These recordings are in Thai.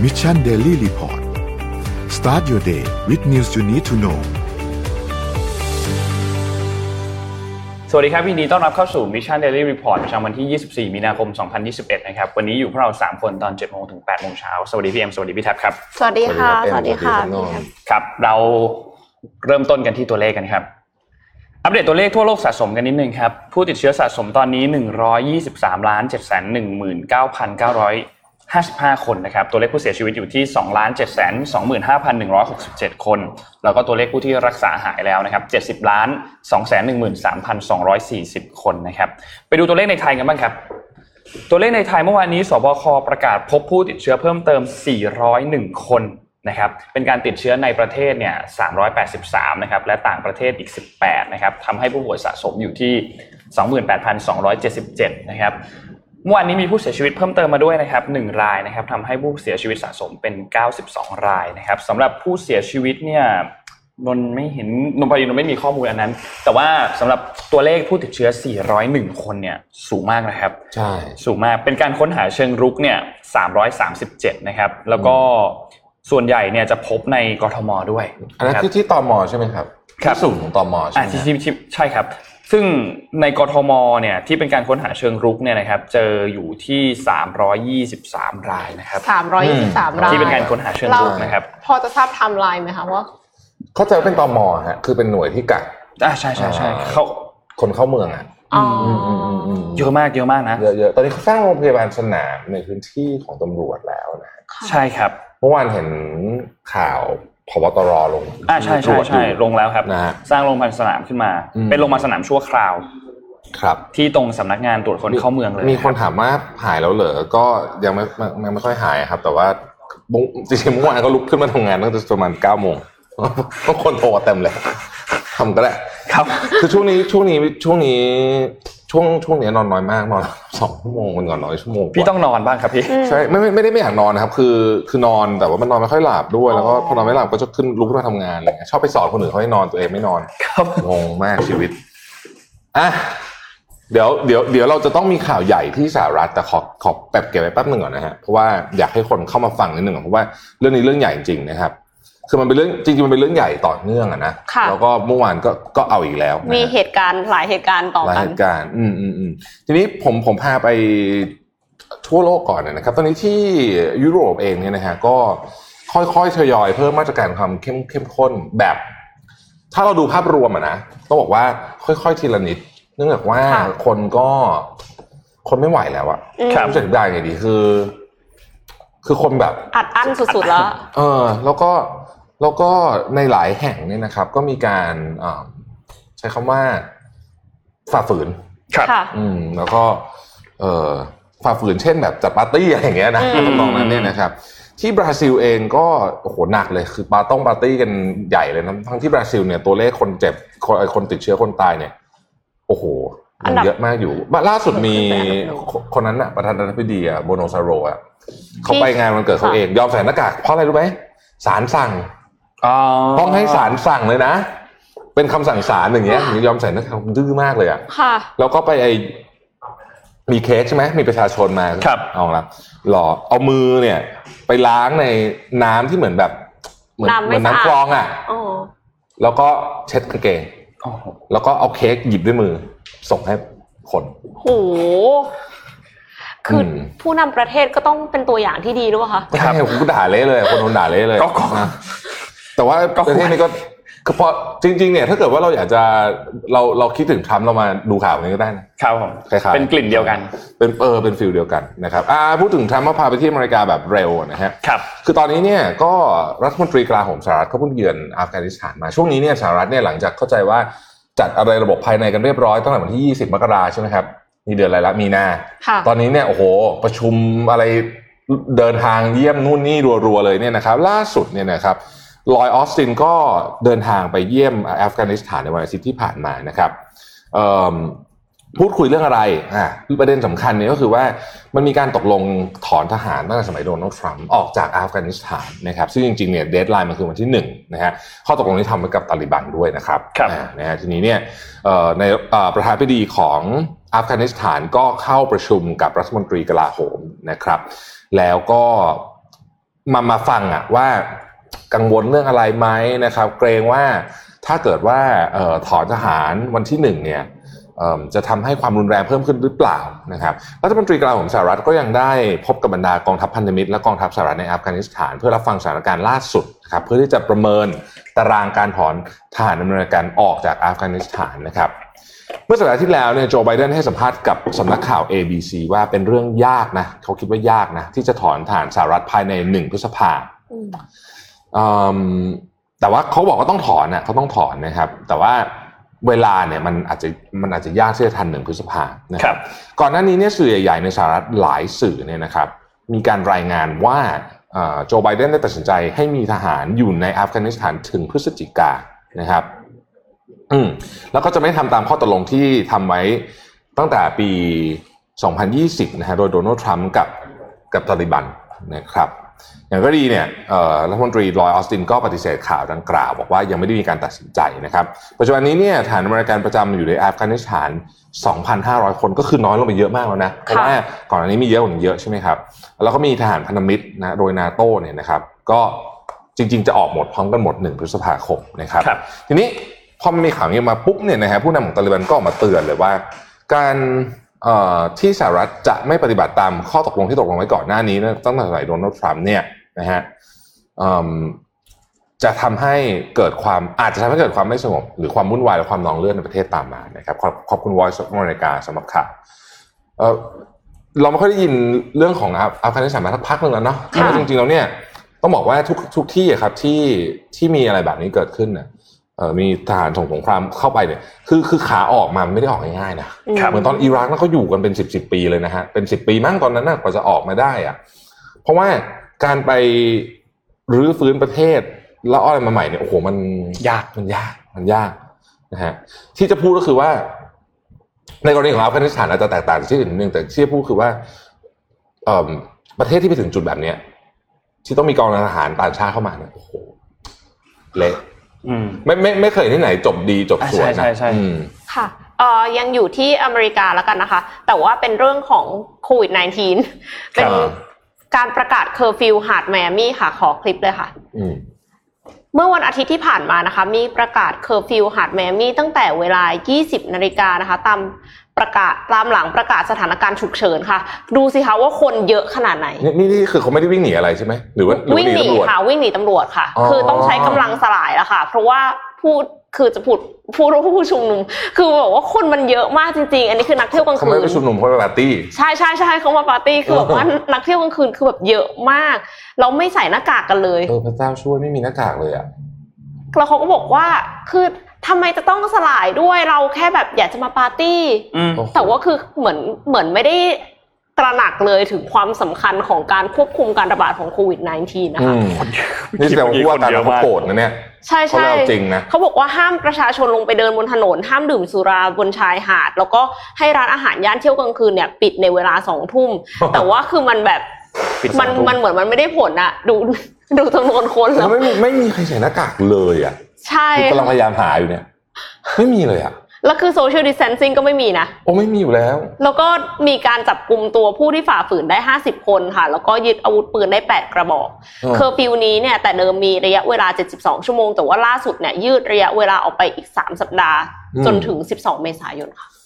Mission Daily Report Start your day with news you need to know สวัสดีครับยินดีต้อนรับเข้าสู่ Mission Daily Report ประจำวันที่24มีนาคม2021นะครับวันนี้อยู่พวกเรา3คนตอน 7:00 นถึง 8:00 นสวัสดีพี่เอ็มสวัสดีพี่แท็บครับสวัสดีค่ะสวัสดีค่ะพี่แท็บครับเราเริ่มต้นกันที่ตัวเลขกันครับอัปเดตตัวเลขทั่วโลกสะสมกันนิดนึงครับผู้ติดเชื้อสะสมตอนนี้123,719,955 คนนะครับตัวเลขผู้เสียชีวิตอยู่ที่ 2,725,167 คนแล้วก็ตัวเลขผู้ที่รักษาหายแล้วนะครับ 70,213,240 คนนะครับไปดูตัวเลขในไทยกันบ้างครับตัวเลขในไทยเมื่อวานนี้สบคประกาศพบผู้ติดเชื้อเพิ่มเติม401คนนะครับเป็นการติดเชื้อในประเทศเนี่ย383นะครับและต่างประเทศอีก18นะครับทำให้ผู้ป่วยสะสมอยู่ที่ 28,277 นะครับเมื่อวานนี้มีผู้เสียชีวิตเพิ่มเติมมาด้วยนะครับ1รายนะครับทำให้ผู้เสียชีวิตสะสมเป็น92รายนะครับสำหรับผู้เสียชีวิตเนี่ยนนไม่เห็นนนพอดีนนไม่มีข้อมูลอันนั้นแต่ว่าสำหรับตัวเลขผู้ติดเชื้อ401คนเนี่ยสูงมากนะครับใช่สูงมากเป็นการค้นหาเชิงรุกเนี่ย337นะครับแล้วก็ส่วนใหญ่เนี่ยจะพบในกทมด้วยอันนั้นคือที่ตม.ใช่ไหมครับที่สูงของตม.ใช่ไหมใช่ครับซึ่งในกทมเนี่ยที่เป็นการค้นหาเชิงรุกเนี่ยนะครับเจออยู่ที่323รายนะครับ 323รายที่เป็นการค้นหาเชิงรุกนะครับพอจะทราบไทม์ไลน์ไหมคะว่าเข้าใจว่าเป็นตม.ฮะคือเป็นหน่วยที่กักใช่ๆๆเขาคนเข้าเมืองอ่ะเยอะมากนะเยอะๆตอนนี้เขาสร้างโรงพยาบาลสนามในพื้นที่ของตำรวจแล้วนะใช่ครับเมื่อวานเห็นข่าวผบตรลงใช่ลงแล้วครับสร้างโรงพยาบาลสนามขึ้นมาเป็นโรงพยาบาลสนามชั่วคราวครับที่ตรงสำนักงานตรวจคนเข้าเมืองเลยมีคนถามว่าหายแล้วเหรอก็ยังไม่ค่อยหายครับแต่ว่าจริงๆเมื่อวานก็ลุกขึ้นมาทำงานตั้งแต่ประมาณ 9:00 นก็คนโทรเต็มเลยทำก็ได้ครับคือช่วงนี้นอนน้อยมากนอน2 ชั่วโมงมันนอนน้อยชั่วโมงพี่ต้องนอนบ้างครับพี่ใช่ไม่ได้ไม่อยากนอนนะครับคือนอนแต่ว่ามันนอนไม่ค่อยหลับด้วยแล้วก็พอนอนไม่หลับก็จะลุกขึ้นมาทำงานอะไรเงี้ยชอบไปสอนคนอื่นเขาให้นอนตัวเองไม่นอนงงมากชีวิตอ่ะเดี๋ยวเราจะต้องมีข่าวใหญ่ที่สหรัฐแต่ขอแบบเก็บไว้แป๊บนึงก่อนนะฮะเพราะว่าอยากให้คนเข้ามาฟังนิดนึงเพราะว่าเรื่องนี้เรื่องใหญ่จริงๆนะครับคือมันเป็นเรื่องจริงๆมันเป็นเรื่องใหญ่ต่อเนื่องอะนะแล้วก็เมื่อวานก็เอาอีกแล้วมีเหตุการณ์หลายเหตุการณ์ต่อกันหลายเหตุการณ์ทีนี้ผมพาไปทั่วโลกก่อนนะครับตอนนี้ที่ยุโรปเองเนี่ยนะฮะก็ค่อยๆทยอยเพิ่มมาตรการความเข้มข้นแบบถ้าเราดูภาพรวมอะนะต้องบอกว่าค่อยๆทีละนิดเนื่องจากว่าคนไม่ไหวแล้วอะรู้สึกได้ไงดีคือคนแบบอัดอั้นสุดๆแล้วแล้วก็ในหลายแห่งเนี่ยนะครับก็มีการใช้คำว่าฝ่าฝืนครับแล้วก็ฝ่าฝืนเช่นแบบจัดปาร์ตี้อะไรอย่างเงี้ยนะตรงนั้นเนี่ยนะครับที่บราซิลเองก็โอ้โหหนักเลยคือปาร์ตี้กันใหญ่เลยนะทั้งที่บราซิลเนี่ยตัวเลขคนเจ็บคนติดเชื้อคนตายเนี่ยโอ้โหเยอะมากอยู่ล่าสุดมีคนนั้นน่ะประธานาธิบดีโบโนซาโรเขาไปงานวันเกิดเขาเองยอมใส่หน้ากากเพราะอะไรรู้ไหมศาลสั่งต้องให้ศาลสั่งเลยนะเป็นคำสั่งศาลอย่างเงี้ยยอมใส่หน้ากากดื้อมากเลยอ่ะแล้วก็ไปมีเคสใช่ไหมมีประชาชนมาเอาละหล่อเอามือเนี่ยไปล้างในน้ำที่เหมือนแบบเหมือนน้ำกรองอ่ะแล้วก็เช็ดกางเกงแล้วก็เอาเค้กหยิบด้วยมือส่งให้คนโหคือผู้นำประเทศก็ต้องเป็นตัวอย่างที่ดีด้วยค่ะใช่ผมก็ด่าเละเลยคนโดนด่าเละเลยแต่ว่าประเทศนี้ก็พอจริงๆเนี่ยถ้าเกิดว่าเราอยากจะเราคิดถึงทรัมป์เรามาดูข่าวนี้ก็ได้นะครับผมคล้ายๆเป็นกลิ่นเดียวกันเป็นฟีลเดียวกันนะครับพูดถึงทรัมป์ว่าพาไปที่อเมริกาแบบเร็วนะฮะครับคือตอนนี้เนี่ยก็รัฐมนตรีกลาโหมสหรัฐเขาเพิ่งเยือนอัฟกานิสถานมาช่วงนี้เนี่ยสหรัฐเนี่ยหลังจากเข้าใจว่าจัดอะไรระบบภายในกันเรียบร้อยตั้งแต่วันที่20 มกราคมใช่ไหมครับนี่เดือนอะไรละมีนาตอนนี้เนี่ยโอ้โหประชุมอะไรเดินทางเยี่ยมนู่นนี่รัวๆเลยเนี่ยนะครับล่าสุดเนี่ยนะครับลอยด์ออสตินก็เดินทางไปเยี่ยมอัฟกานิสถานในวันอาทิตย์ที่ผ่านมานะครับพูดคุยเรื่องอะไรประเด็นสำคัญเนี่ยก็คือว่ามันมีการตกลงถอนทหารตั้งแต่สมัยโดนัลด์ทรัมป์ออกจากอัฟกานิสถานนะครับซึ่งจริงๆเนี่ยเดดไลน์มันคือวันที่1นะฮะข้อตกลงนี้ทำไว้กับตาลิบันด้วยนะครับนะฮะทีนี้เนี่ยในประธานาธิบดีของอัฟกานิสถานก็เข้าประชุมกับรัฐมนตรีกลาโหมนะครับแล้วก็มาฟังว่ากังวลเรื่องอะไรไหมนะครับเกรงว่าถ้าเกิดว่าถอนทหารวันที่1เนี่ยจะทำให้ความรุนแรงเพิ่มขึ้นหรือเปล่านะครับรัฐมนตรีกลาโหมสหรัฐก็ยังได้พบกับบรรดากองทัพพันธมิตรและกองทัพสหรัฐในอัฟกานิสถานเพื่อรับฟังสถานการณ์ล่าสุดนะครับเพื่อที่จะประเมินตารางการถอนทหารอเมริกันออกจากอัฟกานิสถานนะครับเมื่อสัปดาห์ที่แล้วเนี่ยโจไบเดนให้สัมภาษณ์กับสำนักข่าว ABC ว่าเป็นเรื่องยากนะเขาคิดว่ายากนะที่จะถอนทหารสหรัฐภายใน1พฤษภาคมแต่ว่าเขาบอกว่าต้องถอนนะเขาต้องถอนนะครับแต่ว่าเวลาเนี่ยมันอาจจะยากที่จะทัน1พฤษภาคมนะครับก่อนหน้านี้เนี่ยสื่อใหญ่ๆในสหรัฐหลายสื่อเนี่ยนะครับมีการรายงานว่าโจไบเดนได้ตัดสินใจให้มีทหารอยู่ในอัฟกานิสถานถึงพฤศจิกายนนะครับแล้วก็จะไม่ทำตามข้อตกลงที่ทำไว้ตั้งแต่ปี2020นะฮะโดยโดนัลด์ทรัมป์กับตาลิบันนะครับอย่างก็ดีเนี่ยรัฐมนตรีลอยด์ออสตินก็ปฏิเสธข่าวดังกล่าวบอกว่ายังไม่ได้มีการตัดสินใจนะครับปัจจุบันนี้เนี่ยฐานอเมริกันประจำอยู่ในอัฟกานิสถาน 2,500 คนก็คือน้อยลงไปเยอะมากแล้วนะเพราะว่าก่อนอันนี้มีเยอะกว่านี้เยอะใช่ไหมครับแล้วก็มีทหารพันธมิตรนะโดยนาโต้เนี่ยนะครับก็จริงๆจะออกหมดพร้อมกันหมด1พฤษภาคมนะครับทีนี้พอมันมีข่าวนี้มาปุ๊บเนี่ยนะฮะผู้นำของตาลิบันก็ออกมาเตือนเลยว่าการที่สหรัฐจะไม่ปฏิบัติตามข้อตกลงที่ตกลงไว้ก่อนหน้านี้นะตั้งแต่สมัยโดนัลด์ทรัมป์เนี่ยนะฮะจะทำให้เกิดอาจจะทำให้เกิดความไม่สงบหรือความวุ่นวายและความนองเลือดในประเทศตามมานะครับขอบคุณ Voice of America สำหรับข่าวเราไม่ค่อยได้ยินเรื่องของอัฟกานิสถานมาสักพักนึงแล้วเนาะเพราะจริงๆแล้วเนี่ยต้องบอกว่าทุกที่ครับที่มีอะไรแบบนี้เกิดขึ้นเนี่ยมีทหารส่งสงครามเข้าไปเนี่ยคือขาออกมาไม่ได้ออกง่ายๆนะเหมือนตอนอิรักนั่นเขาอยู่กันเป็น10ปีเลยนะฮะเป็น10ปีมั้งตอนนั้นน่ะกว่าจะออกมาได้อะเพราะว่าการไปรื้อฟื้นประเทศแล้วอะไรมาใหม่เนี่ยโอ้โหมันยากนะฮะที่จะพูดก็คือว่าในกรณีของอัฟกานิสถานอาจจะแตกต่างจากที่อื่นนิดนึงแต่ที่จะพูดคือว่าประเทศที่ไปถึงจุดแบบเนี้ยที่ต้องมีกองทหารต่างชาติเข้ามาเนี่ยโอ้โหเละไม่เคยที่ไหนจบดีจบสวยนะใช่ค่ะยังอยู่ที่อเมริกาแล้วกันนะคะแต่ว่าเป็นเรื่องของโควิด -19 เป็นการประกาศเคอร์ฟิวหาดไมอามี่ค่ะขอคลิปเลยค่ะเมื่อวันอาทิตย์ที่ผ่านมานะคะมีประกาศเคอร์ฟิวหาดไมอามี่ตั้งแต่เวลา 20:00 นนะคะตามหลังประกาศสถานการณ์ฉุกเฉินค่ะดูสิคะว่าคนเยอะขนาดไหนนี่คือเขาไม่ได้วิ่งหนีอะไรใช่ไหมหรือว่าวิ่งหนีค่ะวิ่งหนีตำรวจค่ะคือต้องใช้กำลังสลายแล้วค่ะเพราะว่าผู้ชุมนุมคือบอกว่าคนมันเยอะมากจริงๆอันนี้คือนักเที่ยวกลางคืนเขาไม่ไปชุมนุมเขาไปปาร์ตี้ใช่เขามาปาร์ตี้คือแบบว่านักเที่ยวกลางคืนคือแบบเยอะมากเราไม่ใส่หน้ากากกันเลยพระเจ้าช่วยไม่มีหน้ากากเลยอ่ะแล้วเขาก็บอกว่าคือทำไมจะต้องสลายด้วยเราแค่แบบอยากจะมาปาร์ตี้แต่ว่าคือเหมือนไม่ได้ตระหนักเลยถึงความสำคัญของการควบคุมการระบาดของโควิด -19 นะคะนี่แสดงว่าการเขาโกรธนะเนี่ยใช่จริงนะเขาบอกว่าห้ามประชาชนลงไปเดินบนถนนห้ามดื่มสุราบนชายหาดแล้วก็ให้ร้านอาหารย่านเที่ยวกลางคืนเนี่ยปิดในเวลา 20:00 นแต่ว่าคือมันแบบมันเหมือนมันไม่ได้ผลอะดูจำนวนคนแล้วไม่มีใครใส่หน้ากากเลยอ่ะใช่กำลังพยายามหาอยู่เนี่ยไม่มีเลยอ่ะแล้วคือ social distancing ก็ไม่มีนะไม่มีอยู่แล้วแล้วก็มีการจับกุมตัวผู้ที่ฝ่าฝืนได้50คนค่ะแล้วก็ยึดอาวุธปืนได้8กระบอกเคอร์ฟิวนี้เนี่ยแต่เดิมมีระยะเวลา72ชั่วโมงแต่ว่าล่าสุดเนี่ยยืดระยะเวลาออกไปอีก3สัปดาห์จนถึง12เมษายนค่ะ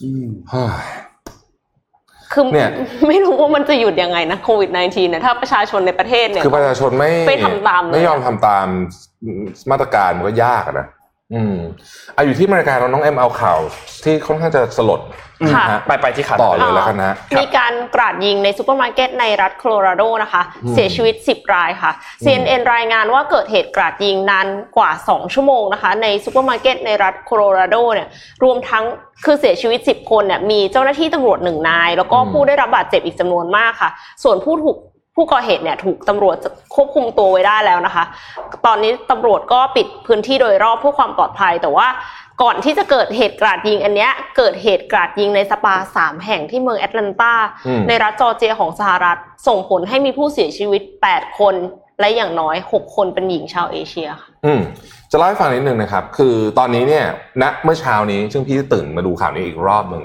คือไม่รู้ว่ามันจะหยุดยังไงนะโควิด -19 เนี่ยถ้าประชาชนในประเทศเนี่ยคือประชาชนไม่ทำตามไม่ยอมทำตามมาตรการมันก็ยากนะอยู่ที่อเมริกาเราน้องเอ็มเอาข่าวที่ค่อนข้างจะสลดไปที่ข่าวต่อเลยแล้วกันนะมีการกราดยิงในซุปเปอร์มาร์เก็ตในรัฐโคโลราโดนะคะเสียชีวิต10รายค่ะ CNN รายงานว่าเกิดเหตุกราดยิงนานกว่า2ชั่วโมงนะคะในซุปเปอร์มาร์เก็ตในรัฐโคโลราโดเนี่ยรวมทั้งคือเสียชีวิต10คนเนี่ยมีเจ้าหน้าที่ตำรวจ1นายแล้วก็ผู้ได้รับบาดเจ็บอีกจำนวนมากค่ะส่วนผู้ก่อเหตุเนี่ยถูกตำรวจควบคุมตัวไว้ได้แล้วนะคะตอนนี้ตำรวจก็ปิดพื้นที่โดยรอบเพื่อความปลอดภัยแต่ว่าก่อนที่จะเกิดเหตุกราดยิงอันเนี้ยเกิดเหตุกราดยิงในสปา3แห่งที่เมืองแอตแลนตาในรัฐจอร์เจียของสหรัฐส่งผลให้มีผู้เสียชีวิต8คนและอย่างน้อย6คนเป็นหญิงชาวเอเชียค่ะจะเล่าให้ฟังนิดนึงนะครับคือตอนนี้เนี่ยณเมื่อเช้านี้ซึ่งพี่ตื่นมาดูข่าวนี้อีกรอบนึงเนี่ย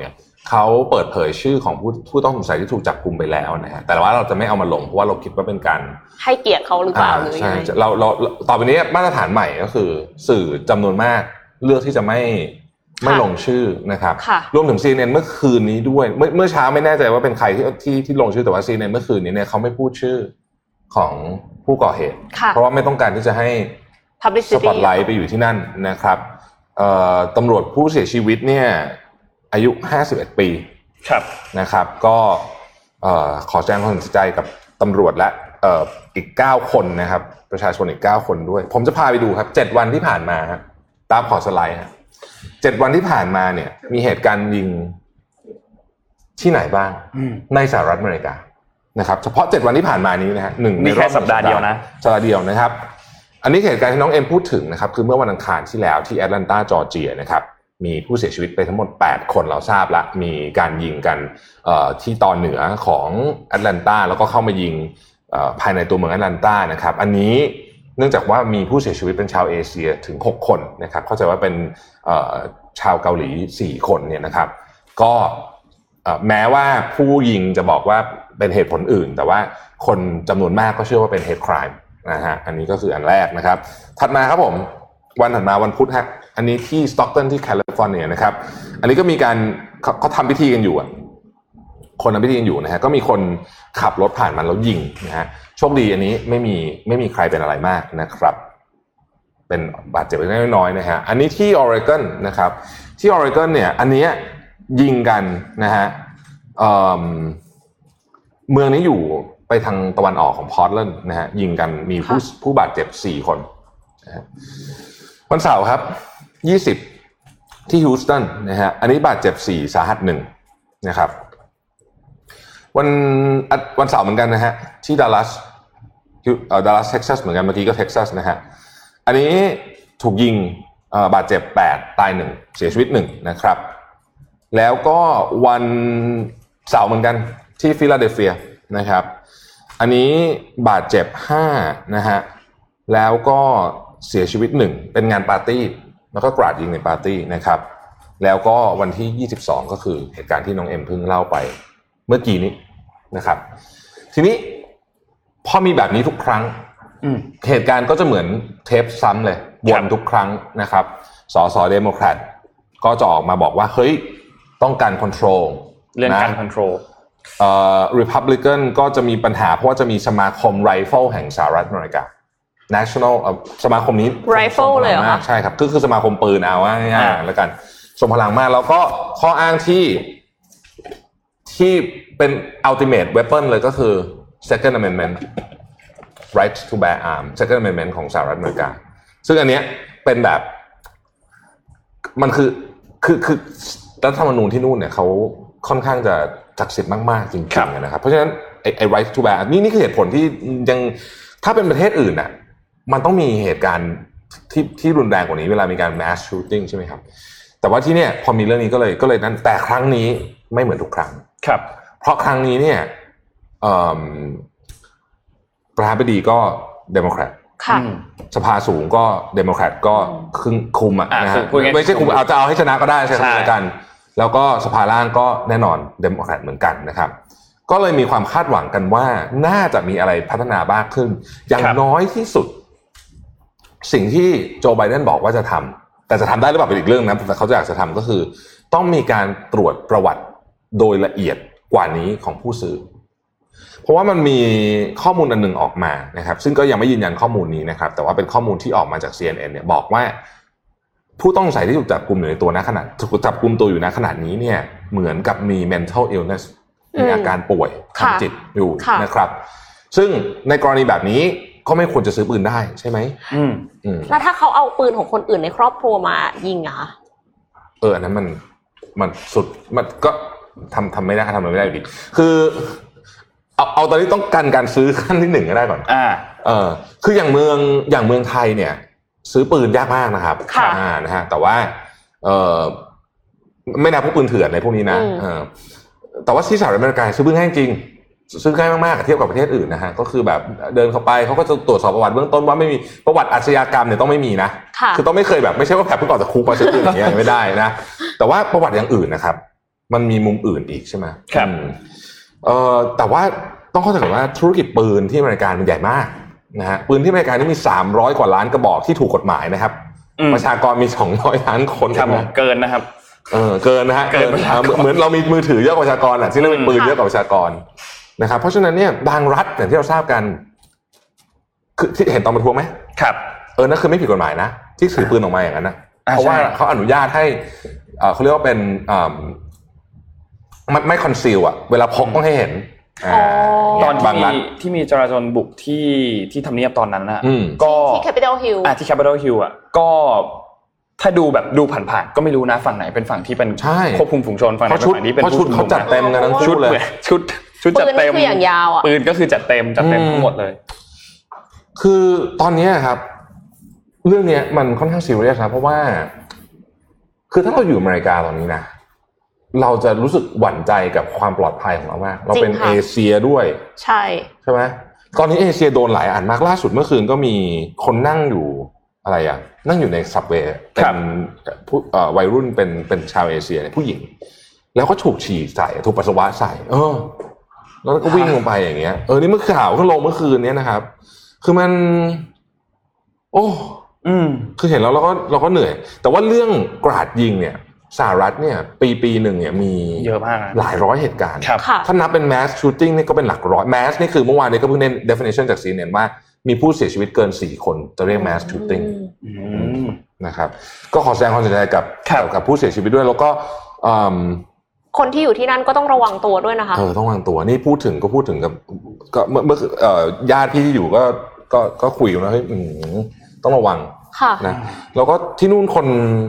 เขาเปิดเผยชื่อของผู้ต้องสงสัยที่ถูกจับกุมไปแล้วนะฮะแต่ว่าเราจะไม่เอามาลงเพราะว่าเราคิดว่าเป็นการให้เกียรติเขาหรือเปล่าหรือยังไงเราต่อไปนี้มาตรฐานใหม่ก็คือสื่อจำนวนมากเลือกที่จะไม่ลงชื่อนะครับรวมถึง CNN เมื่อคืนนี้ด้วยเมื่อเช้าไม่แน่ใจว่าเป็นใครที่ลงชื่อแต่ว่า CNN เมื่อคืนนี้เนี่ยเขาไม่พูดชื่อของผู้ก่อเหตุเพราะว่าไม่ต้องการที่จะให้สปอตไลท์ไปอยู่ที่นั่นนะครับตำรวจผู้เสียชีวิตเนี่ยอายุ51ปีนะครับก็ขอแสดงความเสียใจกับตำรวจและอีก9คนนะครับประชาชนอีก9คนด้วยผมจะพาไปดูครับ7วันที่ผ่านมาครับตามขอสไลด์ครับ7วันที่ผ่านมาเนี่ยมีเหตุการณ์ยิงที่ไหนบ้างในสหรัฐอเมริกานะครับเฉพาะ7วันที่ผ่านมานี้นะฮะ1ในรอบสัปดาห์เดียวนะสัปดาห์เดียวนะครับอันนี้เหตุการณ์ที่น้องเอ็มพูดถึงนะครับคือเมื่อวันอังคารที่แล้วที่แอตแลนตาจอร์เจียนะครับมีผู้เสียชีวิตไปทั้งหมด8คนเราทราบละมีการยิงกันที่ตอนเหนือของแอตแลนตาแล้วก็เข้ามายิงภายในตัวเมืองแอตแลนตานะครับอันนี้เนื่องจากว่ามีผู้เสียชีวิตเป็นชาวเอเชียถึง6คนนะครับเข้าใจว่าเป็นชาวเกาหลี4คนเนี่ยนะครับก็แม้ว่าผู้ยิงจะบอกว่าเป็นเหตุผลอื่นแต่ว่าคนจำนวนมากก็เชื่อว่าเป็น hate crime นะฮะอันนี้ก็คืออันแรกนะครับถัดมาครับผมวันถัดมาวันพุธฮะอันนี้ที่สต็อกตันที่แคลิฟอร์เนียนะครับอันนี้ก็มีการเขาทำพิธีกันอยู่คนทำพิธีกันอยู่นะฮะก็มีคนขับรถผ่านมาแล้วยิงนะฮะโชคดีอันนี้ไม่มีใครเป็นอะไรมากนะครับเป็นบาดเจ็บเล็กน้อยนะฮะอันนี้ที่ออริกอนนะครับที่ออริกอนเนี่ยอันนี้ยิงกันนะฮะเมืองนี้อยู่ไปทางตะวันออกของพอร์ตแลนด์นะฮะยิงกันมีผู้บาดเจ็บ4คนนะฮะวันเสาร์ครับ20ที่ฮิวสตันนะฮะอันนี้บาดเจ็บ4สาหัส1นะครับวันเสาร์เหมือนกันนะฮะที่ดัลลัสเท็กซัสเหมือนกันเมื่อกี้ก็เท็กซัสนะฮะอันนี้ถูกยิงบาดเจ็บ8ตาย1เสียชีวิต1นะครับแล้วก็วันเสาร์เหมือนกันที่ฟิลาเดลเฟียนะครับอันนี้บาดเจ็บ5นะฮะแล้วก็เสียชีวิต1เป็นงานปาร์ตี้แล้วก็กราดยิงในปาร์ตี้นะครับแล้วก็วันที่22ก็คือเหตุการณ์ที่น้องเอ็มเพิ่งเล่าไปเมื่อกี้นี้นะครับทีนี้พอมีแบบนี้ทุกครั้งเหตุการณ์ก็จะเหมือนเทปซ้ำเลยวนทุกครั้งนะครับสสเดโมแครตก็จะออกมาบอกว่าเฮ้ยต้องการคอนโทรลเรื่องการคอนโทรล Republican ก็จะมีปัญหาเพราะว่าจะมีสมาคมไรเฟิลแห่งสหรัฐอเมริกา National สมาคมนี้ไรเฟิลเลยเหรอคะใช่ครับคือสมาคมปืนเอาง่ายๆแล้วกันทรงพลังมากแล้วก็ข้ออ้างที่เป็น ultimate weapon เลยก็คือ Second Amendment right to bear arms Second Amendment ของสหรัฐอเมริกาซึ่งอันเนี้ยเป็นแบบมันคือรัฐธรรมนูญที่นู่นเนี่ยเขาค่อนข้างจะศักดิ์สิทธิ์มากๆจริงๆนะครับเพราะฉะนั้นไอ้ right to bear นี่คือเหตุผลที่ยังถ้าเป็นประเทศอื่นน่ะมันต้องมีเหตุการณ์ที่รุนแรงกว่านี้เวลามีการ mass shooting ใช่ไหมครับแต่ว่าที่เนี่ยพอมีเรื่องนี้ก็เลยนั้นแต่ครั้งนี้ไม่เหมือนทุกครั้งครับเพราะครั้งนี้เนี่ยประธานาธิบดีก็เดโมแครตสภาสูงก็เดโมแครตก็คุมนะฮะไม่ใช่คุมจะเอาให้ชนะก็ได้ใช่ไหมกันแล้วก็สภาล่างก็แน่นอนเดโมแครตเหมือนกันนะครับก็เลยมีความคาดหวังกันว่าน่าจะมีอะไรพัฒนาบ้างขึ้นอย่างน้อยที่สุดสิ่งที่โจไบเดนบอกว่าจะทำแต่จะทำได้หรือเปล่าเป็นอีกเรื่องนะแต่เขาอยากจะทำก็คือต้องมีการตรวจประวัติโดยละเอียดกว่านี้ของผู้ซื้อเพราะว่ามันมีข้อมูลอันนึงออกมานะครับซึ่งก็ยังไม่ยืนยันข้อมูลนี้นะครับแต่ว่าเป็นข้อมูลที่ออกมาจาก CNN เนี่ยบอกว่าผู้ต้องสงสัยที่ถูกจับกุมอยู่ในตัวณขณะถูกจับกุมตัวอยู่ณขณะนี้เนี่ยเหมือนกับมี mental illness มีอาการป่วยทางจิตอยู่นะครับซึ่งในกรณีแบบนี้ก็ไม่ควรจะซื้อปืนได้ใช่ไหมแล้วถ้าเขาเอาปืนของคนอื่นในครอบครัวมายิงอะคะอันนั้นมันสุดมันก็ทำไม่ได้อยู่ดีคือเอาตอนนี้ต้องการซื้อขั้นที่1ก็ได้ก่อนคืออย่างเมืองไทยเนี่ยซื้อปืนยากมากนะครับนะฮะแต่ว่าไม่นับพวกปืนเถื่อนในพวกนี้นะแต่ว่าที่สหรัฐอเมริกาซื้อปืนง่ายจริงซื้อง่ายมากๆเทียบกับประเทศอื่นนะฮะก็คือแบบเดินเข้าไปเขาก็จะตรวจสอบประวัติเบื้องต้นว่าไม่มีประวัติอาชญากรรมเนี่ยต้องไม่มีนะคือต้องไม่เคยแบบไม่ใช่ว่าแผลเพิ่งออกจากคุกมาซื้อปืนอย่างเงี้ยไม่ได้นะแต่ว่าประวัติอย่างอื่นนะครับมันมีมุมอื่นอีกใช่ไหมครับแต่ว่าต้องเข้าใจก่อนว่าธุรกิจปืนที่อเมริกามันใหญ่มากนะฮะปืนที่อเมริกานี่มี300กว่าล้านกระบอกที่ถูกกฎหมายนะครับประชากรมี200ล้านคนครับเกินนะครับเกินนะฮะเหมือนเรามีมือถือเยอะกว่าประชากรแหละที่เรียกเป็นปืนเยอะกว่าประชากรนะครับเพราะฉะนั้นเนี่ยบางรัฐอย่างที่เราทราบกันคือที่เห็นตอนประท้วงไหมครับนั่นคือไม่ผิดกฎหมายนะที่ถือปืนออกมาอย่างนั้นนะเพราะว่าเขาอนุญาตให้เขาเรียกว่าเป็นไม่คอนซีลอ่ะเวลาพกต้องให้เห็นตอนที่มีจราจรบุกที่ทำเนียบตอนนั้นน่ะก็ที่ Capitol Hill ที่ Capitol Hill อ่ะก็ถ้าดูแบบดูผ่านๆก็ไม่รู้นะฝั่งไหนเป็นฝั่งที่เป็นควบคุมฝูงชนฝั่งไหนเป็นฝั่งที่เป็นชุดเขาจัดเต็มกันทั้งชุดเลยชุดจัดเต็มปืนคืออย่างยาวอ่ะปืนก็คือจัดเต็มทั้งหมดเลยคือตอนนี้ครับเรื่องนี้มันค่อนข้างซีเรียสนะเพราะว่าคือถ้าเราอยู่อเมริกาตอนนี้นะเราจะรู้สึกหวั่นใจกับความปลอดภัยของเรามากเราเป็นเอเชียด้วยใช่ไหมตอนนี้เอเชียโดนหลายอันมากล่าสุดเมื่อคืนก็มีคนนั่งอยู่อะไรอ่ะนั่งอยู่ในซับเวย์เป็นวัยรุ่นเป็นชาวเอเชียผู้หญิงแล้วก็ถูกฉี่ใส่ถูกปัสสาวะใส่แล้วก็วิ่งลงไปอย่างเงี้ยนี่เมื่อข่าวก็ลงเมื่อคืนนี้นะครับคือมันคือเห็นแล้วเราก็เหนื่อยแต่ว่าเรื่องกราดยิงเนี่ยสหรัฐเนี่ยปีหนึ่งเนี่ยมีเยอะมากหลายร้อยเหตุการณ์ถ้านับเป็น mass shooting นี่ก็เป็นหลักร้อย mass นี่คือเมื่อวานนี้ก็เพิ่งได้ definition จาก CNN ว่ามีผู้เสียชีวิตเกิน4คนจะเรียก mass shooting นะครับก็ขอแสดงความเสียใจกับผู้เสียชีวิตด้วยแล้วก็คนที่อยู่ที่นั่นก็ต้องระวังตัวด้วยนะคะต้องระวังตัวนี่พูดถึงกับก็เมื่อญาติพี่ที่อยู่ก็คุยกันว่าเฮ้ยต้องระวังนะแล้วก็ที่นู่นคน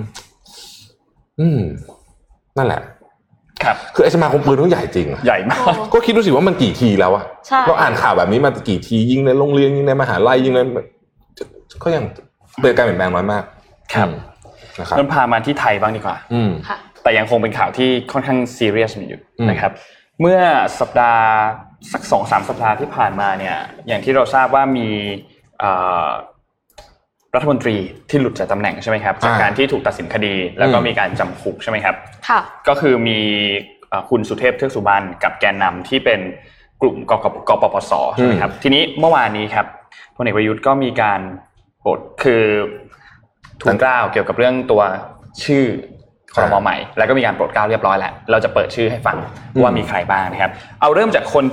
นั่นแหละครับคือไอ้สมาคมปืนต้องใหญ่จริงใหญ่มากก็คิดดูสิว่ามันกี่ทีแล้วอะเราอ่านข่าวแบบนี้มากี่ทียิงในโรงเรียนยิงในมหาลัยยิงในก็ยังเกิดการเปลี่ยนแปลงน้อยมากครับนะครับงั้นพามาที่ไทยบ้างดีกว่าแต่ยังคงเป็นข่าวที่ค่อนข้างซีเรียสอยู่นะครับเมื่อสัปดาห์สัก 2-3 สัปดาห์ที่ผ่านมาเนี่ยอย่างที่เราทราบว่ามีรัฐมนตรีที่หลุดจากตำแหน่งใช่ไหมครับจากการที่ถูกตัดสินคดีแล้วก็มีการจำคุกใช่ไหมครับค่ะก็คือมีคุณสุเทพเทือกสุบรรณกับแกนนำที่เป็นกลุ่มกปปสใช่ไหมครับทีนี้เมื่อวานนี้ครับพลเอกประยุทธ์ก็มีการโปรดคือทูลเกล้าเกี่ยวกับเรื่องตัวชื่อครม.ใหม่แล้วก็มีการโปรดเกล้าเรียบร้อยแล้วเราจะเปิดชื่อให้ฟังว่ามีใครบ้างนะครับเอาเริ่มจากคน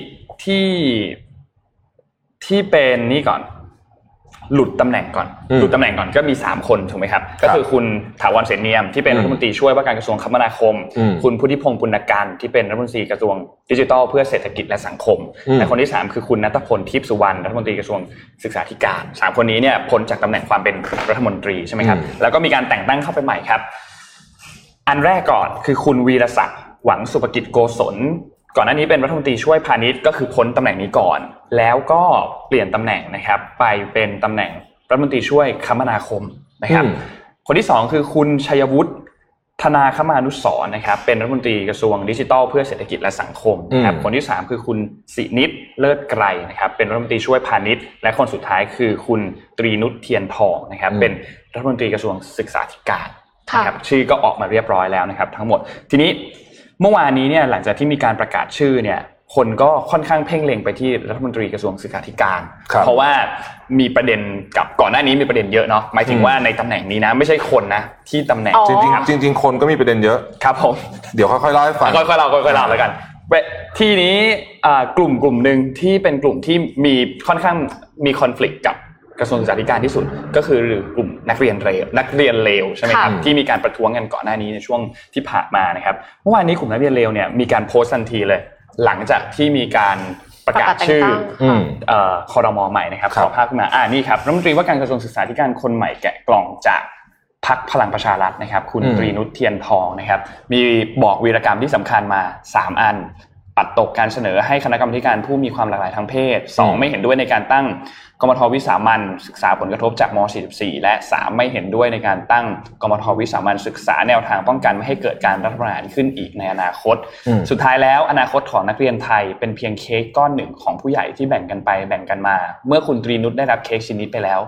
ที่เป็นนี่ก่อนหลุดตำแหน่งก่อนก็มี3คนถูกไหมครับก็คือคุณถาวรเสนเนียมที่เป็นรัฐมนตรีช่วยว่าการกระทรวงคมนาคมคุณพุทธิพงษ์ปุณกันที่เป็นรัฐมนตรีกระทรวงดิจิทัลเพื่อเศรษฐกิจและสังคมและคนที่3คือคุณณัฐพลทิพย์สุวรรณรัฐมนตรีกระทรวงศึกษาธิการ3คนนี้เนี่ยพ้นจากตำแหน่งความเป็นรัฐมนตรีใช่ไหมครับแล้วก็มีการแต่งตั้งเข้าไปใหม่ครับอันแรกก่อนคือคุณวีรศักดิ์หวังสุภกิจโกศลก่อนหน้านี้เป็นรัฐมนตรีช่วยพาณิชย์ก็คือพ้นตำแหน่งนี้ก่อนแล้วก็เปลี่ยนตำแหน่งนะครับไปเป็นตำแหน่งรัฐมนตรีช่วยคมนาคมนะครับคนที่2คือคุณชัยวุฒิธนาคมานุสรณ์นะครับเป็นรัฐมนตรีกระทรวงดิจิทัลเพื่อเศรษฐกิจและสังคมนะครับคนที่3คือคุณสินิตเลิศไกรนะครับเป็นรัฐมนตรีช่วยพาณิชย์และคนสุดท้ายคือคุณตรีนุชเทียนทองนะครับเป็นรัฐมนตรีกระทรวงศึกษาธิการนะครับชื่อก็ออกมาเรียบร้อยแล้วนะครับทั้งหมดทีนี้เมื่อวานนี้เนี่ยหลังจากที่มีการประกาศชื่อเนี่ยคนก็ค่อนข้างเพ่งเล็งไปที่รัฐมนตรีกระทรวงศึกษาธิการเพราะว่ามีประเด็นกับก่อนหน้านี้มีประเด็นเยอะเนาะหมายถึงว่าในตำแหน่งนี้นะไม่ใช่คนนะที่ตำแหน่งจริงคนก็มีประเด็นเยอะครับผมเดี๋ยวค่อยๆเล่าให้ฟังค่อยๆเล่าแล้วกันที่นี้กลุ่มนึงที่เป็นกลุ่มที่มีค่อนข้างมีคอนฟลิกต์กับกระทรวงศึกษาธิการที่สุดก็คือกลุ่มนักเรียนเลวใช่ไหมครับที่มีการประท้วงกันก่อนหน้านี้ในช่วงที่ผ่านมานะครับเมื่อวานนี้กลุ่มนักเรียนเลวเนี่ยมีการโพสต์ทันทีเลยหลังจากที่มีการประกาศชื่อครม.ใหม่นะครับขอภาพขึ้นมานี่ครับรัฐมนตรีว่าการกระทรวงศึกษาธิการคนใหม่แกะกล่องจากพรรคพลังประชารัฐนะครับคุณตรีนุชเทียนทองนะครับมีบอกวีรกรรมที่สำคัญมา3อันปัดตกการเสนอให้คณะกรรมการผู้มีความหลากหลายทางเพศ2ไม่เห็นด้วยในการตั้งกมท.วิสามัญศึกษาผลกระทบจากม.44 และ3ไม่เห็นด้วยในการตั้งกมท.วิสามัญศึกษาแนวทางป้องกันไม่ให้เกิดการรัฐประหารขึ้นอีกในอนาคตสุดท้ายแล้วอนาคตของนักเรียนไทยเป็นเพียงเค้กก้อนหนึ่งของผู้ใหญ่ที่แบ่งกันไปแบ่งกันมาเมื่อคุณตรีนุชได้รับเค้กชิ้นนี้ไปแล้ว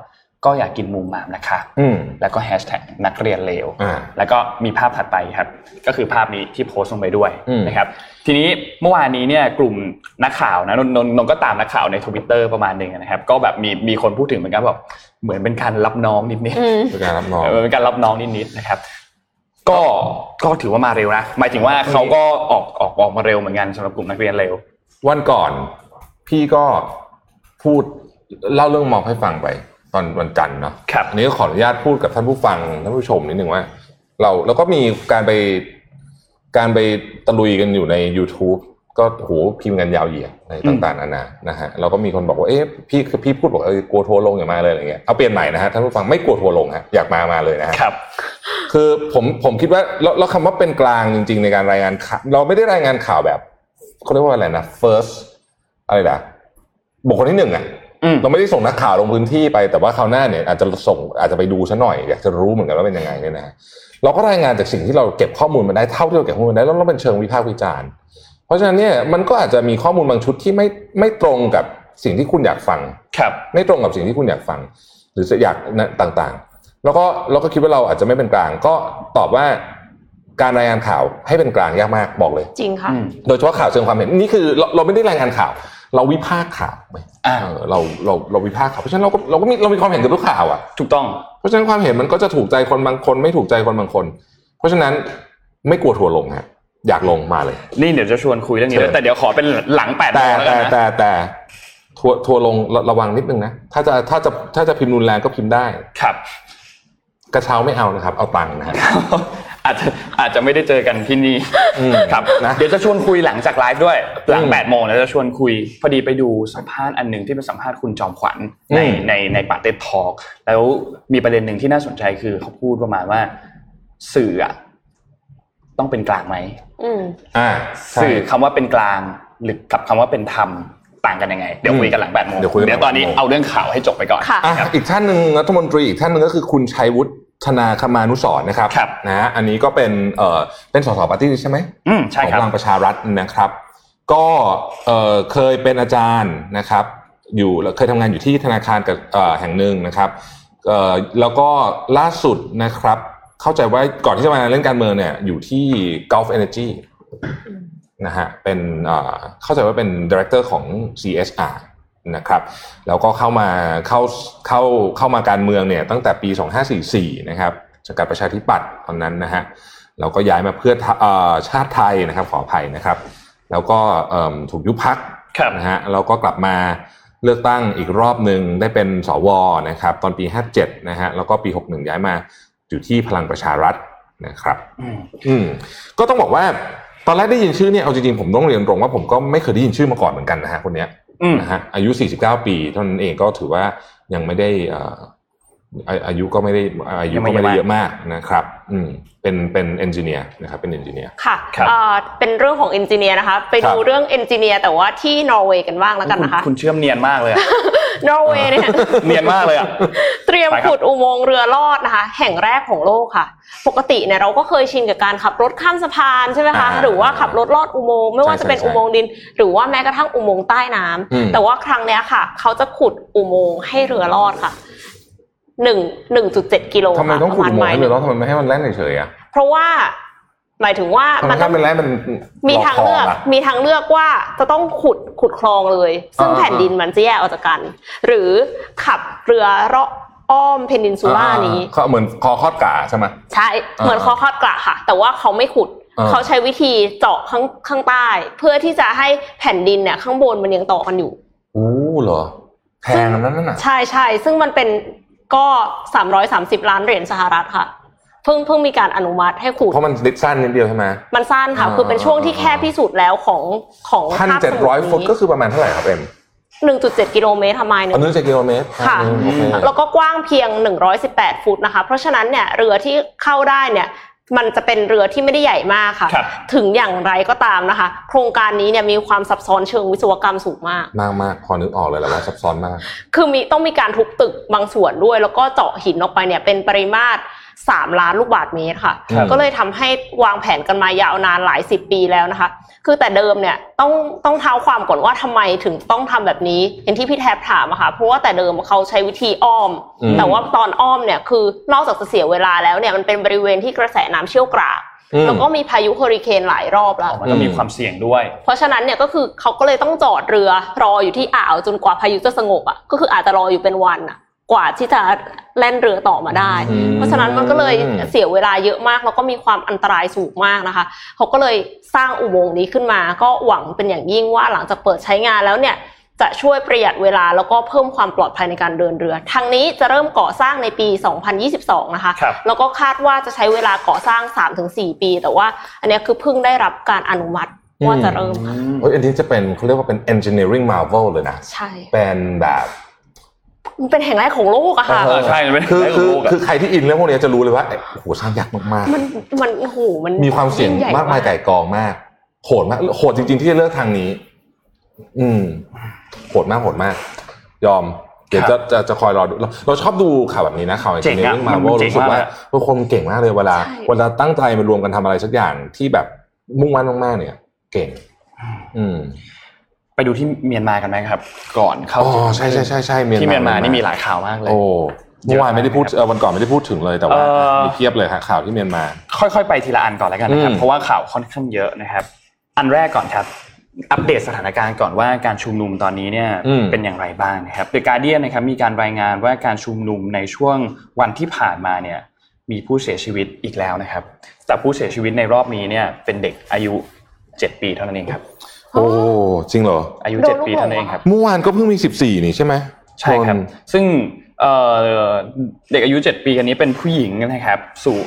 ก็อยากกินมูมามนะคะแล้วก็แฮชแท็กนักเรียนเลวแล้วก็มีภาพถัดไปครับก็คือภาพนี้ที่โพสต์ลงไปด้วยนะครับทีนี้เมื่อวานนี้เนี่ยกลุ่มนักข่าวนะนนก็ตามนักข่าวใน Twitter ประมาณนึงนะครับก็แบบมีคนพูดถึงเหมือนกันแบบเหมือนเป็นการรับน้องนิดๆเป็นการรับน้องนิดๆนะครับก็ถือว่ามาเร็วนะหมายถึงว่าเขาก็ออกมาเร็วเหมือนกันสำหรับกลุ่มนักเรียนเร็ววันก่อนพี่ก็พูดเล่าเรื่องม็อบให้ฟังไปตอนวันจันทร์เนาะอันนี้ก็ขออนุญาตพูดกับท่านผู้ฟังท่านผู้ชมนิดนึงว่าเราก็มีการไปตะลุยกันอยู่ใน YouTube ก็โหพิมพ์กันยาวเหยียดในต่างๆนานานะฮะเราก็มีคนบอกว่าพี่พูดบอกกลัวทัวร์ลงอย่ามาเลยอะไรเงี้ยเอาเปลี่ยนใหม่นะฮะท่านผู้ฟังไม่กลัวทัวร์ลงฮะอยากมาเลยนะฮะครับคือผมคิดว่าแล้วคำว่าเป็นกลางจริงๆในการรายงานข่าวเราไม่ได้รายงานข่าวแบบเขาเรียกว่าอะไรนะ first อะไรนะบุคคลที่1อ่ะเราไม่ได้ส่งนักข่าวลงพื้นที่ไปแต่ว่าคราวหน้าเนี่ยอาจจะไปดูซะหน่อยอยากจะรู้เหมือนกันว่าเป็นยังไงเนี่ยนะเราก็รายงานจากสิ่งที่เราเก็บข้อมูลมาได้เท่าที่เราเก็บข้อมูลมาได้แล้วเราเป็นเชิงวิพากษ์วิจารณ์เพราะฉะนั้นเนี่ยมันก็อาจจะมีข้อมูลบางชุดที่ไม่ตรงกับสิ่งที่คุณอยากฟังไม่ตรงกับสิ่งที่คุณอยากฟังหรืออยากต่างๆแล้วก็คิดว่าเราอาจจะไม่เป็นกลางก็ตอบว่าการรายงานข่าวให้เป็นกลางยากมากบอกเลยจริงค่ะโดยเฉพาะข่าวเชิงความเห็นนี่คือเราไม่ได้รายงานข่าวเราวิพากษ์ข่าวเราวิพากษ์ข่าวเพราะฉะนั้นเรามีความเห็นกับทุกข่าวอ่ะถูกต้องเพราะฉะนั้นความเห็นมันก็จะถูกใจคนบางคนไม่ถูกใจคนบางคนเพราะฉะนั้นไม่กลัวทัวร์ลงฮะอยากลงมาเลยนี่เดี๋ยวจะชวนคุยเรื่องนี้แต่เดี๋ยวขอเป็นหลัง8 โมงแล้วกันนะแต่ทัวร์ลงระวังนิดนึงนะถ้าจะพิมพ์รุนแรงก็พิมพ์ได้ครับกระเช้าไม่เอานะครับเอาตังค์นะฮะอาจจะไม่ได้เจอกันที่นี่ครับนะเดี๋ยวจะชวนคุยหลังจากไลฟ์ด้วยหลัง8 โมงแล้วจะชวนคุยพอดีไปดูสัมภาษณ์อันนึงที่เป็นสัมภาษณ์คุณจอมขวัญในปาเต็ดทอล์กแล้วมีประเด็นนึงที่น่าสนใจคือเขาพูดประมาณว่าสื่อต้องเป็นกลางไหมสื่อคำว่าเป็นกลางหรือกับคำว่าเป็นธรรมต่างกันยังไงเดี๋ยวคุยกันหลัง8 โมงเดี๋ยวตอนนี้เอาเรื่องข่าวให้จบไปก่อนอีกท่านนึงรัฐมนตรีอีกท่านนึงก็คือคุณชัยวุฒิธนาคมานุสรณ์นะครับนะอันนี้ก็เป็นสสปาร์ตี้ใช่ไหมใช่ครับของพลังประชารัฐนะครับก็เคยเป็นอาจารย์นะครับเคยทำงานอยู่ที่ธนาคารกับแห่งหนึ่งนะครับแล้วก็ล่าสุดนะครับเข้าใจว่าก่อนที่จะมาเล่นการเมืองเนี่ยอยู่ที่ Gulf Energy นะฮะเป็นเข้าใจว่าเป็น Director ของ CSR นะครับแล้วก็เข้ามาการเมืองเนี่ยตั้งแต่ปี2544นะครับจากการประชาธิปัตย์ตอนนั้นนะฮะแล้วก็ย้ายมาเพื่อชาติไทยนะครับขออภัยนะครับแล้วก็ถูกยุบพรรคนะฮะแล้วก็กลับมาเลือกตั้งอีกรอบนึงได้เป็นสวนะครับตอนปี57นะฮะแล้วก็ปี61ย้ายมาอยู่ที่พลังประชารัฐนะครับก็ต้องบอกว่าตอนแรกได้ยินชื่อเนี่ยเอาจริงๆผมต้องเรียนตรงว่าผมก็ไม่เคยได้ยินชื่อมาก่อนเหมือนกันนะฮะคนเนี้ยนะฮะอายุ49ปีเท่านั้นเองก็ถือว่ายังไม่ได้อายุก็ไม่ได้เยอะมากนะครับเป็นเอนจิเนียร์นะครับเป็นเอนจิเนียร์ค่ะเป็นเรื่องของเอนจิเนียร์นะคะไปดูเรื่องเอนจิเนียร์แต่ว่าที่นอร์เวย์กันบ้างแล้วกันนะคะคุณเชื่อมเนียนมากเลยนอร์เวย์เนี่ยเนียนมากเลยเตรียมขุดอุโมงค์เรือลอดนะคะแห่งแรกของโลกค่ะปกติเนี่ยเราก็เคยชินกับการขับรถข้ามสะพานใช่ไหมคะหรือว่าขับรถลอดอุโมงค์ไม่ว่าจะเป็นอุโมงค์ดินหรือว่าแม้กระทั่งอุโมงค์ใต้น้ำแต่ว่าครั้งนี้ค่ะเขาจะขุดอุโมงค์ให้เรือลอดค่ะ1.7 กิโลทำไมต้องขุดอุโมงค์ให้เรือลอดทำไมไม่ให้มันแล่นเฉยๆเพราะว่าหมายถึงว่ามันต้องมีทางเลือกว่าจะต้องขุดคลองเลยซึ่งแผ่นดินมันจะแยกออกจากกันหรือขับเรืออ้อมเพนินซูล่านี้เหมือนคอคอดกะใช่ไหมใช่เหมือนคอคอดกะค่ะแต่ว่าเขาไม่ขุดเขาใช้วิธีเจาะข้างใต้เพื่อที่จะให้แผ่นดินเนี่ยข้างบนมันยังต่อกันอยู่เหรอแพงนั่นน่ะใช่ซึ่งมันเป็นก็330 ล้านเหรียญสหรัฐค่ะเพิ่งมีการอนุมัติให้ขุดเพราะมันสั้นนิดเดียวใช่ไหมมันสั้นค่ะคือเป็นช่วงที่แคบที่สุดแล้วของ 1,700 ฟุตก็คือประมาณเท่าไหร่ครับ 1.7 กิโลเมตรประมาณนึง 1.7 กิโลเมตรค่ะแล้วก็กว้างเพียง118 ฟุตนะคะเพราะฉะนั้นเนี่ยเรือที่เข้าได้เนี่ยมันจะเป็นเรือที่ไม่ได้ใหญ่มากค่ะถึงอย่างไรก็ตามนะคะโครงการนี้เนี่ยมีความซับซ้อนเชิงวิศวกรรมสูงมากพอนึกออกเลยแหละว่าซับซ้อนมากคือต้องมีการทุบตึกบางส่วนด้วยแล้วก็เจาะหินออกไปเนี่ยเป็นปริมาตร 3 ล้านลูกบาศก์เมตรค่ะก็เลยทำให้วางแผนกันมายาวนานหลาย10 ปีแล้วนะคะคือแต่เดิมเนี่ยต้องเท้าความก่อนว่าทำไมถึงต้องทำแบบนี้อย่างที่พี่แทบถามอะค่ะเพราะว่าแต่เดิมเขาใช้วิธีอ้อมแต่ว่าตอนอ้อมเนี่ยคือนอกจากจะเสียเวลาแล้วเนี่ยมันเป็นบริเวณที่กระแสน้ำเชี่ยวกรากแล้วก็มีพายุเฮอริเคนหลายรอบแล้วมันก็มีความเสี่ยงด้วยเพราะฉะนั้นเนี่ยก็คือเขาก็เลยต้องจอดเรือรออยู่ที่อ่าวจนกว่าพายุจะสงบอ่ะก็คืออาจจะรออยู่เป็นวันอ่ะกว่าที่จะแล่นเรือต่อมาได้เพราะฉะนั้นมันก็เลยเสียเวลาเยอะมากแล้วก็มีความอันตรายสูงมากนะคะเขาก็เลยสร้างอุโมงค์นี้ขึ้นมาก็หวังเป็นอย่างยิ่งว่าหลังจากเปิดใช้งานแล้วเนี่ยจะช่วยประหยัดเวลาแล้วก็เพิ่มความปลอดภัยในการเดินเรือทางนี้จะเริ่มก่อสร้างในปี 2022 นะคะแล้วก็คาดว่าจะใช้เวลาก่อสร้าง 3-4 ปีแต่ว่าอันนี้คือเพิ่งได้รับการอนุมัติว่าจะเริ่มค่ะอันนี้จะเป็นเขาเรียกว่าเป็น engineering marvel เลยนะใช่เป็นแบบมันเป็นแห่งแรกของโลกอะค่ะใช่คือใครที่อินเรื่องพวกนี้จะรู้เลยว่าโอ้โหสร้างยากมากๆมันโอ้โหมันมีความเสี่ยงมากมายไก่กองมากโหดมากโหดจริงๆที่จะเลือกทางนี้โหดมากยอมเดี๋ยวจะคอยรอดูเราชอบดูข่าวแบบนี้นะข่าว engineering marvel รู้สึกว่าทุกคนเก่งมากเลยเวลาตั้งใจมารวมกันทำอะไรสักอย่างที่แบบมุ่งมั่นมากๆเนี่ยเก่งไปดูที่เมียนมากันไหมครับก่อนเข้าใช่ที่เมียนมานี่มีหลายข่าวมากเลยเมื่อวานไม่ได้พูดวันก่อนไม่ได้พูดถึงเลยแต่ว่ามีเทียบเลยข่าวที่เมียนมาค่อยๆไปทีละอันก่อนแล้วกันนะครับเพราะว่าข่าวค่อนข้างเยอะนะครับอันแรกก่อนครับอัปเดตสถานการณ์ก่อนว่าการชุมนุมตอนนี้เนี่ยเป็นอย่างไรบ้างนะครับ The Guardian นะครับมีการรายงานว่าการชุมนุมในช่วงวันที่ผ่านมาเนี่ยมีผู้เสียชีวิตอีกแล้วนะครับแต่ผู้เสียชีวิตในรอบนี้เนี่ยเป็นเด็กอายุ7 ปีเท่านั้นเองครับโอ้จริงเหรออายุ7 ปีเท่านั้นเองครับเมื่อวานก็เพิ่งมี14นี่ใช่ไหมใช่ครับซึ่งเด็กอายุ7 ปีคนนี้เป็นผู้หญิงนะครับ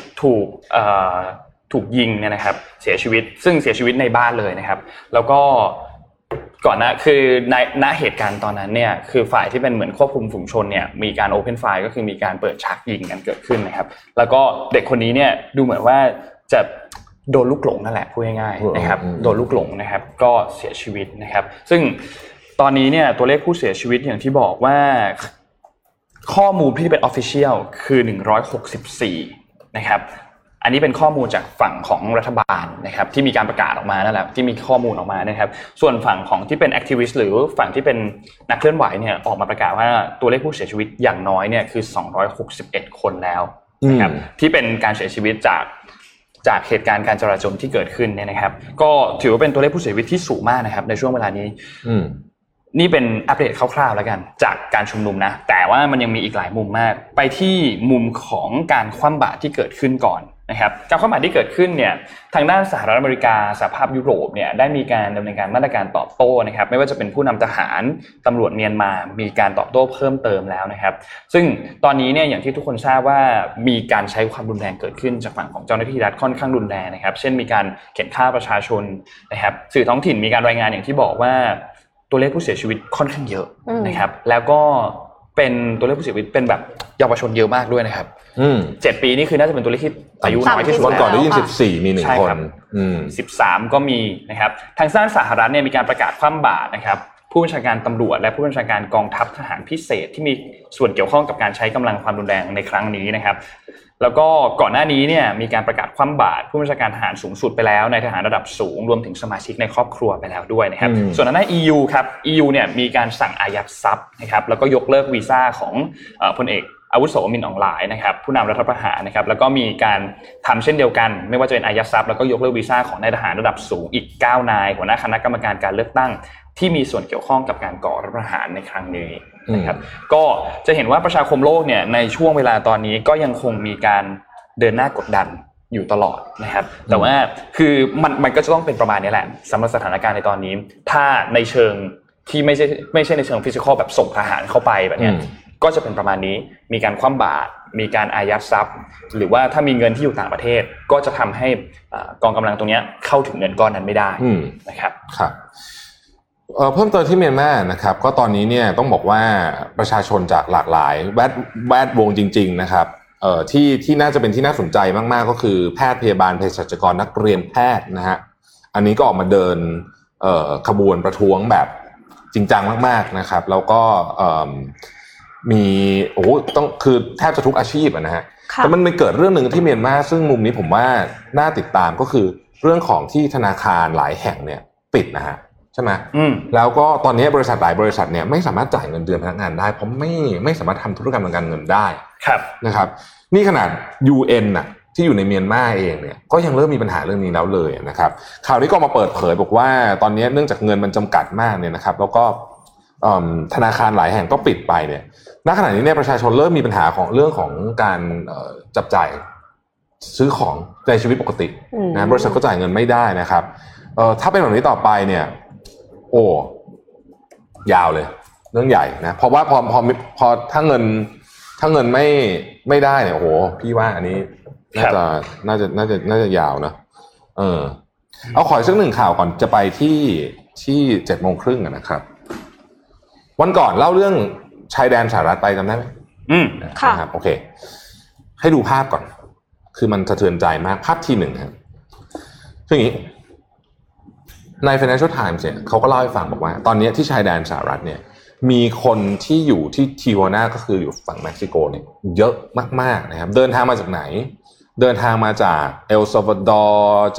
ถูกยิงเนี่ยนะครับเสียชีวิตซึ่งเสียชีวิตในบ้านเลยนะครับแล้วก็ก่อนนะคือณเหตุการณ์ตอนนั้นเนี่ยคือฝ่ายที่เป็นเหมือนควบคุมฝูงชนเนี่ยมีการโอเพนไฟร์ก็คือมีการเปิดฉากยิงกันเกิดขึ้นนะครับแล้วก็เด็กคนนี้เนี่ยดูเหมือนว่าจะโดนลูกหลงนั่นแหละพูดง่ายๆนะครับโดนลูกหลงนะครับก็เสียชีวิตนะครับซึ่งตอนนี้เนี่ยตัวเลขผู้เสียชีวิตอย่างที่บอกว่าข้อมูลที่เป็น official คือ164นะครับอันนี้เป็นข้อมูลจากฝั่งของรัฐบาลนะครับที่มีการประกาศออกมานั่นแหละที่มีข้อมูลออกมานะครับส่วนฝั่งของที่เป็น activist หรือฝั่งที่เป็นนักเคลื่อนไหวเนี่ยออกมาประกาศว่าตัวเลขผู้เสียชีวิตอย่างน้อยเนี่ยคือ261คนแล้วนะครับที่เป็นการเสียชีวิตจากเหตุการณ์การจราจรที่เกิดขึ้นเนี่ยนะครับก็ถือว่าเป็นตัวเลขผู้เสียชีวิตที่สูงมากนะครับในช่วงเวลานี้นี่เป็นอัปเดตคร่าวๆแล้วกันจากการชุมนุมนะแต่ว่ามันยังมีอีกหลายมุมมากไปที่มุมของการคว่ำบาตรที่เกิดขึ้นก่อนนะครับการคว่ำบาตรที่เกิดขึ้นเนี่ยทางด้านสหรัฐอเมริกาสหภาพยุโรปเนี่ยได้มีการดำเนินการมาตรการตอบโต้นะครับไม่ว่าจะเป็นผู้นำทหารตำรวจเมียนมามีการตอบโต้เพิ่มเติมแล้วนะครับซึ่งตอนนี้เนี่ยอย่างที่ทุกคนทราบว่ามีการใช้ความรุนแรงเกิดขึ้นจากฝั่งของเจ้าหน้าที่รัฐค่อนข้างรุนแรงนะครับเช่นมีการเข็นฆ่าประชาชนนะครับสื่อท้องถิ่นมีการรายงานอย่างที่บอกว่าตัวเลขผู้เสียชีวิตค่อนข้างเยอะนะครับแล้วก็เป็นตัวเลขผู้เสียชีวิตเป็นแบบเยาวชนเยอะมากด้วยนะครับ7 ปีนี่คือน่าจะเป็นตัวเลขที่อายุน้อยที่สุดก่อนได้ยิน14มี1คน 13ก็มีนะครับทางด้านสหรัฐเนี่ยมีการประกาศคว่ำบาตรนะครับผู้บัญชาการตำรวจและผู้บัญชาการกองทัพทหารพิเศษที่มีส่วนเกี่ยวข้องกับการใช้กำลังความรุนแรงในครั้งนี้นะครับแล้วก็ก่อนหน้านี้เนี่ยมีการประกาศคว่ำบาตรผู้บัญชาการทหารสูงสุดไปแล้วในทหารระดับสูงรวมถึงสมาชิกในครอบครัวไปแล้วด้วยนะครับส่วนทางด้าน EU ครับ EU เนี่ยมีการสั่งอายัดทรัพย์นะครับแล้วก็ยกเลิกวีซ่าของพลเอกอาวุโสมินอองหลายนะครับผู้นำรัฐประหารนะครับแล้วก็มีการทำเช่นเดียวกันไม่ว่าจะเป็นอายัดทรัพย์แล้วก็ยกเลิกวีซ่าของนายทหารระดับสูงอีก9 นายหัวหน้าคณะกรรมการการเลือกตั้งที่มีส่วนเกี่ยวข้องกับการก่อรัฐประหารในครั้งนี้นะครับก็จะเห็นว่าประชาคมโลกเนี่ยในช่วงเวลาตอนนี้ก็ยังคงมีการเดินหน้ากดดันอยู่ตลอดนะครับแต่ว่าคือมันก็จะต้องเป็นประมาณนี้แหละสำหรับสถานการณ์ในตอนนี้ถ้าในเชิงที่ไม่ใช่ในเชิงฟิสิกอลแบบส่งทหารเข้าไปแบบนี้ก็จะเป็นประมาณนี้มีการคว่ำบาตรมีการอายัดทรัพย์หรือว่าถ้ามีเงินที่อยู่ต่างประเทศก็จะทำให้กองกำลังตรงนี้เข้าถึงเงินก้อนนั้นไม่ได้นะครับครับเพิ่มเติมที่เมียนมานะครับก็ตอนนี้เนี่ยต้องบอกว่าประชาชนจากหลากหลายแวดวงจริงๆนะครับที่น่าจะเป็นที่น่าสนใจมากๆก็คือแพทย์พยาบาลเภสัชกรนักเรียนแพทย์นะฮะอันนี้ก็ออกมาเดินขบวนประท้วงแบบจริงจังมากๆนะครับแล้วก็มีต้องคือแทบจะทุกอาชีพนะฮะแต่มันเกิดเรื่องนึงที่เมียนมาซึ่งมุมนี้ผมว่าน่าติดตามก็คือเรื่องของที่ธนาคารหลายแห่งเนี่ยปิดนะฮะใช่ไหมแล้วก็ตอนนี้บริษัทหลายบริษัทเนี่ยไม่สามารถจ่ายเงินเดือนพนักงานได้เพราะไม่สามารถทำธุรกรรมทางการเงินได้นะครับนี่ขนาด UN น่ะที่อยู่ในเมียนมาเองเนี่ยก็ยังเริ่มมีปัญหาเรื่องนี้แล้วเลยนะครับข่าวนี้ก็มาเปิดเผยบอกว่าตอนนี้เนื่องจากเงินมันจำกัดมากเนี่ยนะครับแล้วก็ธนาคารหลายแห่งก็ปิดไปเนี่ยณขณะนี้เนี่ยประชาชนเริ่มมีปัญหาของเรื่องของการจับจ่ายซื้อของในชีวิตปกตินะบริษัทก็จ่ายเงินไม่ได้นะครับถ้าเป็นแบบนี้ต่อไปเนี่ยโอ้ยาวเลยเรื่องใหญ่นะเพราะว่าพอถ้าเงินไม่ได้เนี่ยโอ้โหพี่ว่าอันนี้น่าจะยาวนะเอาขอสักหนึ่งข่าวก่อนจะไปที่7:30 น.นะครับวันก่อนเล่าเรื่องชายแดนสหรัฐไปจำได้ไหมครับโอเคให้ดูภาพก่อนคือมันสะเทือนใจมากภาพที่หนึ่งครับคืออย่างนี้ใน Financial Times เนี่ยเขาก็เล่าให้ฟังบอกว่าตอนนี้ที่ชายแดนสหรัฐเนี่ยมีคนที่อยู่ที่ทิวาน่าก็คืออยู่ฝั่งเม็กซิโกเนี่ยเยอะมากๆนะครับเดินทางมาจากไหนเดินทางมาจากเอลซัลวาดอร์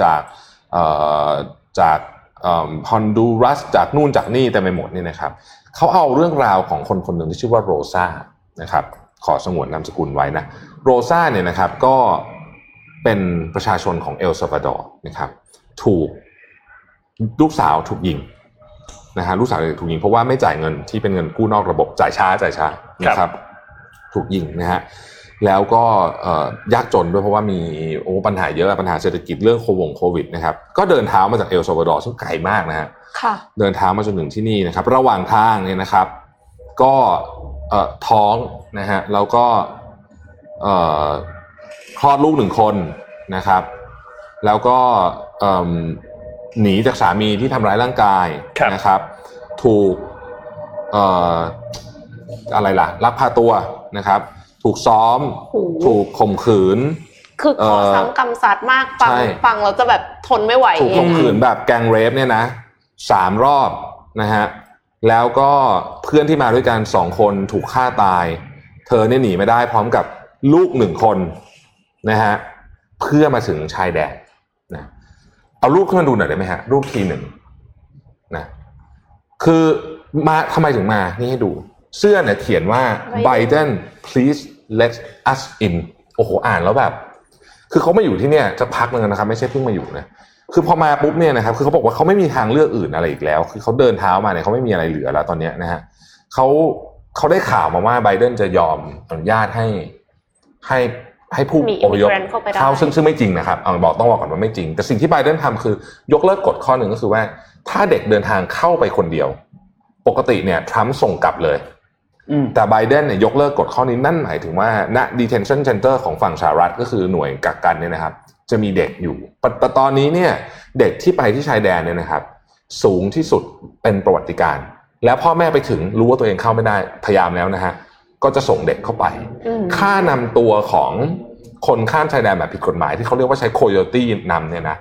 จากฮอนดูรัสจากนู่นจากนี่แต่ไปหมดนี่นะครับเขาเอาเรื่องราวของคนคนหนึ่งที่ชื่อว่าโรซ่านะครับขอสงวนนามสกุลไว้นะโรซ่าเนี่ยนะครับก็เป็นประชาชนของเอลซัลวาดอร์นะครับถูกลูกสาวถูกยิงนะฮะลูกสาวถูกยิงเพราะว่าไม่จ่ายเงินที่เป็นเงินกู้นอกระบบจ่ายช้านะครับถูกยิงนะฮะแล้วก็ยากจนด้วยเพราะว่ามีปัญหาเยอะปัญหาเศรษฐกิจเรื่องโควิดนะครับก็เดินเท้ามาจากเอลซัลวาดอร์ซึ่งไกลมากนะฮะเดินเท้ามาจนถึงที่นี่นะครับระหว่างทางเนี่ยนะครับก็ท้องนะฮะแล้วก็คลอดลูก1 คนนะครับแล้วก็หนีจากสามีที่ทำร้ายร่างกายนะครับถูกอะไรล่ะลักพาตัวนะครับถูกซ้อมถูกข่มขืนคือขอซ้ำกำซัดมากฟังเราจะแบบทนไม่ไหวถูกข่มขืนแบบแกงเรฟเนี่ยนะ3 รอบนะฮะแล้วก็เพื่อนที่มาด้วยกัน2 คนถูกฆ่าตายเธอเนี่ยหนีไม่ได้พร้อมกับลูก1 คนนะฮะเพื่อมาถึงชายแดนนะเอารูปขึ้นมาดูหน่อยได้ไหมฮะรูปที 1นะคือมาทำไมถึงมานี่ให้ดูเสื้อเนี่ยเขียนว่า Biden please let us in โอ้โหอ่านแล้วแบบคือเขามาอยู่ที่เนี่ยจะพักนึงนะครับไม่ใช่เพิ่งมาอยู่นะคือพอมาปุ๊บเนี่ยนะครับคือเขาบอกว่าเขาไม่มีทางเลือกอื่นอะไรอีกแล้วคือเขาเดินเท้ามาเนี่ยเขาไม่มีอะไรเหลือแล้วตอนนี้นะฮะเขาได้ข่าวมาว่าไบเดนจะยอมอนุญาตให้ผู้อพยพเข้าซึ่งไม่จริงนะครับต้องบอกก่อนว่าไม่จริงแต่สิ่งที่ไบเดนทำคือยกเลิกกฎข้อหนึ่งก็คือว่าถ้าเด็กเดินทางเข้าไปคนเดียวปกติเนี่ยทรัมป์ส่งกลับเลยแต่ไบเดนเนี่ยยกเลิกกฎข้อนี้นั่นหมายถึงว่าณ detention center ของฝั่งสหรัฐก็คือหน่วยกักกันเนี่ยนะครับจะมีเด็กอยู่แต่ตอนนี้เนี่ยเด็กที่ไปที่ชายแดนเนี่ยนะครับสูงที่สุดเป็นประวัติการณ์แล้วพ่อแม่ไปถึงรู้ว่าตัวเองเข้าไม่ได้พยายามแล้วนะฮะก็จะส่งเด็กเข้าไปค่านำตัวของคนข้ามชายแดนแบบผิดกฎหมายที่เขาเรียกว่าใช้โคโยตี้นำเนี่ยนะ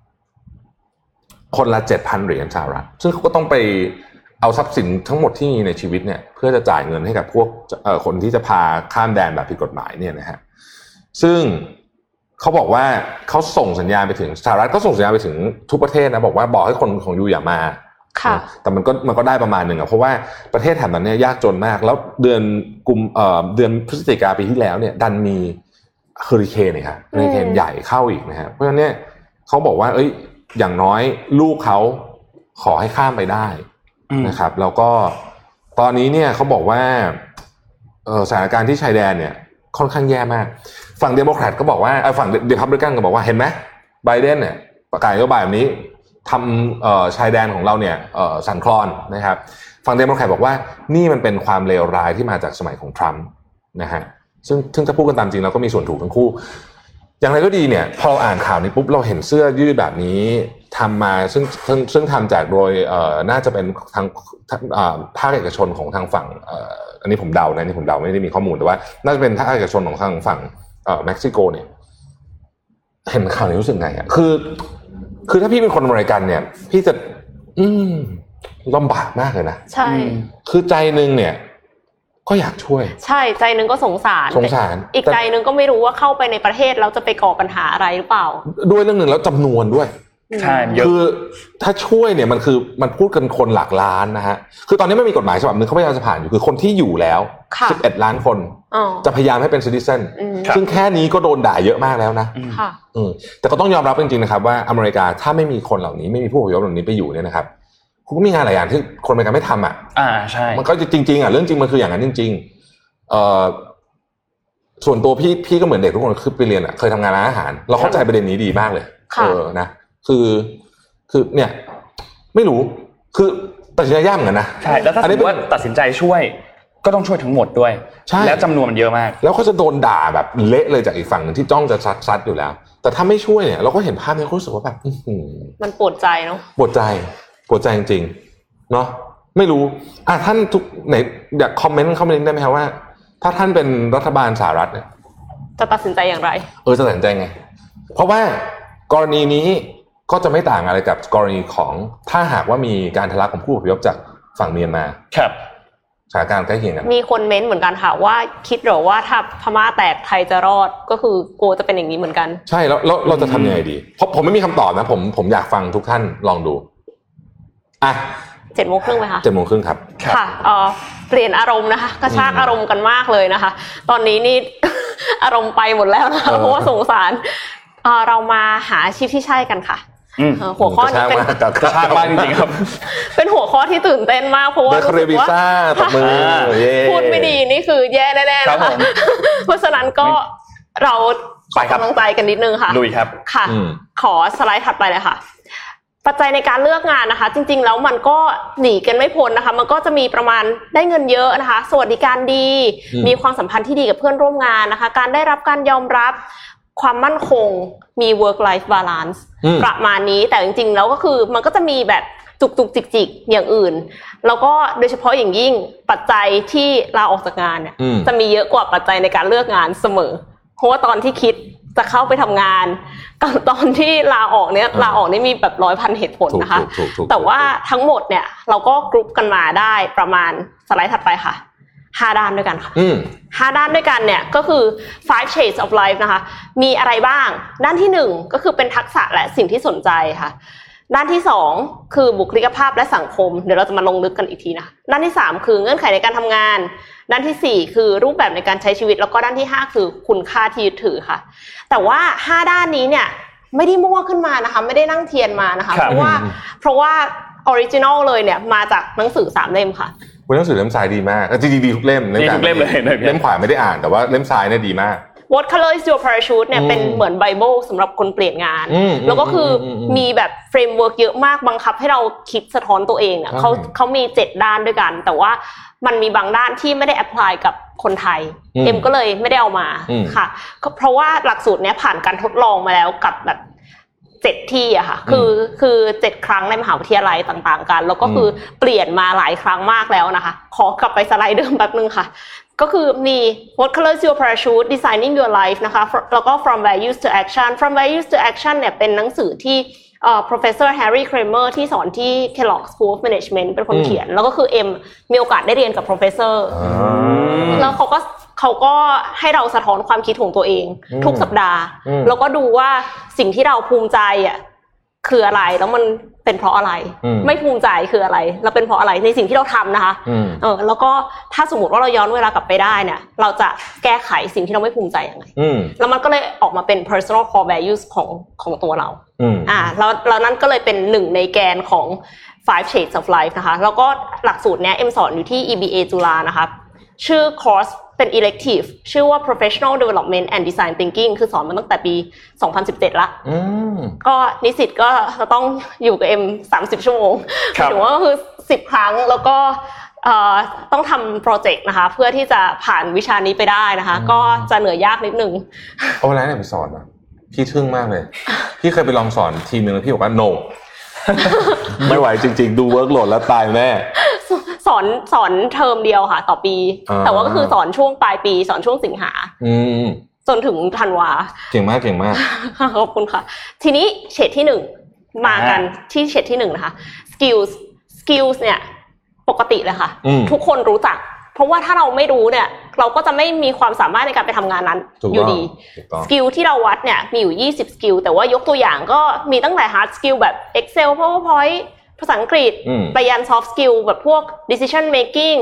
คนละ 7,000 เหรียญสหรัฐซึ่งเขาก็ต้องไปเอาทรัพย์สินทั้งหมดที่มีในชีวิตเนี่ยเพื่อจะจ่ายเงินให้กับพวกคนที่จะพาข้ามแดนแบบผิดกฎหมายเนี่ยนะฮะซึ่งเขาบอกว่าเขาส่งสัญญาณไปถึงสหรัฐก็ส่งสัญญาณไปถึงทุกประเทศนะบอกให้คนของยูอย่ามาแต่มันก็ได้ประมาณหนึ่งเพราะว่าประเทศแถบนั้นเนี่ยยากจนมากแล้วเดือนพฤศจิกายนปีที่แล้วเนี่ยดันมีเฮอริเคนเนี่ยครับเฮอริเคนใหญ่เข้าอีกนะฮะเพราะฉะนั้นเนี่ยเขาบอกว่าอย่างน้อยลูกเขาขอให้ข้ามไปได้นะครับแล้วก็ตอนนี้เนี่ยเขาบอกว่าสถานการณ์ที่ชายแดนเนี่ยค่อนข้างแย่มากฝั่งเดโมแครตก็บอกว่าฝั่งเดพับลิกันก็บอกว่าเห็นไหมไบเดนเนี่ยประกาศนโยบายแบบนี้ทำชายแดนของเราเนี่ยสั่นคลอนนะครับฝั่งเดโมแครตบอกว่านี่มันเป็นความเลวร้ายที่มาจากสมัยของทรัมป์นะฮะซึ่งถ้าพูดกันตามจริงเราก็มีส่วนถูกทั้งคู่อย่างไรก็ดีเนี่ยพอเราอ่านข่าวนี้ปุ๊บเราเห็นเสื้อยืดแบบนี้ทำมาซึ่งทำจากโดยน่าจะเป็นทางภาคเอกชนของทางฝั่งอันนี้ผมเดานะนี่ผมเดาไม่ได้มีข้อมูลแต่ว่าน่าจะเป็นภาคเอกชนของทางฝั่งเม็กซิโกเนี่ยเห็นข่าวนี้รู้สึกไงอ่ะคือถ้าพี่เป็นคนอเมริกันเนี่ยพี่จะลำบากมากเลยนะใช่คือใจนึงเนี่ยก็อยากช่วยใช่ใจนึงก็สงสารอีกใจนึงก็ไม่รู้ว่าเข้าไปในประเทศแล้วจะไปก่อปัญหาอะไรหรือเปล่าด้วยเรื่องนึงแล้วจำนวนด้วยใช่คือถ้าช่วยเนี่ยมันพูดกันคนหลักล้านนะฮะคือตอนนี้ไม่มีกฎหมายฉบับนึงเขาพยายามจะผ่านอยู่คือคนที่อยู่แล้ว11ล้านคนจะพยายามให้เป็นซิติเซนซึ่งแค่นี้ก็โดนด่าเยอะมากแล้วนะแต่ก็ต้องยอมรับจริงๆนะครับว่าอเมริกาถ้าไม่มีคนเหล่านี้ไม่มีผู้อพยพเหล่านี้ไปอยู่เนี่ยนะครับคุณก็มีงานหลายอย่างที่คนอเมริกาไม่ทำใช่มันก็จริงๆเรื่องจริงมันคืออย่างนั้นจริงๆส่วนตัวพี่ก็เหมือนเด็กทุกคนคือไปเรียนเคยทำงานร้านอาหารเราเข้าใจประเด็นนี้ดีมากเลยนะคือเนี่ยไม่รู้คือตัดสินใจยากเหมือนกันนะใช่แล้วถ้าสมมติว่าตัดสินใจช่วยก็ต้องช่วยทั้งหมดด้วยแล้วจำนวนมันเยอะมากแล้วก็จะโดนด่าแบบเละเลยจากอีกฝั่งนึงที่จ้องจะซัดอยู่แล้วแต่ถ้าไม่ช่วยเนี่ยเราก็เห็นภาพนี้ก็รู้สึกว่าแบบมันปวดใจเนาะปวดใจจริงๆเนาะไม่รู้ท่านทุกไหนอยากคอมเมนต์เข้ามาได้ไหมครับว่าถ้าท่านเป็นรัฐบาลสหรัฐเนี่ยจะตัดสินใจอย่างไรจะตัดสินใจไงเพราะว่ากรณีนี้ก็จะไม่ต่างอะไรกับกรณีของถ้าหากว่ามีการทะลักของผู้อพยพจากฝั่งเมียนมาครับสถานการณ์ใกล้เคียงกันมีคนเม้นเหมือนกันค่ะว่าคิดหรอว่าถ้าพม่าแตกไทยจะรอดก็คือโกจะเป็นอย่างนี้เหมือนกันใช่แล้วเราจะทำยังไงดีเพราะผมไม่มีคำตอบนะผมอยากฟังทุกท่านลองดู 7:30ไหมคะ 7:30ครับค่ะเปลี่ยนอารมณ์นะคะกระชากอารมณ์กันมากเลยนะคะตอนนี้นี่ อารมณ์ไปหมดแล้วนะคะเพราะว่าสงสารเรามาหาอาชีพที่ใช่กันค่ะหัวข้อนี้เป็นกระชากมากจริงๆครับเป็นหัวข้อที่ตื่นเต้นมากเพราะว่ารู้สึกว่าพูดไม่ดีนี่คือแย่แน่ๆนะคะเพราะฉะนั้นก็เราขอกำลังใจกันนิดนึงค่ะลุยครับค่ะขอสไลด์ถัดไปเลยค่ะปัจจัยในการเลือกงานนะคะจริงๆแล้วมันก็หนีกันไม่พ้นนะคะมันก็จะมีประมาณได้เงินเยอะนะคะสวัสดิการดีมีความสัมพันธ์ที่ดีกับเพื่อนร่วมงานนะคะการได้รับการยอมรับความมั่นคงมี work life balance ประมาณนี้แต่จริงๆแล้วก็คือมันก็จะมีแบบจุกๆจิกๆอย่างอื่นแล้วก็โดยเฉพาะอย่างยิ่งปัจจัยที่ลาออกจากงานเนี่ยจะมีเยอะกว่าปัจจัยในการเลือกงานเสมอเพราะว่าตอนที่คิดจะเข้าไปทำงานกับตอนที่ลาออกนี่มีแบบ100,000เหตุผลนะคะแต่ว่าทั้งหมดเนี่ยเราก็กรุ๊ปกันมาได้ประมาณสไลด์ถัดไปค่ะ5ด้านด้วยกันค่ะ5ด้านด้วยกันเนี่ยก็คือ 5 shades of life นะคะมีอะไรบ้างด้านที่1ก็คือเป็นทักษะและสิ่งที่สนใจค่ะด้านที่2คือบุคลิกภาพและสังคมเดี๋ยวเราจะมาลงลึกกันอีกทีนะด้านที่3คือเงื่อนไขในการทำงานด้านที่4คือรูปแบบในการใช้ชีวิตแล้วก็ด้านที่5คือคุณค่าที่ยึดถือค่ะแต่ว่า5ด้านนี้เนี่ยไม่ได้มั่วขึ้นมานะคะไม่ได้นั่งเทียนมานะคะเพราะว่าออริจินอลเลยเนี่ยมาจากหนังสือ3เล่มค่ะหนังสือเล่มซ้ายดีมากจริงๆดีทุกเล่มทุกเล่มเลยเล่มขวาไม่ได้อ่านแต่ว่าเล่มซ้ายเนี่ยดีมาก What color is your parachute เนี่ยเป็นเหมือนไบเบิลสำหรับคนเปลี่ยนงานแล้วก็คือมีแบบเฟรมเวิร์กเยอะมากบังคับให้เราคิดสะท้อนตัวเองอ่ะเขามี7ด้านด้วยกันแต่ว่ามันมีบางด้านที่ไม่ได้แอพพลายกับคนไทยก็เลยไม่ได้เอามาค่ะเพราะว่าหลักสูตรเนี้ยผ่านการทดลองมาแล้วกับแบบ7ที่อะค่ะคือ7ครั้งในมหาวิทยาลัยต่างๆกันแล้วก็คือเปลี่ยนมาหลายครั้งมากแล้วนะคะขอกลับไปสไลด์เดิมแป๊บนึงค่ะก็คือมี What color is your parachute designing your life นะคะแล้วก็ From values to action From values to action เนี่ยเป็นหนังสือที่Professor Harry Kramer ที่สอนที่ Kellogg School of Management เป็นคนเขียนแล้วก็คือมีโอกาสได้เรียนกับ Professor แล้วเขาก็ให้เราสะท้อนความคิดของตัวเองทุกสัปดาห์แล้วก็ดูว่าสิ่งที่เราภูมิใจอ่ะคืออะไรแล้วมันเป็นเพราะอะไรไม่ภูมิใจคืออะไรแล้วเป็นเพราะอะไรในสิ่งที่เราทำนะคะแล้วก็ถ้าสมมติว่าเราย้อนเวลากลับไปได้เนี่ยเราจะแก้ไขสิ่งที่เราไม่ภูมิใจยังไงแล้วมันก็เลยออกมาเป็น personal core values ของตัวเราแล้วนั่นก็เลยเป็นหนึ่งในแกนของ 5 shades of life นะคะแล้วก็หลักสูตรเนี้ยสอนอยู่ที่ EBA จุฬานะคะชื่อคอร์สเป็น elective ชื่อว่า professional development and design thinking คือสอนมาตั้งแต่ปี 2017 ละก็นิสิตก็จะต้องอยู่กับ30 ชั่วโมงถือว่าก็คือ10 ครั้งแล้วก็ต้องทำโปรเจกต์นะคะเพื่อที่จะผ่านวิชานี้ไปได้นะคะก็จะเหนื่อยยากนิดนึงเอาอะไรเนี่ยไปสอนอ่ะพี่ทึ่งมากเลยพี่เคยไปลองสอนทีนึงแล้วพี่บอกว่า no ไม่ไหวจริงๆดูเวิร์กโหลดแล้วตายแน่สอนเทอมเดียวค่ะต่อปีแต่ว่าก็คือสอนช่วงปลายปีสอนช่วงสิงหาจนถึงธันวาเก่งมากเก่งมากขอบคุณค่ะทีนี้เฉดที่1มากันที่เฉดที่1นะคะ skills เนี่ยปกติเลยค่ะทุกคนรู้จักเพราะว่าถ้าเราไม่รู้เนี่ยเราก็จะไม่มีความสามารถในการไปทำงานนั้นอยู่ดีสกิลที่เราวัดเนี่ยมีอยู่20สกิลแต่ว่ายกตัวอย่างก็มีตั้งแต่ hard skill แบบ Excel PowerPoint ภาษาอังกฤษไปยัน soft skill แบบพวก decision making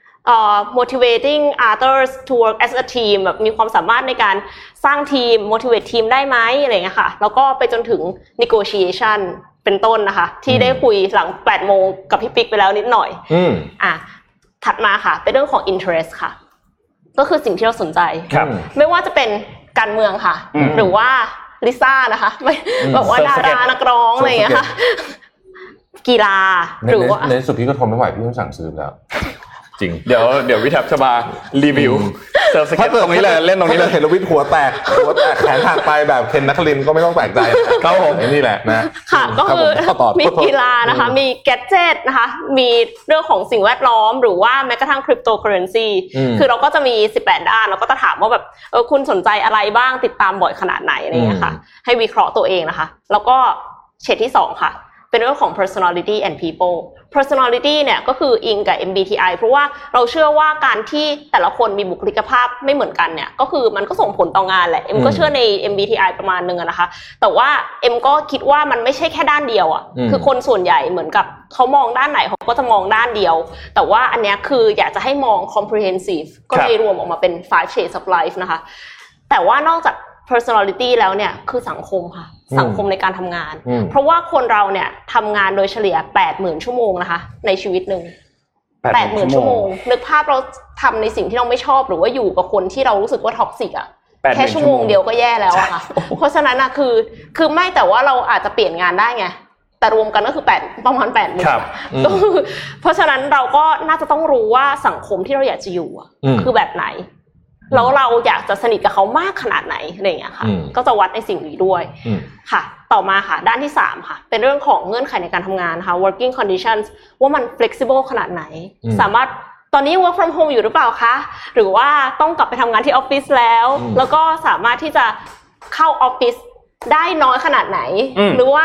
motivating others to work as a team แบบมีความสามารถในการสร้างทีม motivate ทีมได้ไหมอะไรเงี้ยค่ะแล้วก็ไปจนถึง negotiation เป็นต้นนะคะที่ได้คุยหลัง 8 โมงกับพี่ปิ๊กไปแล้วนิดหน่อยถัดมาค่ะเป็นเรื่องของ interest ค่ะก็คือสิ่งที่เราสนใจไม่ว่าจะเป็นการเมืองค่ะหรือว่าลิซ่านะคะไม่แบบว่าดารานักร้องอะไรอย่างเงี้ยค่ะกีฬาหรือว่าในสุดพี่ก็ทนไม่ไหวพี่ต้องสั่งซื้อแล้วจริงเดี๋ยววิทับจะมารีวิวเซิร์ฟสเก็ตตรงนี้เลยเล่นตรงนี้เลยเห็นวิทหัวแตกแขนหักไปแบบเคนนักคลินก็ไม่ต้องแปลกใจครับผมนี่แหละนะค่ะก็คือมีกีฬานะคะมีแกดเจ็ตนะคะมีเรื่องของสิ่งแวดล้อมหรือว่าแม้กระทั่งคริปโตเคอเรนซีคือเราก็จะมี18ด้านเราก็จะถามว่าแบบคุณสนใจอะไรบ้างติดตามบ่อยขนาดไหนอะไรอย่างเงี้ยค่ะให้วิเคราะห์ตัวเองนะคะแล้วก็เฉดที่2ค่ะเป็นเรื่องของ personality and people personality เนี่ยก็คืออิงกับ MBTI เพราะว่าเราเชื่อว่าการที่แต่ละคนมีบุคลิกภาพไม่เหมือนกันเนี่ยก็คือมันก็ส่งผลต่องานแหละเอ็มก็เชื่อใน MBTI ประมาณนึงนะคะแต่ว่าเอ็มก็คิดว่ามันไม่ใช่แค่ด้านเดียวอ่ะคือคนส่วนใหญ่เหมือนกับเขามองด้านไหนเขาก็จะมองด้านเดียวแต่ว่าอันเนี้ยคืออยากจะให้มอง comprehensive ก็เลยรวมออกมาเป็น 5 shades of life นะคะแต่ว่านอกจากpersonality แล้วเนี่ยคือสังคมค่ะสังคมในการทำงานเพราะว่าคนเราเนี่ยทำงานโดยเฉลี่ย 80,000 ชั่วโมงนะคะในชีวิตนึง 80,000 ชั่วโมงนึกภาพเราทำในสิ่งที่เราไม่ชอบหรือว่าอยู่กับคนที่เรารู้สึกว่าท็อกซิกอ่ะแค่ชั่วโมงเดียวก็แย่แล้วอะค่ะเพราะฉะนั้นนะคือไม่แต่ว่าเราอาจจะเปลี่ยนงานได้ไงแต่รวมกันก็คือประมาณ 80,000 ก็คือเพราะฉะนั้นเราก็น่าจะต้องรู้ว่าสังคมที่เราอยากจะอยู่คือแบบไหนแล้วเราอยากจะสนิทกับเขามากขนาดไหนอะไรอย่างเงี้ยค่ะก็จะวัดในสิ่งนี้ด้วยค่ะต่อมาค่ะด้านที่3ค่ะเป็นเรื่องของเงื่อนไขในการทำงานค่ะ working conditions ว่ามัน flexible ขนาดไหนสามารถตอนนี้ work from home อยู่หรือเปล่าคะหรือว่าต้องกลับไปทำงานที่ออฟฟิศแล้วก็สามารถที่จะเข้าออฟฟิศได้น้อยขนาดไหนหรือว่า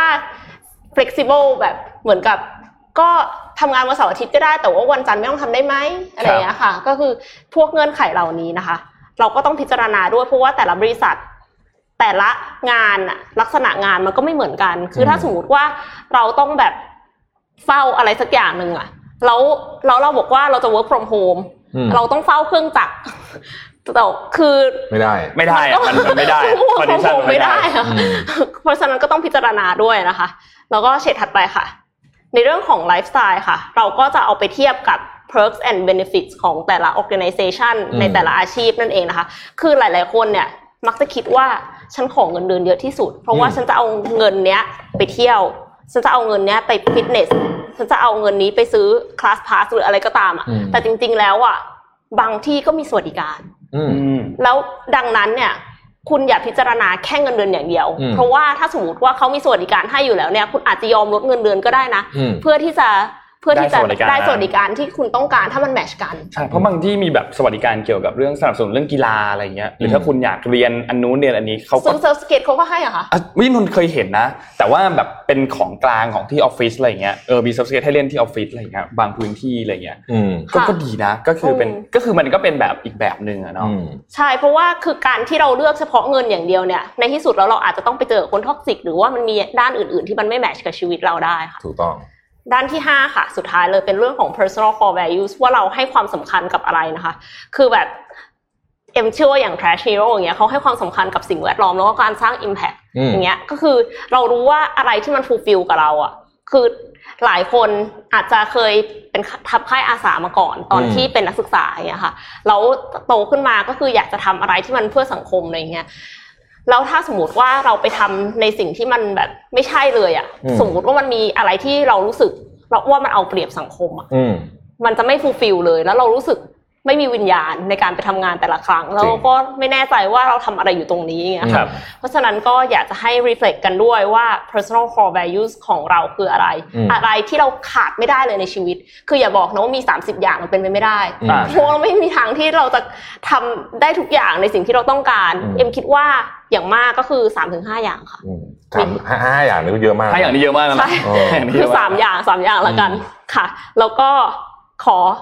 flexible แบบเหมือนกับก็ทำงานวันเสาร์อาทิตย์ก็ได้แต่ว่าวันจันทร์ไม่ต้องทำได้ไหมอะไรอย่างเงี้ยค่ะก็คือพวกเงื่อนไขเหล่านี้นะคะเราก็ต้องพิจารณาด้วยเพราะว่าแต่ละบริษัทแต่ละงานลักษณะงานมันก็ไม่เหมือนกันคือถ้าสมมติว่าเราต้องแบบเฝ้าอะไรสักอย่างนึงแล้วเราบอกว่าเราจะ work from home เราต้องเฝ้าเครื่องจักรแต่คือไม่ได้มันไม่ได้คอนดิชั่นไม่ได้เพราะฉะนั้นก็ต้องพิจารณาด้วยนะคะแล้วก็เฉดถัดไปค่ะในเรื่องของไลฟ์สไตล์ค่ะเราก็จะเอาไปเทียบกับ perks and benefits ของแต่ละ organization ในแต่ละอาชีพนั่นเองนะคะคือหลายๆคนเนี่ยมักจะคิดว่าฉันขอเงินเดือนเยอะที่สุดเพราะว่าฉันจะเอาเงินเนี้ยไปเที่ยวฉันจะเอาเงินเนี้ยไปฟิตเนสฉันจะเอาเงินนี้ไปซื้อคลาสพาสหรืออะไรก็ตามแต่จริงๆแล้วบางที่ก็มีสวัสดิการแล้วดังนั้นเนี่ยคุณอย่าพิจารณาแค่เงินเดือนอย่างเดียวเพราะว่าถ้าสมมติว่าเขามีสวัสดิการให้อยู่แล้วเนี่ยคุณอาจจะยอมลดเงินเดือนก็ได้นะเพื่อที่จะได้สวัสดิการที่คุณต้องการถ้ามันแมทช์กันใช่เพราะบางที่มีแบบสวัสดิการเกี่ยวกับเรื่องสนับสนุนเรื่องกีฬาอะไรเงี้ยหรือถ้าคุณอยากเรียนอันนู้นเรียนอันนี้เขาก็เซิร์ฟสเก็ตเขาก็ให้อะค่ะวินนเคยเห็นนะแต่ว่าแบบเป็นของกลางของที่ออฟฟิศอะไรเงี้ยมีเซิร์ฟสเก็ตให้เล่นที่ออฟฟิศอะไรเงี้ยบางพื้นที่อะไรเงี้ยก็ดีนะก็คือมันก็เป็นแบบอีกแบบนึงอะเนาะใช่เพราะว่าคือการที่เราเลือกเฉพาะเงินอย่างเดียวเนี่ยในที่สุดแล้วเราอาจจะต้องไปเจอคนท็อกซิกหรือว่ามันมีด้านอื่นๆที่มันไม่แมทช์กับชีวิตเราได้ค่ะถูกต้องด้านที่5ค่ะสุดท้ายเลยเป็นเรื่องของ personal core values ว่าเราให้ความสำคัญกับอะไรนะคะคือแบบเอ็มเชื่อว่าอย่าง Trash Hero อย่างเงี้ยเขาให้ความสำคัญกับสิ่งแวดล้อมแล้วก็การสร้าง impact อย่างเงี้ยก็คือเรารู้ว่าอะไรที่มัน fulfill กับเราคือหลายคนอาจจะเคยเป็นทัพค่ายอาสามาก่อนตอนที่เป็นนักศึกษาอย่างเงี้ยค่ะแล้วโตขึ้นมาก็คืออยากจะทำอะไรที่มันเพื่อสังคมอะไรเงี้ยแล้วถ้าสมมติว่าเราไปทำในสิ่งที่มันแบบไม่ใช่เลยสมมติว่ามันมีอะไรที่เรารู้สึกว่ามันเอาเปรียบสังคมมันจะไม่ฟูลฟิลเลยแล้วเรารู้สึกไม่มีวิญญาณในการไปทำงานแต่ละครั้งแล้วก็ไม่แน่ใจว่าเราทำอะไรอยู่ตรงนี้อย่างเงี้ยค่ะเพราะฉะนั้นก็อยากจะให้ reflect กันด้วยว่า personal core values ของเราคืออะไรที่เราขาดไม่ได้เลยในชีวิตคืออย่าบอกนะว่ามี30อย่างมันเป็นไปไม่ได้เพราะเราไม่มีทางที่เราจะทำได้ทุกอย่างในสิ่งที่เราต้องการเอ็มคิดว่าอย่างมากก็คือ 3-5 อย่างค่ะ 5อย่างนี่ก็เยอะมาก 5อย่างนี่เยอะมากนะคือ3อย่างละกันค่ะแล้วก็ขอ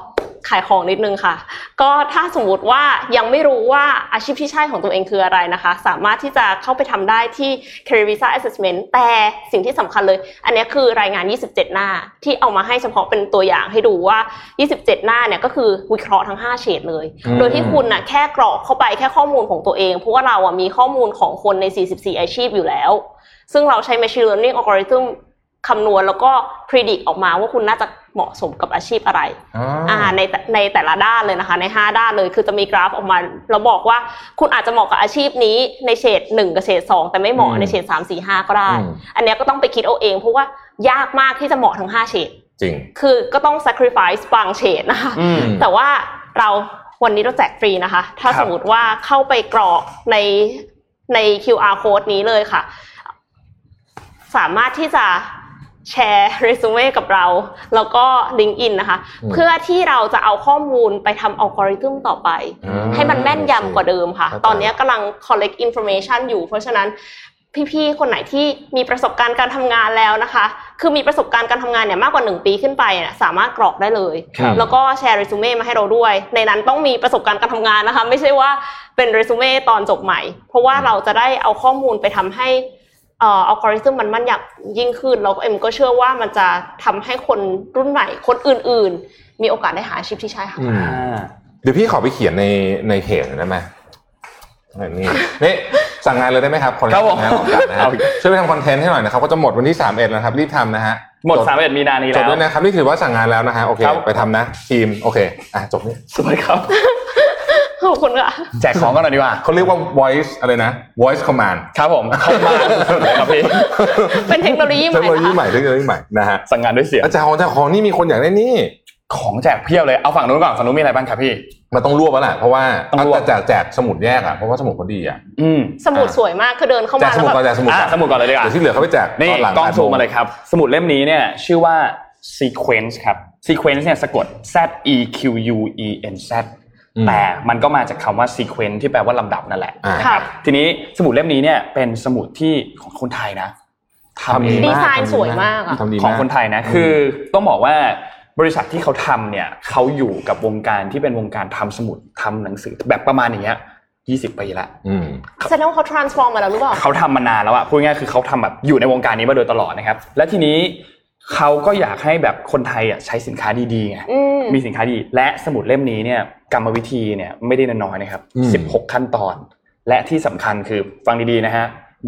ขายของนิดนึงค่ะก็ถ้าสมมติว่ายังไม่รู้ว่าอาชีพที่ใช่ของตัวเองคืออะไรนะคะสามารถที่จะเข้าไปทำได้ที่ Career Visa Assessment แต่สิ่งที่สำคัญเลยอันนี้คือรายงาน27หน้าที่เอามาให้เฉพาะเป็นตัวอย่างให้ดูว่า27หน้าเนี่ยก็คือวิเคราะห์ทั้ง5เฉดเลยโดยที่คุณน่ะแค่กรอกเข้าไปแค่ข้อมูลของตัวเองเพราะว่าเราอ่ะมีข้อมูลของคนใน44อาชีพอยู่แล้วซึ่งเราใช้ Machine Learning Algorithm คำนวณแล้วก็ predict ออกมาว่าคุณน่าจะเหมาะสมกับอาชีพอะไรในแต่ละด้านเลยนะคะใน5ด้านเลยคือจะมีกราฟออกมาเราบอกว่าคุณอาจจะเหมาะกับอาชีพนี้ในเฉด1กับเฉด2แต่ไม่เหมาะในเฉด3 4 5ก็ได้อันนี้ก็ต้องไปคิดเอาเองเพราะว่ายากมากที่จะเหมาะทั้ง5เฉดจริงคือก็ต้อง sacrifice บางเฉดนะคะแต่ว่าวันนี้เราแจกฟรีนะคะถ้าสมมติว่าเข้าไปกรอกใน QR code นี้เลยค่ะสามารถที่จะแชร์เรซูเม่กับเราแล้วก็ LinkedIn นะคะเพื่อที่เราจะเอาข้อมูลไปทำอัลกอริทึมต่อไปให้มันแม่นยำกว่าเดิมค่ะตอนนี้กำลัง collect information อยู่เพราะฉะนั้นพี่ๆคนไหนที่มีประสบการณ์การทำงานแล้วนะคะคือมีประสบการณ์การทำงานเนี่ยมากกว่า1ปีขึ้นไปเนี่ยสามารถกรอกได้เลยแล้วก็แชร์เรซูเม่มาให้เราด้วยในนั้นต้องมีประสบการณ์การทำงานนะคะไม่ใช่ว่าเป็นเรซูเม่ตอนจบใหม่เพราะว่าเราจะได้เอาข้อมูลไปทำให้อัลกอริทึมมันมั่นยิ่งขึ้นแล้วเอ็มก็เชื่อว่ามันจะทำให้คนรุ่นใหม่คนอื่นๆมีโอกาสได้หาอาชีพที่ใช่ค่ะเดี๋ยวพี่ขอไปเขียนในเพจได้ไหมนี่สั่งงานเลยได้ไหมครับคนครับผมช่วยไปทำคอนเทนต์ให้หน่อยนะครับก็จะหมดวันที่31นะครับรีบทำนะฮะหมด31มีนานี้แล้วจบด้วยนะครับนี่ถือว่าสั่งงานแล้วนะฮะโอเคไปทำนะทีมโอเคจบนี่สวัสดีครับขอบคุณค่ะแจกของกันหน่อยดีกว่าเขาเรียกว่า voice อะไรนะ voice command ครับผม command ครับพี่เป็นเทคโนโลยีใหม่นะฮะสั่งงานด้วยเสียงอาจารย์ของนี่มีคนอยากได้นี่ของแจกเพียบเลยเอาฝั่งนู้นก่อนฝั่งนู้นมีอะไรบ้างครับพี่มันต้องรวบแล้วแหละเพราะว่าจะแจกสมุดแยกเพราะว่าสมุดเขาดีสมุดสวยมากคือเดินเข้ามาแล้วแจกสมุดก่อนเลยดีกว่าเดี๋ยวที่เหลือเขาไปแจกนี่กล้องซูมมาเลยครับสมุดเล่มนี้เนี่ยชื่อว่า sequence ครับ sequence เนี่ยสะกด Z E Q U E N Z แต่มันก็มาจากคำว่า sequence ที่แปลว่าลำดับนั่นแหละนะครับทีนี้สมุดเล่มนี้เนี่ยเป็นสมุดที่ของคนไทยนะทำดีไซน์สวยมากของคนไทยนะคือต้องบอกว่าบริษัทที่เขาทำเนี่ยเขาอยู่กับวงการที่เป็นวงการทำสมุดทำหนังสือแบบประมาณอย่างเงี้ย20 ปีละแสดงว่าเขา transform มาแล้วหรือเปล่าเขาทำมานานแล้วอะพูดง่ายๆคือเขาทำแบบอยู่ในวงการนี้มาโดยตลอดนะครับและทีนี้เขาก็อยากให้แบบคนไทยอะใช้สินค้าดีๆไงมีสินค้าดีและสมุดเล่มนี้เนี่ยกรรมวิธีเนี่ยไม่ได้น้อยๆนะครับ16ขั้นตอนและที่สำคัญคือฟังดีๆนะฮะ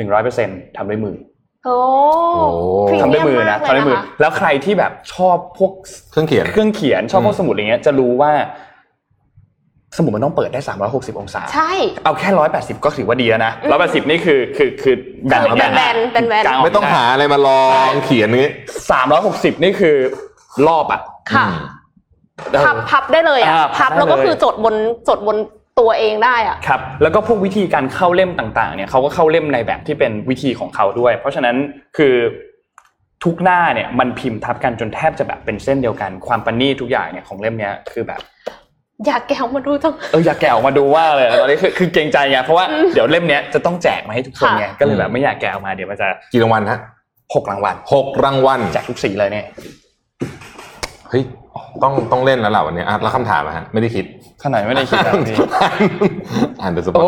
100% ทำด้วยมือทำด้วยมือนะทำด้วยมือแล้วใครที่แบบชอบพวกเครื่องเขียนชอบพวกสมุดอะไรเงี้ยจะรู้ว่าสมุดมันต้องเปิดได้360องศาใช่เอาแค่180ก็ถือว่าดีแล้วนะ180นี่คือแบนไม่ต้องหาอะไรมาลองเขียนนี้ 360นี่คือรอบค่ะพับได้เลยพับแล้วก็คือจดบนตัวเองได้ครับแล้วก็พวกวิธีการเข้าเล่มต่างๆเนี่ยเขาก็เข้าเล่มในแบบที่เป็นวิธีของเขาด้วยเพราะฉะนั้นคือทุกหน้าเนี่ยมันพิมพ์ทับกันจนแทบจะแบบเป็นเส้นเดียวกันความประณีตทุกอย่างเนี่ยของเล่มเนี้ยคือแบบอยากแกะออกมาดูจังอยากแกะออกมาดูว่าเลยตอนนี้คือเกรงใจไงเพราะว่าเดี๋ยวเล่มเนี้ยจะต้องแจกมาให้ทุกคนไงก็เลยแบบไม่อยากแกะออกมาเดี๋ยวมันจะกี่รางวัลฮะ 6รางวัลแจกทุกสีเลยเนี่ยเฮ้ยต้องเล่นแล้วล่ะวันนี้แล้วคำถามฮะไม่ได้คิดขนาดไม่ได้คิดแบบนี้อ่านแต่สุด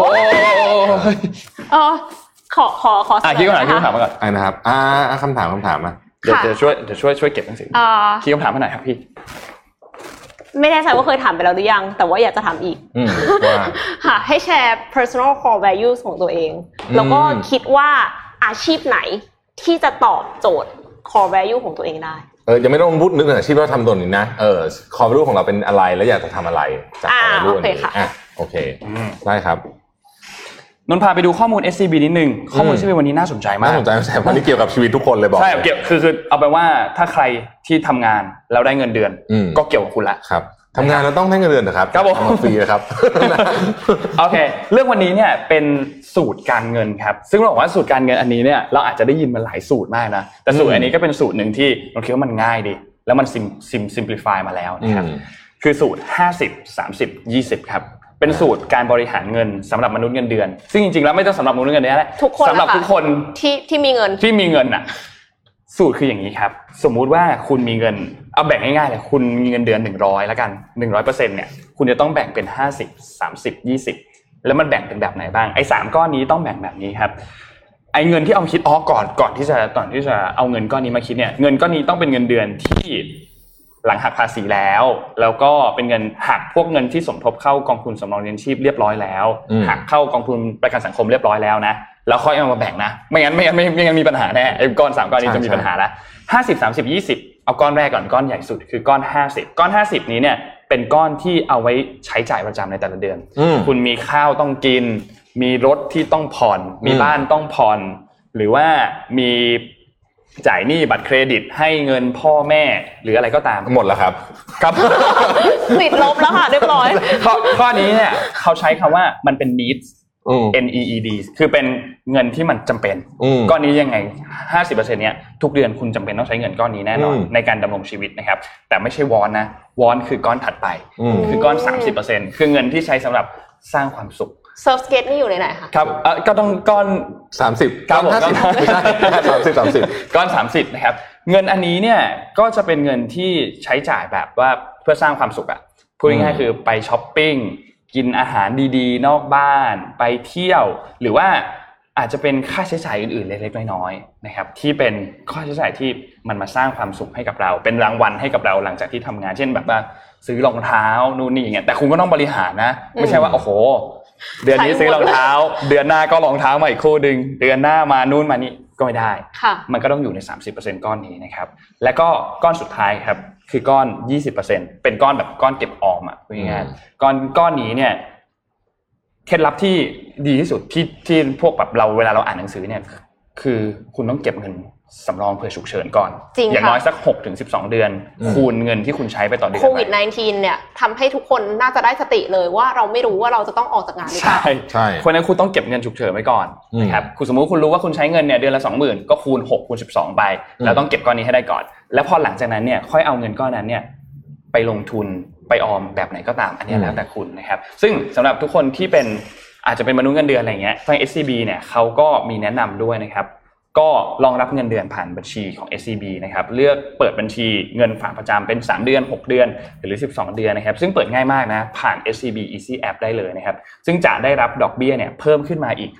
ขอคิดคำถามมาก่อนนะครับคำถามมาเดี๋ยวช่วยเก็บหนังสือคิดคำถามมาหน่อยครับพี่ไม่แน่ใจว่าเคยถามไปแล้วหรือยังแต่ว่าอยากจะถามอีกค่ะให้แชร์ personal core values ของตัวเองแล้วก็คิดว่าอาชีพไหนที่จะตอบโจทย์ core value ของตัวเองได้ยังไม่ต้องพูดนึกถึงอาชีพว่าทำตัวนี้นะcore value ของเราเป็นอะไรแล้วอยากจะทำอะไรจาก core value นี้โอเคได้ครับนนพาไปดูข้อมูล SCB นิดนึงข้อมูล SCB วันนี้น่าสนใจมากน่าสนใจเพราะนี่เกี่ยวกับชีวิตทุกคนเลยบอกใช่คือเอาไปว่าถ้าใครที่ทำงานแล้วได้เงินเดือนก็เกี่ยวกับคุณละครับทำงานแล้วต้องได้เงินเดือนนะครับครับผมฟรีนะครับโอเคเรื่องวันนี้เนี่ยเป็นสูตรการเงินครับซึ่งเราบอกว่าสูตรการเงินอันนี้เนี่ยเราอาจจะได้ยินมาหลายสูตรมากนะแต่สูตรอันนี้ก็เป็นสูตรหนึ่งที่เราคิดว่ามันง่ายดีแล้วมันsimplify มาแล้วนะครับคือสูตร50-30-20ครับเป็นสูตรการบริหารเงินสำหรับมนุษย์เงินเดือนซึ่งจริงๆแล้วไม่ต้องสำหรับมนุษย์เงินเดือนแหละสำหรับทุกคนที่มีเงินอ่ะสูตรคืออย่างนี้ครับสมมุติว่าคุณมีเงินเอาแบ่งง่ายๆเลยคุณมีเงินเดือน100แล้วกัน 100% เนี่ยคุณจะต้องแบ่งเป็น50 30 20แล้วมันแบ่งเป็นแบบไหนบ้างไอ้3ก้อนนี้ต้องแบ่งแบบนี้ครับไอ้เงินที่เอาคิดก่อนที่จะเอาเงินก้อนนี้มาคิดเนี่ยเงินก้อนนี้ต้องเป็นเงินเดือนที่หลังหักภาษีแล้วก็เป็นเงินหักพวกเงินที่สมทบเข้ากองทุนสำรองเลี้ยงชีพเรียบร้อยแล้วหักเข้ากองทุนประกันสังคมเรียบร้อยแล้วนะแล้วค่อยเอามาแบ่งนะไม่งั้นมีปัญหาแน่ไอ้ก้อน3ก้อนนี้จะมีปัญหาละ50 30 20เอาก้อนแรกก่อนก้อนใหญ่สุดคือก้อน50ก้อน50นี้เนี่ยเป็นก้อนที่เอาไว้ใช้จ่ายประจำในแต่ละเดือนคุณมีข้าวต้องกินมีรถที่ต้องผ่อนมีบ้านต้องผ่อนหรือว่ามีจ่ายหนี้บัตรเครดิตให้เงินพ่อแม่หรืออะไรก็ตามหมดแล้วครับครับติดลบแล้วค่ะเรียบร้อยข้อนี้เนี่ยเขาใช้คำว่ามันเป็น needs NEED คือเป็นเงินที่มันจำเป็นก้อนนี้ยังไง 50% เนี้ยทุกเดือนคุณจำเป็นต้องใช้เงินก้อนนี้แน่นอนในการดำรงชีวิตนะครับแต่ไม่ใช่วอนนะวอนคือก้อนถัดไปคือก้อน 30% คือเงินที่ใช้สำหรับสร้างความสุขเซิร์ฟสเก็ตนี่อยู่ในไหนคะครับก็ต้องก้อน 30ก้อน50ไม่ใช่30 ก้อน30นะครับเงินอันนี้เนี่ยก็จะเป็นเงินที่ใช้จ่ายแบบว่าเพื่อสร้างความสุขอ่ะพูดง่ายๆคือไปช้อปปิ้งกินอาหารดีๆนอกบ้านไปเที่ยวหรือว่าอาจจะเป็นค่าใช้จ่ายอื่นๆเล็กๆน้อยๆนะครับที่เป็นค่าใช้จ่ายที่มันมาสร้างความสุขให้กับเราเป็นรางวัลให้กับเราหลังจากที่ทำงานเช่นแบบว่าซื้อรองเท้านู่นนี่อย่างเงี้ยแต่คุณก็ต้องบริหารนะไม่ใช่ว่าโอ้โหเดือนนี้ซื้อรองเท้าเดือนหน้าก็รองเท้ามาอีกคู่นึงเดือนหน้ามานู่นมานี่ก็ไม่ได้มันก็ต้องอยู่ใน 30% ก้อนนี้นะครับและก็ก้อนสุดท้ายครับคือก้อน 20% เป็นก้อนแบบก้อนเก็บออมอ่ะง่ายๆก้อนนี้เนี่ยเคล็ดลับที่ดีที่สุดที่พวกแบบเราเวลาเราอ่านหนังสือเนี่ยคือคุณต้องเก็บเงินสำรองเผื่อฉุกเฉินก่อนอย่างน้อยสัก 6-12 เดือนคูณเงินที่คุณใช้ไปต่อเดือนโควิด -19 เนี่ยทำให้ทุกคนน่าจะได้สติเลยว่าเราไม่รู้ว่าเราจะต้องออกจากงานหรือเปล่าใช่เพราะนั้นคุณต้องเก็บเงินฉุกเฉินไว้ก่อนนะครับคุณสมมุติคุณรู้ว่าคุณใช้เงินเนี่ยเดือนละ 20,000 ก็คูณ6คูณ12ไปแล้วต้องเก็บก้อนนี้ให้ได้ก่อนแล้วพอหลังจากนั้นเนี่ยค่อยเอาเงินก้อนนั้นเนี่ยไปลงทุนไปออมแบบไหนก็ตามอันนี้แล้วแต่คุณนะครับซึ่งสำหรับทุกคนที่เป็นอาจจะเป็นมนุษย์เงินเดือนอะไรเงี้ยทาง SCB เนี่ยเขาก็มีแนะนำด้วยนะครับก็รองรับเงินเดือนผ่านบัญชีของ SCB นะครับเลือกเปิดบัญชีเงินฝากประจำเป็น3เดือน6เดือนหรือ12เดือนนะครับซึ่งเปิดง่ายมากนะผ่าน SCB Easy App ได้เลยนะครับซึ่งจะได้รับดอกเบี้ยเนี่ยเพิ่มขึ้นมาอีก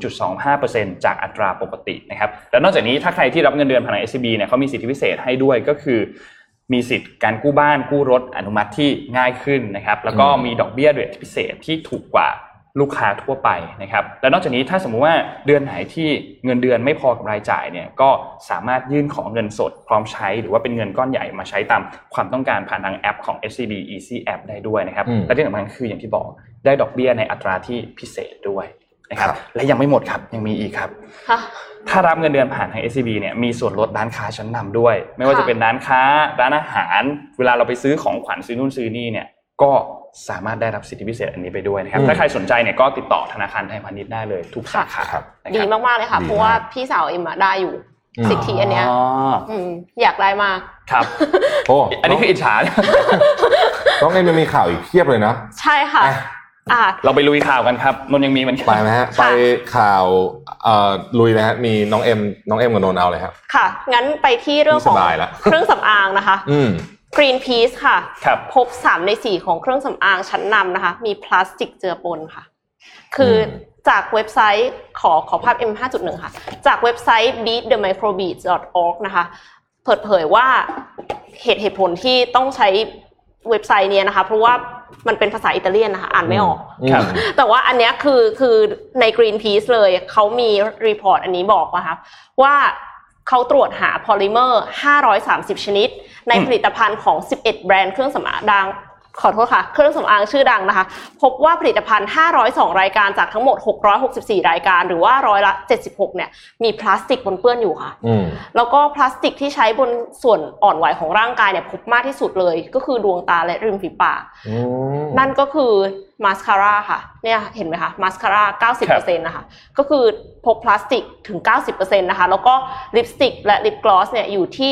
0.25% จากอัตราปกตินะครับแล้วนอกจากนี้ถ้าใครที่รับเงินเดือนผ่าน SCB เนี่ยเขามีสิทธิพิเศษให้ด้วยก็คือมีสิทธิ์การกู้บ้านกู้รถอนุมัติที่ง่ายขึ้นนะครับแล้วก็มีดอกเบี้ยเรทพิเศษที่ถูกกว่าลูกค้าทั่วไปนะครับและนอกจากนี้ถ้าสมมุติว่าเดือนไหนที่เงินเดือนไม่พอกับรายจ่ายเนี่ยก็สามารถยื่นขอเงินสดพร้อมใช้หรือว่าเป็นเงินก้อนใหญ่มาใช้ตามความต้องการผ่านทางแอปของ SCB Easy App ได้ด้วยนะครับและที่สำคัญคืออย่างที่บอกได้ดอกเบี้ยในอัตราที่พิเศษด้วยนะครับและยังไม่หมดครับยังมีอีกครับถ้ารับเงินเดือนผ่านทาง SCB เนี่ยมีส่วนลดร้านค้าชั้นนำด้วยไม่ว่าจะเป็นร้านค้าร้านอาหารเวลาเราไปซื้อของขวัญซื้อนู่นซื้อนี่เนี่ยก็สามารถได้รับสิทธิพิเศษอันนี้ไปด้วยนะครับถ้าใครสนใจเนี่ยก็ติดต่อธนาคารไทยพาณิชย์ได้เลยทุกสาขาดีมากๆเลยค่ะเพราะว่าพี่สาวเอ็มได้อยู่สิทธิอันเนี้ยอยากได้มากครับโอ้อันนี้คืออิจฉาต้องเอ็มมีข่าวอีกเพียบเลยนะใช่ค่ะเราไปลุยข่าวกันครับนนยังมีมันไปไหมฮะไปข่าวลุยนะฮะมีน้องเอ็มกับนนเอาเลยครับค่ะงั้นไปที่เรื่องของเครื่องสำอางนะคะGreenpeace ค่ะพบ3ใน4ของเครื่องสำอางชั้นนำนะคะมีพลาสติกเจือปนค่ะคือจากเว็บไซต์ขอภาพ M5.1 ค่ะจากเว็บไซต์ beatthemicrobeads.org นะคะเปิดเผยว่าเหตุผลที่ต้องใช้เว็บไซต์นี้นะคะเพราะว่ามันเป็นภาษาอิตาเลียนนะคะอ่านไม่ออกแต่ว่าอันนี้คือใน Greenpeace เลยเขามีรีพอร์ตอันนี้บอกนะคะว่าเขาตรวจหาพอลิเมอร์530ชนิดในผลิตภัณฑ์ของ11แบรนด์เครื่องสำอางดังขอโทษค่ะเครื่องสำอางชื่อดังนะคะพบว่าผลิตภัณฑ์502รายการจากทั้งหมด664รายการหรือว่า76%เนี่ยมีพลาสติกปนเปื้อนอยู่ค่ะแล้วก็พลาสติกที่ใช้บนส่วนอ่อนไหวของร่างกายเนี่ยพบมากที่สุดเลยก็คือดวงตาและริมฝีปากนั่นก็คือมาสคาร่าค่ะเนี่ยเห็นไหมคะมาสคาร่า 90% นะคะก็คือพบพลาสติกถึง 90% นะคะแล้วก็ลิปสติกและลิปกลอสเนี่ยอยู่ที่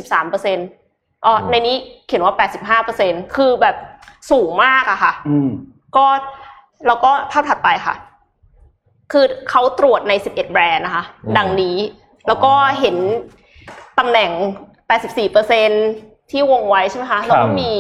73%ในนี้เขียนว่า 85% คือแบบสูงมากอะค่ะก็แล้วก็ภาพถัดไปค่ะคือเขาตรวจใน11แบรนด์นะคะดังนี้แล้วก็เห็นตำแหน่ง 84% ที่วงไว้ใช่ไหมคะแล้วก็มี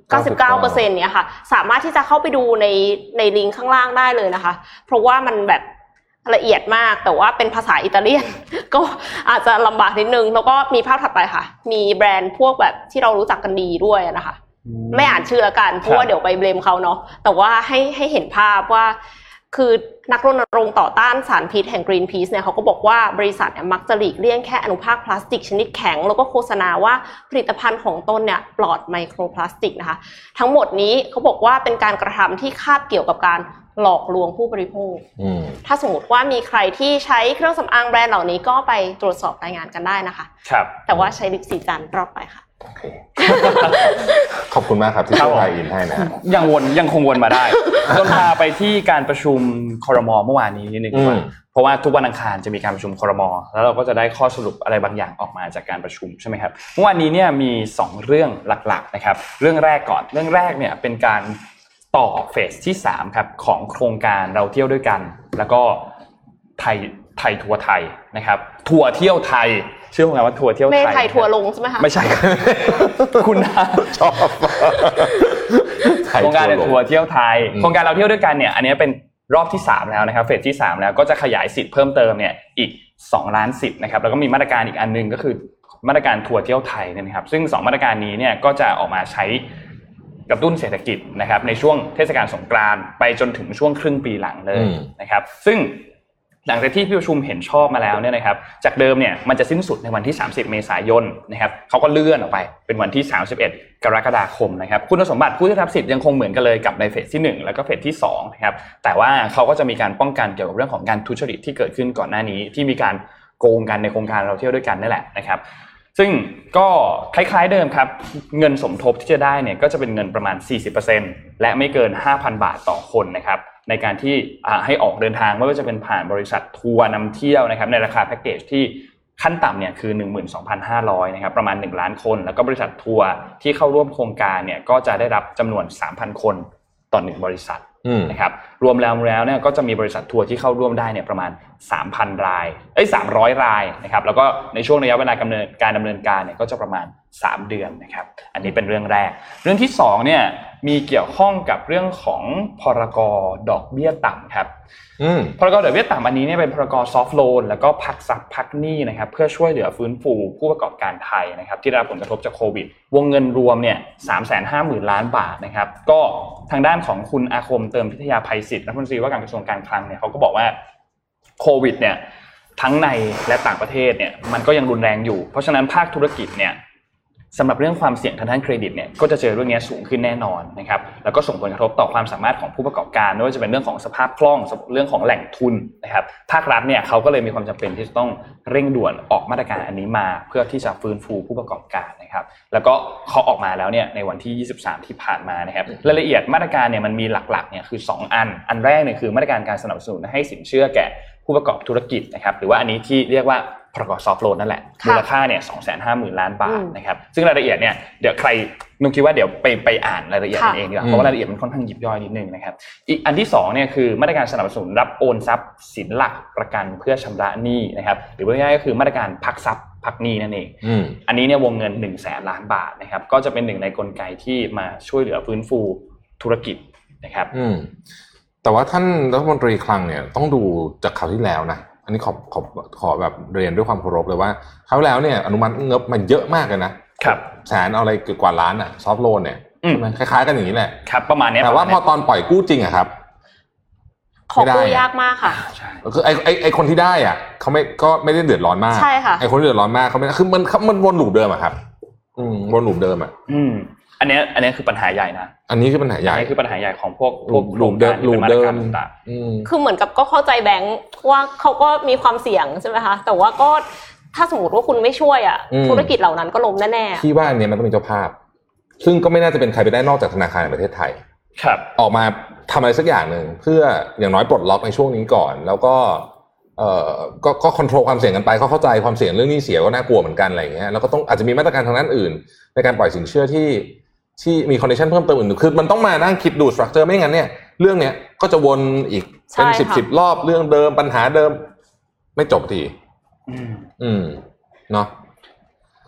99% เนี่ยค่ะสามารถที่จะเข้าไปดูในลิงก์ข้างล่างได้เลยนะคะเพราะว่ามันแบบละเอียดมากแต่ว่าเป็นภาษาอิตาเลียน ก็อาจจะลำบากนิดนึงแล้วก็มีภาพถัดไปค่ะมีแบรนด์พวกแบบที่เรารู้จักกันดีด้วยนะคะไม่อ่านชื่อละกันเพราะว่าเดี๋ยวไปเบลมเขาเนาะแต่ว่าให้เห็นภาพว่าคือนักรณรงค์ต่อต้านสารพิษแห่ง Greenpeace เนี่ยเขาก็บอกว่าบริษัทเนี่ยมักจะหลีกเลี่ยงแค่อนุภาคพลาสติกชนิดแข็งแล้วก็โฆษณาว่าผลิตภัณฑ์ของตนเนี่ยปลอดไมโครพลาสติกนะคะทั้งหมดนี้เขาบอกว่าเป็นการกระทำที่คาบเกี่ยวกับการหลอกลวงผู้บริโภคถ้าสมมติว่ามีใครที่ใช้เครื่องสำอางแบรนด์เหล่านี้ก็ไปตรวจสอบรายงานกันได้นะคะครับแต่ว่าใช้ลิปสีจันทร์รอบไปค่ะโอเค ขอบคุณมากครับที่ช่วยไทยอินให้นะยังคงวนมาได้จนพาไปที่การประชุมครม.เมื่อวานนี้นิดนึงเพราะว่าทุกวันอังคารจะมีการประชุมครม.แล้วเราก็จะได้ข้อสรุปอะไรบางอย่างออกมาจากการประชุมใช่ไหมครับเมื่อวานนี้เนี่ยมี2เรื่องหลักๆนะครับเรื่องแรกก่อนเรื่องแรกเนี่ยเป็นการต่อเฟสที่3ครับของโครงการเราเที่ยวด้วยกันแล้วก็ไทยทัวร์ไทยนะครับทัวร์เที่ยวไทยชื่อโครงการว่าทัวร์เที่ยวไทยไม่ไทยทัวร์ลงใช่ไหมคะไม่ใช่คุณชอบโครงการทัวร์เที่ยวไทยโครงการเราเที่ยวด้วยกันเนี่ยอันนี้เป็นรอบที่3แล้วนะครับเฟสที่3แล้วก็จะขยายสิทธิ์เพิ่มเติมเนี่ยอีก2ล้านสิทธิ์นะครับแล้วก็มีมาตรการอีกอันนึงก็คือมาตรการทัวร์เที่ยวไทยนะครับซึ่ง2มาตรการนี้เนี่ยก็จะออกมาใช้กระตุ้นเศรษฐกิจนะครับในช่วงเทศกาลสงกรานต์ไปจนถึงช่วงครึ่งปีหลังเลยนะครับซึ่งหลังจากที่ประชุมเห็นชอบมาแล้วเนี่ยนะครับจากเดิมเนี่ยมันจะสิ้นสุดในวันที่30เมษายนนะครับเขาก็เลื่อนออกไปเป็นวันที่31กรกฎาคมนะครับคุณสมบัติผู้ได้รับสิทธิ์ยังคงเหมือนกันเลยกับในเฟสที่1แล้วก็เฟสที่2นะครับแต่ว่าเขาก็จะมีการป้องกันเกี่ยวกับเรื่องของการทุจริตที่เกิดขึ้นก่อนหน้านี้ที่มีการโกงกันในโครงการเราเที่ยวด้วยกันนั่นแหละนะครับซึ่งก็คล้ายๆเดิมครับเงินสมทบที่จะได้เนี่ยก็จะเป็นเงินประมาณ 40% และไม่เกิน 5,000 บาทต่อคนนะครับในการที่ให้ออกเดินทางไม่ว่าจะเป็นผ่านบริษัททัวร์นำเที่ยวนะครับในราคาแพ็กเกจที่ขั้นต่ำเนี่ยคือ 12,500 นะครับประมาณ1ล้านคนแล้วก็บริษัททัวร์ที่เข้าร่วมโครงการเนี่ยก็จะได้รับจำนวน 3,000 คนต่อ1บริษัทนะครับรวมแล้วเนี่ยก็จะมีบริษัททัวร์ที่เข้าร่วมได้เนี่ยประมาณ 3,000 ราย300 รายนะครับแล้วก็ในช่วงระยะเวลาการดำเนินการเนี่ยก็จะประมาณ3เดือนนะครับอันนี้เป็นเรื่องแรกเรื่องที่2เนี่ยมีเกี่ยวข้องกับเรื่องของพรก.ดอกเบี้ยต่ำครับพรก.ดอกเบี้ยต่ำอันนี้เนี่ยเป็นพรก.ซอฟท์โลนแล้วก็พักทรัพย์พักหนี้นะครับเพื่อช่วยเหลือฟื้นฟูผู้ประกอบการไทยนะครับที่ได้รับผลกระทบจากโควิดวงเงินรวมเนี่ย 350,000 ล้านบาทนะครับก็ทางด้านของคุณอาคมเติมพิทยาภัยศิษย์รัฐมนตรีว่าการกระทรวงการคลังเนี่ยเขาก็บอกว่าโควิดเนี่ยทั้งในและต่างประเทศเนี่ยมันก็ยังรุนแรงอยู่เพราะฉะนั้นภาคธุรกิจเนี่ยสำหรับเรื่องความเสี่ยงทางด้านเครดิตเนี่ยก็จะเจอเรื่องนี้สูงขึ้นแน่นอนนะครับแล้วก็ส่งผลกระทบต่อความสามารถของผู้ประกอบการไม่ว่าจะเป็นเรื่องของสภาพคล่องเรื่องของแหล่งทุนนะครับภาครัฐเนี่ยเขาก็เลยมีความจำเป็นที่จะต้องเร่งด่วนออกมาตรการอันนี้มาเพื่อที่จะฟื้นฟูผู้ประกอบการนะครับแล้วก็เขาออกมาแล้วเนี่ยในวันที่23ที่ผ่านมานะครับรายละเอียดมาตรการเนี่ยมันมีหลักๆเนี่ยคือ2อันแรกเนี่ยคือมาตรการการสนับสนุนให้สินเชื่อแก่ผู้ประกอบธุรกิจนะครับหรือว่าอันนี้ที่เรียกว่าพรก.ซอฟท์โลนนั่นแหละมูลค่าเนี่ย 250,000 ล้านบาทนะครับซึ่งรายละเอียดเนี่ยเดี๋ยวใครนุ๊กคิดว่าเดี๋ยวไปอ่านรายละเอียดเองดีกว่าเพราะว่ารายละเอียดมันค่อนข้างยิบย่อยนิดนึงนะครับอีกอันที่2เนี่ยคือมาตรการสนับสนุนรับโอนทรัพย์สินหลักประกันเพื่อชำระหนี้นะครับหรือว่าง่ายๆก็คือมาตรการพักทรัพย์พักหนี้นั่นเองอันนี้เนี่ยวงเงิน 100,000 ล้านบาทนะครับก็จะเป็นหนึ่งในกลไกที่มาช่วยเหลือฟื้นฟูธุรกิจนะครับแต่ว่าท่านรัฐมนตรีคลังเนี่ยต้องดูจากข่าวที่แล้วนะอันนี้ขอแบบเรียนด้วยความเคารพเลยว่าคราวแล้วเนี่ยอนุมัติเงิบมันเยอะมากเลยนะครับแสนเอาอะไรกว่าล้านอ่ะซอฟท์โลนเนี่ยมันคล้ายๆกันอย่างนี้แหละครับประมาณนี้แต่ว่าพอตอนปล่อยกู้จริงอะครับของกู้ยากมากค่ะคือไอคนที่ได้อ่ะเขาไม่ได้เดือดร้อนมากใช่ค่ะไอคนที่เดือดร้อนมากเขาไม่คือมันวนลูปเดิมอะครับวนลูปเดิมอะอันนี้คือปัญหาใหญ่นะอันนี้คือปัญหาใหญ่คือปัญหาใหญ่ของพวกลูปเดิมคือเหมือนกับก็เข้าใจแบงค์ว่าเขาก็มีความเสี่ยงใช่ไหมคะแต่ว่าก็ถ้าสมมติว่าคุณไม่ช่วยอ่ะธุรกิจเหล่านั้นก็ล้มแน่ๆที่ว่าอันนี้มันต้องมีเจ้าภาพซึ่งก็ไม่น่าจะเป็นใครไปได้นอกจากธนาคารแห่งประเทศไทยครับออกมาทำอะไรสักอย่างนึงเพื่ออย่างน้อยปลดล็อกในช่วงนี้ก่อนแล้วก็ก็คอนโทรลความเสี่ยงกันไปเขาเข้าใจความเสี่ยงเรื่องหนี้เสียก็น่ากลัวเหมือนกันอะไรอย่างเงี้ยแล้วก็ต้องอาจจะมีมาตรการทางด้านอื่นในการปล่อยสินเชื่อที่มีคอนดิชันเพิ่มเติมอื่นคือมันต้องมานั่งคิดดูสตรัคเจอร์ไม่งั้นเนี่ยเรื่องเนี้ยก็จะวนอีกเป็น10รอบเรื่องเดิมปัญหาเดิมไม่จบทีเนาะ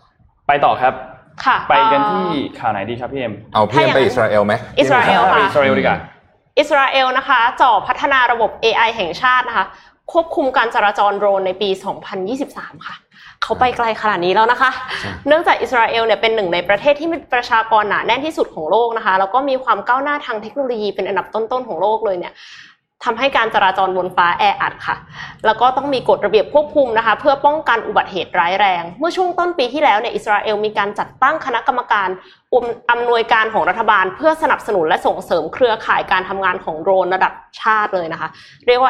ไปต่อครับค่ะไปกันที่ข่าวไหนดีครับพี่เอ็มเอาพี่เอ็มไปอิสราเอลไหมอิสราเอลค่ะอิสราเอลดีกว่าอิสราเอลนะคะจ่อพัฒนาระบบ AI แห่งชาตินะคะควบคุมการจราจรโดรนในปี 2023 ค่ะเขาไปไกลขนาดนี้แล้วนะคะเนื่องจากอิสราเอลเนี่ยเป็นหนึ่งในประเทศที่มีประชากรหนาแน่นที่สุดของโลกนะคะแล้วก็มีความก้าวหน้าทางเทคโนโลยีเป็นอันดับต้นๆของโลกเลยเนี่ยทำให้การจราจรบนฟ้าแออัดค่ะแล้วก็ต้องมีกฎระเบียบควบคุมนะคะเพื่อป้องกันอุบัติเหตุร้ายแรงเมื่อช่วงต้นปีที่แล้วเนี่ยอิสราเอลมีการจัดตั้งคณะกรรมการอำนวยการของรัฐบาลเพื่อสนับสนุนและส่งเสริมเครือข่ายการทำงานของโดรนระดับชาติเลยนะคะเรียกว่า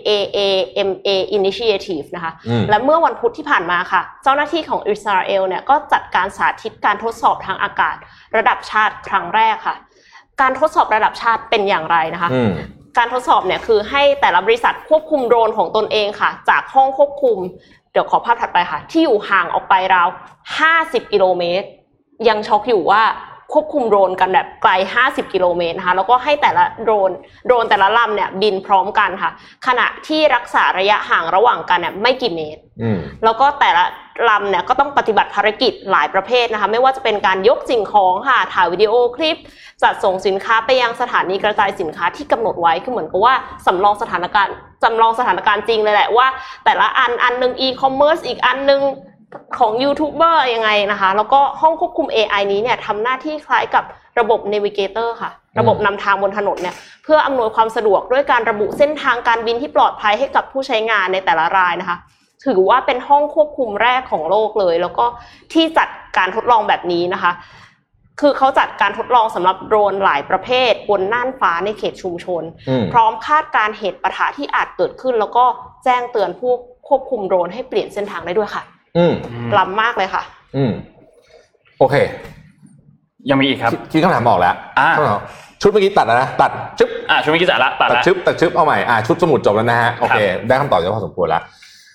NAAMA Initiative นะคะและเมื่อวันพุธที่ผ่านมาค่ะเจ้าหน้าที่ของอิสราเอลเนี่ยก็จัดการสาธิตการทดสอบทางอากาศระดับชาติครั้งแรกค่ะการทดสอบระดับชาติเป็นอย่างไรนะคะการทดสอบเนี่ยคือให้แต่ละบริษัทควบคุมโดรนของตนเองค่ะจากห้องควบคุมเดี๋ยวขอภาพถัดไปค่ะที่อยู่ห่างออกไปราว50กิโลเมตรยังช็อกอยู่ว่าควบคุมโดรนกันแบบไกล50กิโลเมตรนะคะแล้วก็ให้แต่ละโดรนแต่ละลำเนี่ยบินพร้อมกันค่ะขณะที่รักษาระยะห่างระหว่างกันเนี่ยไม่กี่เมตรแล้วก็แต่ละลำเนี่ยก็ต้องปฏิบัติภารกิจหลายประเภทนะคะไม่ว่าจะเป็นการยกสิ่งของค่ะถ่ายวิดีโอคลิปจัดส่งสินค้าไปยังสถานีกระจายสินค้าที่กำหนดไว้คือเหมือนกับว่าจำลองสถานการณ์จริงเลยแหละว่าแต่ละอันนึง e-commerce อีกอันนึงของยูทูบเบอร์ยังไงนะคะแล้วก็ห้องควบคุม AI นี้เนี่ยทำหน้าที่คล้ายกับระบบ Navigator ค่ะระบบนำทางบนถนนเนี่ยเพื่ออำนวยความสะดวกด้วยการระบุเส้นทางการบินที่ปลอดภัยให้กับผู้ใช้งานในแต่ละรายนะคะถือว่าเป็นห้องควบคุมแรกของโลกเลยแล้วก็ที่จัดการทดลองแบบนี้นะคะคือเขาจัดการทดลองสำหรับโดรนหลายประเภทบนน่านฟ้าในเขตชุมชนพร้อมคาดการเหตุปะทะที่อาจเกิดขึ้นแล้วก็แจ้งเตือนผู้ควบคุมโดรนให้เปลี่ยนเส้นทางได้ด้วยค่ะล้ำมากเลยค่ะโอเคยังมีอีกครับคิดคำถามออกแล้วชุดเมื่อกี้ตัดแล้วนะตัดชึบชุดเมื่อกี้ตัดแล้วชึบเอาใหม่ชุดสมุดจบแล้วนะฮะโอเคได้คำตอบเยอะพอสมควรแล้ว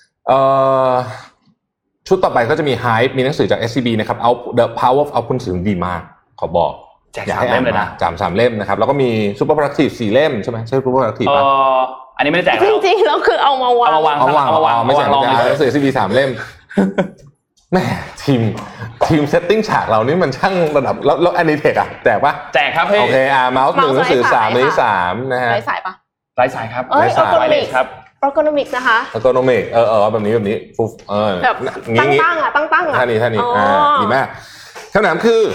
ชุดต่อไปก็จะมี Hype มีหนังสือจาก SCB นะครับ The Power of Output สื่อดีมากขอบอกแจก3 เล่มเลยนะ 3 เล่มนะครับแล้วก็มี Super Productive 4 เล่มใช่ไหมใช่ Super Productive ป่ะอันนี้ไม่ได้แจกจริงๆแล้วคือเอามาวางไม่ใช่หนังสือ SCB 3 เล่มแม่ทีมเซตติ้งฉากเรานี่มันช่างระดับแล้วแอนิเทคอะแจกป่ะแจกครับพี่โอเคเมาส์1หนังสือ3ใน3นะฮะไร้สายป่ะไร้สายครับไร้สายครับergonomics นะคะ ergonomics แบบนี้ฟุ๊บแบบตั้งท่านี้ดีมากคำถามคือ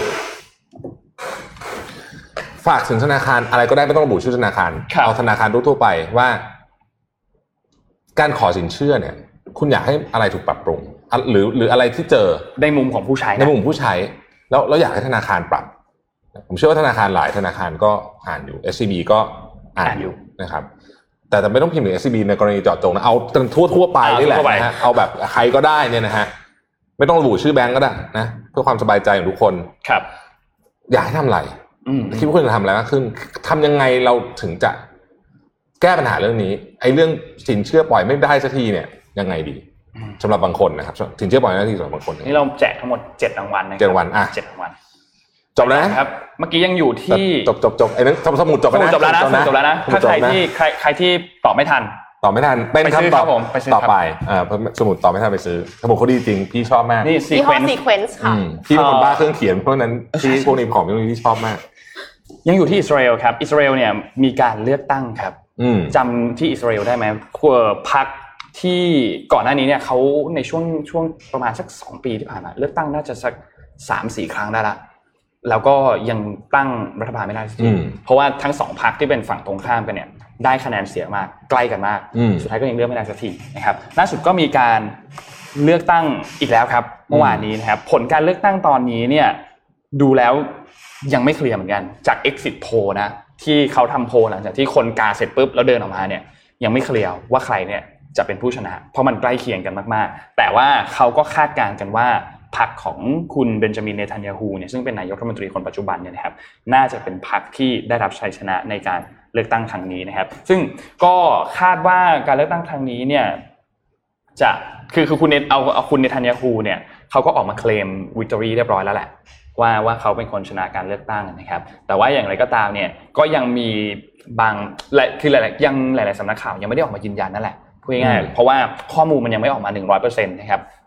ฝากถึงธนาคารอะไรก็ได้ไม่ต้องระบุชื่อธนาคารเอาธนาคารทั่วไปว่าการขอสินเชื่อเนี่ยคุณอยากให้อะไรถูกปรับปรุงหรืออะไรที่เจอในมุมของผู้ใช้ในมุมผู้ใช้แล้วอยากให้ธนาคารปรับผมเชื่อว่าธนาคารหลายธนาคารก็อ่านอยู่ SCB ก็อ่านอยู่นะครับแต่ไม่ต้องพิมพ์ถึง SCB ในกรณีเจาะจงนะเอาทั่วไปนี่แหละนะฮะเอาแบบใครก็ได้เนี่ยนะฮะไม่ต้องระบุชื่อแบงก์ก็ได้นะเพื่อความสบายใจของทุกคนครับอยากให้ทำอะไรคิดว่าคุณจะทำอะไรมากขึ้นทำยังไงเราถึงจะแก้ปัญหาเรื่องนี้ไอ้เรื่องสินเชื่อปล่อยไม่ได้สักทีเนี่ยยังไงดีสำหรับบางคนนะครับสินเชื่อปล่อยไม่ได้ทีสำหรับบางคนนี่เราแจกทั้งหมด7รางวัลนะครับ7รางวัล 7รางวัลจบแล้วนะครับเมื่อกี้ยังอยู่ที่จบไอ้นั้นสมุดจบแล้วนะถ้าใครที่ตอบไม่ทันเป็นคำตอบต่อไปสมุดตอบไม่ทันไปซื้อสมุดเขาดีจริงพี่ชอบมากนี่ sequence ค่ะพี่เป็นคนบ้าเครื่องเขียนเพราะนั้นที่พวกนี้ของพี่ชอบมากยังอยู่ที่อิสราเอลครับอิสราเอลเนี่ยมีการเลือกตั้งครับจำที่อิสราเอลได้ไหมพรรคที่ก่อนหน้านี้เนี่ยเขาในช่วงประมาณสัก2 ปีที่ผ่านมาเลือกตั้งน่าจะสัก 3-4 ครั้งได้ละแล้วก็ยังตั้งรัฐบาลไม่ได้สักทีเพราะว่าทั้ง2พรรคที่เป็นฝั่งตรงข้ามกันเนี่ยได้คะแนนเสียงมากใกล้กันมากสุดท้ายก็ยังเลือกไม่ได้สักทีนะครับล่าสุดก็มีการเลือกตั้งอีกแล้วครับเมื่อวานนี้นะครับผลการเลือกตั้งตอนนี้เนี่ยดูแล้วยังไม่เคลียร์เหมือนกันจาก exit poll นะที่เขาทำโพลหลังจากที่คนกาเสร็จปุ๊บแล้วเดินออกมาเนี่ยยังไม่เคลียร์ว่าใครเนี่ยจะเป็นผู้ชนะเพราะมันใกล้เคียงกันมากๆแต่ว่าเขาก็คาดการณ์กันว่าพรรคของคุณเบนจามินเนทันยาฮูเนี่ยซึ่งเป็นนายกรัฐมนตรีคนปัจจุบันเนี่ยนะครับน่าจะเป็นพรรคที่ได้รับชัยชนะในการเลือกตั้งครั้งนี้นะครับซึ่งก็คาดว่าการเลือกตั้งครั้งนี้เนี่ยจะคือคุณเอาคุณเนทันยาฮูเนี่ยเขาก็ออกมาเคลมวิกตอรี่เรียบร้อยแล้วแหละว่าเขาเป็นคนชนะการเลือกตั้งนะครับแต่ว่าอย่างไรก็ตามเนี่ยก็ยังมีบางคือหลายสำนักข่าวยังไม่ได้ออกมายืนยันนั่นแหละพูดง่ายๆเพราะว่าข้อมูลมันยังไม่ออกมา 100% นะครับ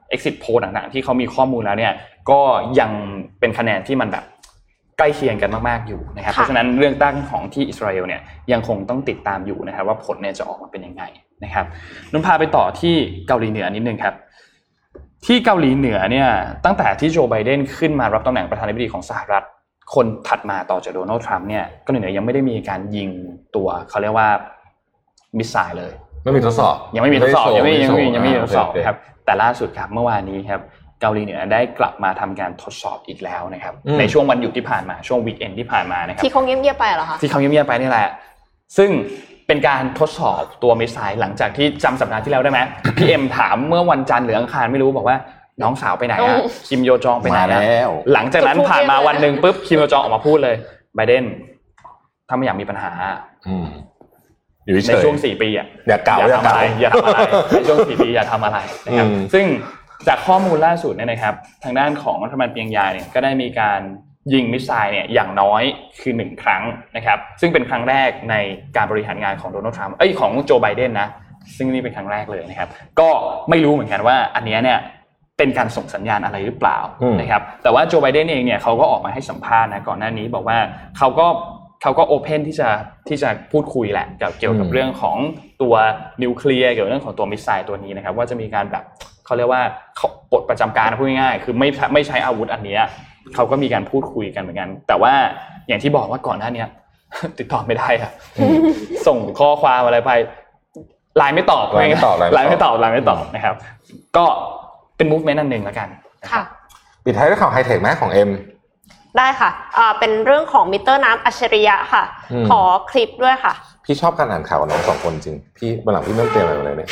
exit poll ต่างๆที่เขามีข้อมูลแล้วเนี่ยก็ยังเป็นคะแนนที่มันแบบใกล้เคียงกันมากๆอยู่นะครับเพราะฉะนั้นเรื่องตั้งของที่อิสราเอลเนี่ยยังคงต้องติดตามอยู่นะครับว่าผลเนี่ยจะออกมาเป็นยังไงนะครับนนพาไปต่อที่เกาหลีเหนือนิดนึงครับที่เกาหลีเหนือเนี่ยตั้งแต่ที่โจไบเดนขึ้นมารับตำแหน่งประธานาธิบดีของสหรัฐคนถัดมาต่อจากโดนัลด์ทรัมป์เนี่ยเกาหลีเหนือยังไม่ได้มีการยิงตัวเขาเรียกว่ามิสไซล์เลยไม่มีทดสอบยังไม่มีทดสอบยังไม่มีทดสอบครับแต่ล่าสุดครับเมื่อวานนี้ครับเกาหลีเหนือได้กลับมาทำการทดสอบอีกแล้วนะครับในช่วงวันหยุดที่ผ่านมาช่วงวีคเอนด์ที่ผ่านมานะครับที่เขาเงียบๆไปเหรอคะที่เขาเงียบๆไปนี่แหละซึ่งเป็นการทดสอบตัวมิสไซล์หลังจากที่จำสัปดาห์ที่แล้วได้ไหมพี่เอ็มถามเมื่อวันจันทร์หรืออังคารไม่รู้บอกว่าน้องสาวไปไหนอะคิมโยจองไปไหนแล้วหลังจากนั้นผ่านมาวันนึงปุ๊บคิมโยจองออกมาพูดเลยไบเดนถ้าไม่อยากมีปัญหาอยู่ในช่วง4ปีอ่ะอย่าเก่าอย่าทำอะไรในช่วง4ปีอย่าทำอะไรนะครับซึ่งจากข้อมูลล่าสุดเนี่ยนะครับทางด้านของรัฐบาลเปียงยางเนี่ยก็ได้มีการยิงมิสไซล์เนี่ยอย่างน้อยคือ1ครั้งนะครับซึ่งเป็นครั้งแรกในการบริหารงานของโดนัลด์ทรัมป์ของโจไบเดนนะซึ่งนี่เป็นครั้งแรกเลยนะครับก็ไม่รู้เหมือนกันว่าอันนี้เนี่ยเป็นการส่งสัญญาณอะไรหรือเปล่านะครับแต่ว่าโจไบเดนเองเนี่ยเขาก็ออกมาให้สัมภาษณ์นะก่อนหน้านี้บอกว่าเขาก็โอเพนที่จะพูดคุยแหละเกี่ยวกับเรื่องของตัวนิวเคลียร์เกี่ยวกับเรื่องของตัวมิสไซล์ตัวนี้นะครับว่าจะมีการแบบเขาเรียกว่าปลดประจำการพูดง่ายๆคือไม่ใช้อาวุธอันนี้เขาก็มีการพูดคุยกันเหมือนกันแต่ว่าอย่างที่บอกว่าก่อนหน้านี้ติดต่อไม่ได้ครับส่งข้อความอะไรไปไลน์ไม่ตอบนะครับก็เป็นมูฟเมนต์อันนึงแล้วกันค่ะปิดท้ายด้วยข่าวไฮเทคไหมของเอ็มได้ค่ะเป็นเรื่องของมิเตอร์น้ำอัจฉริยะค่ะขอคลิปด้วยค่ะพี่ชอบการอ่านข่าวน้อง2คนจริงพี่วันหลังพี่ไม่เตรียมอะไรเลยเนี่ย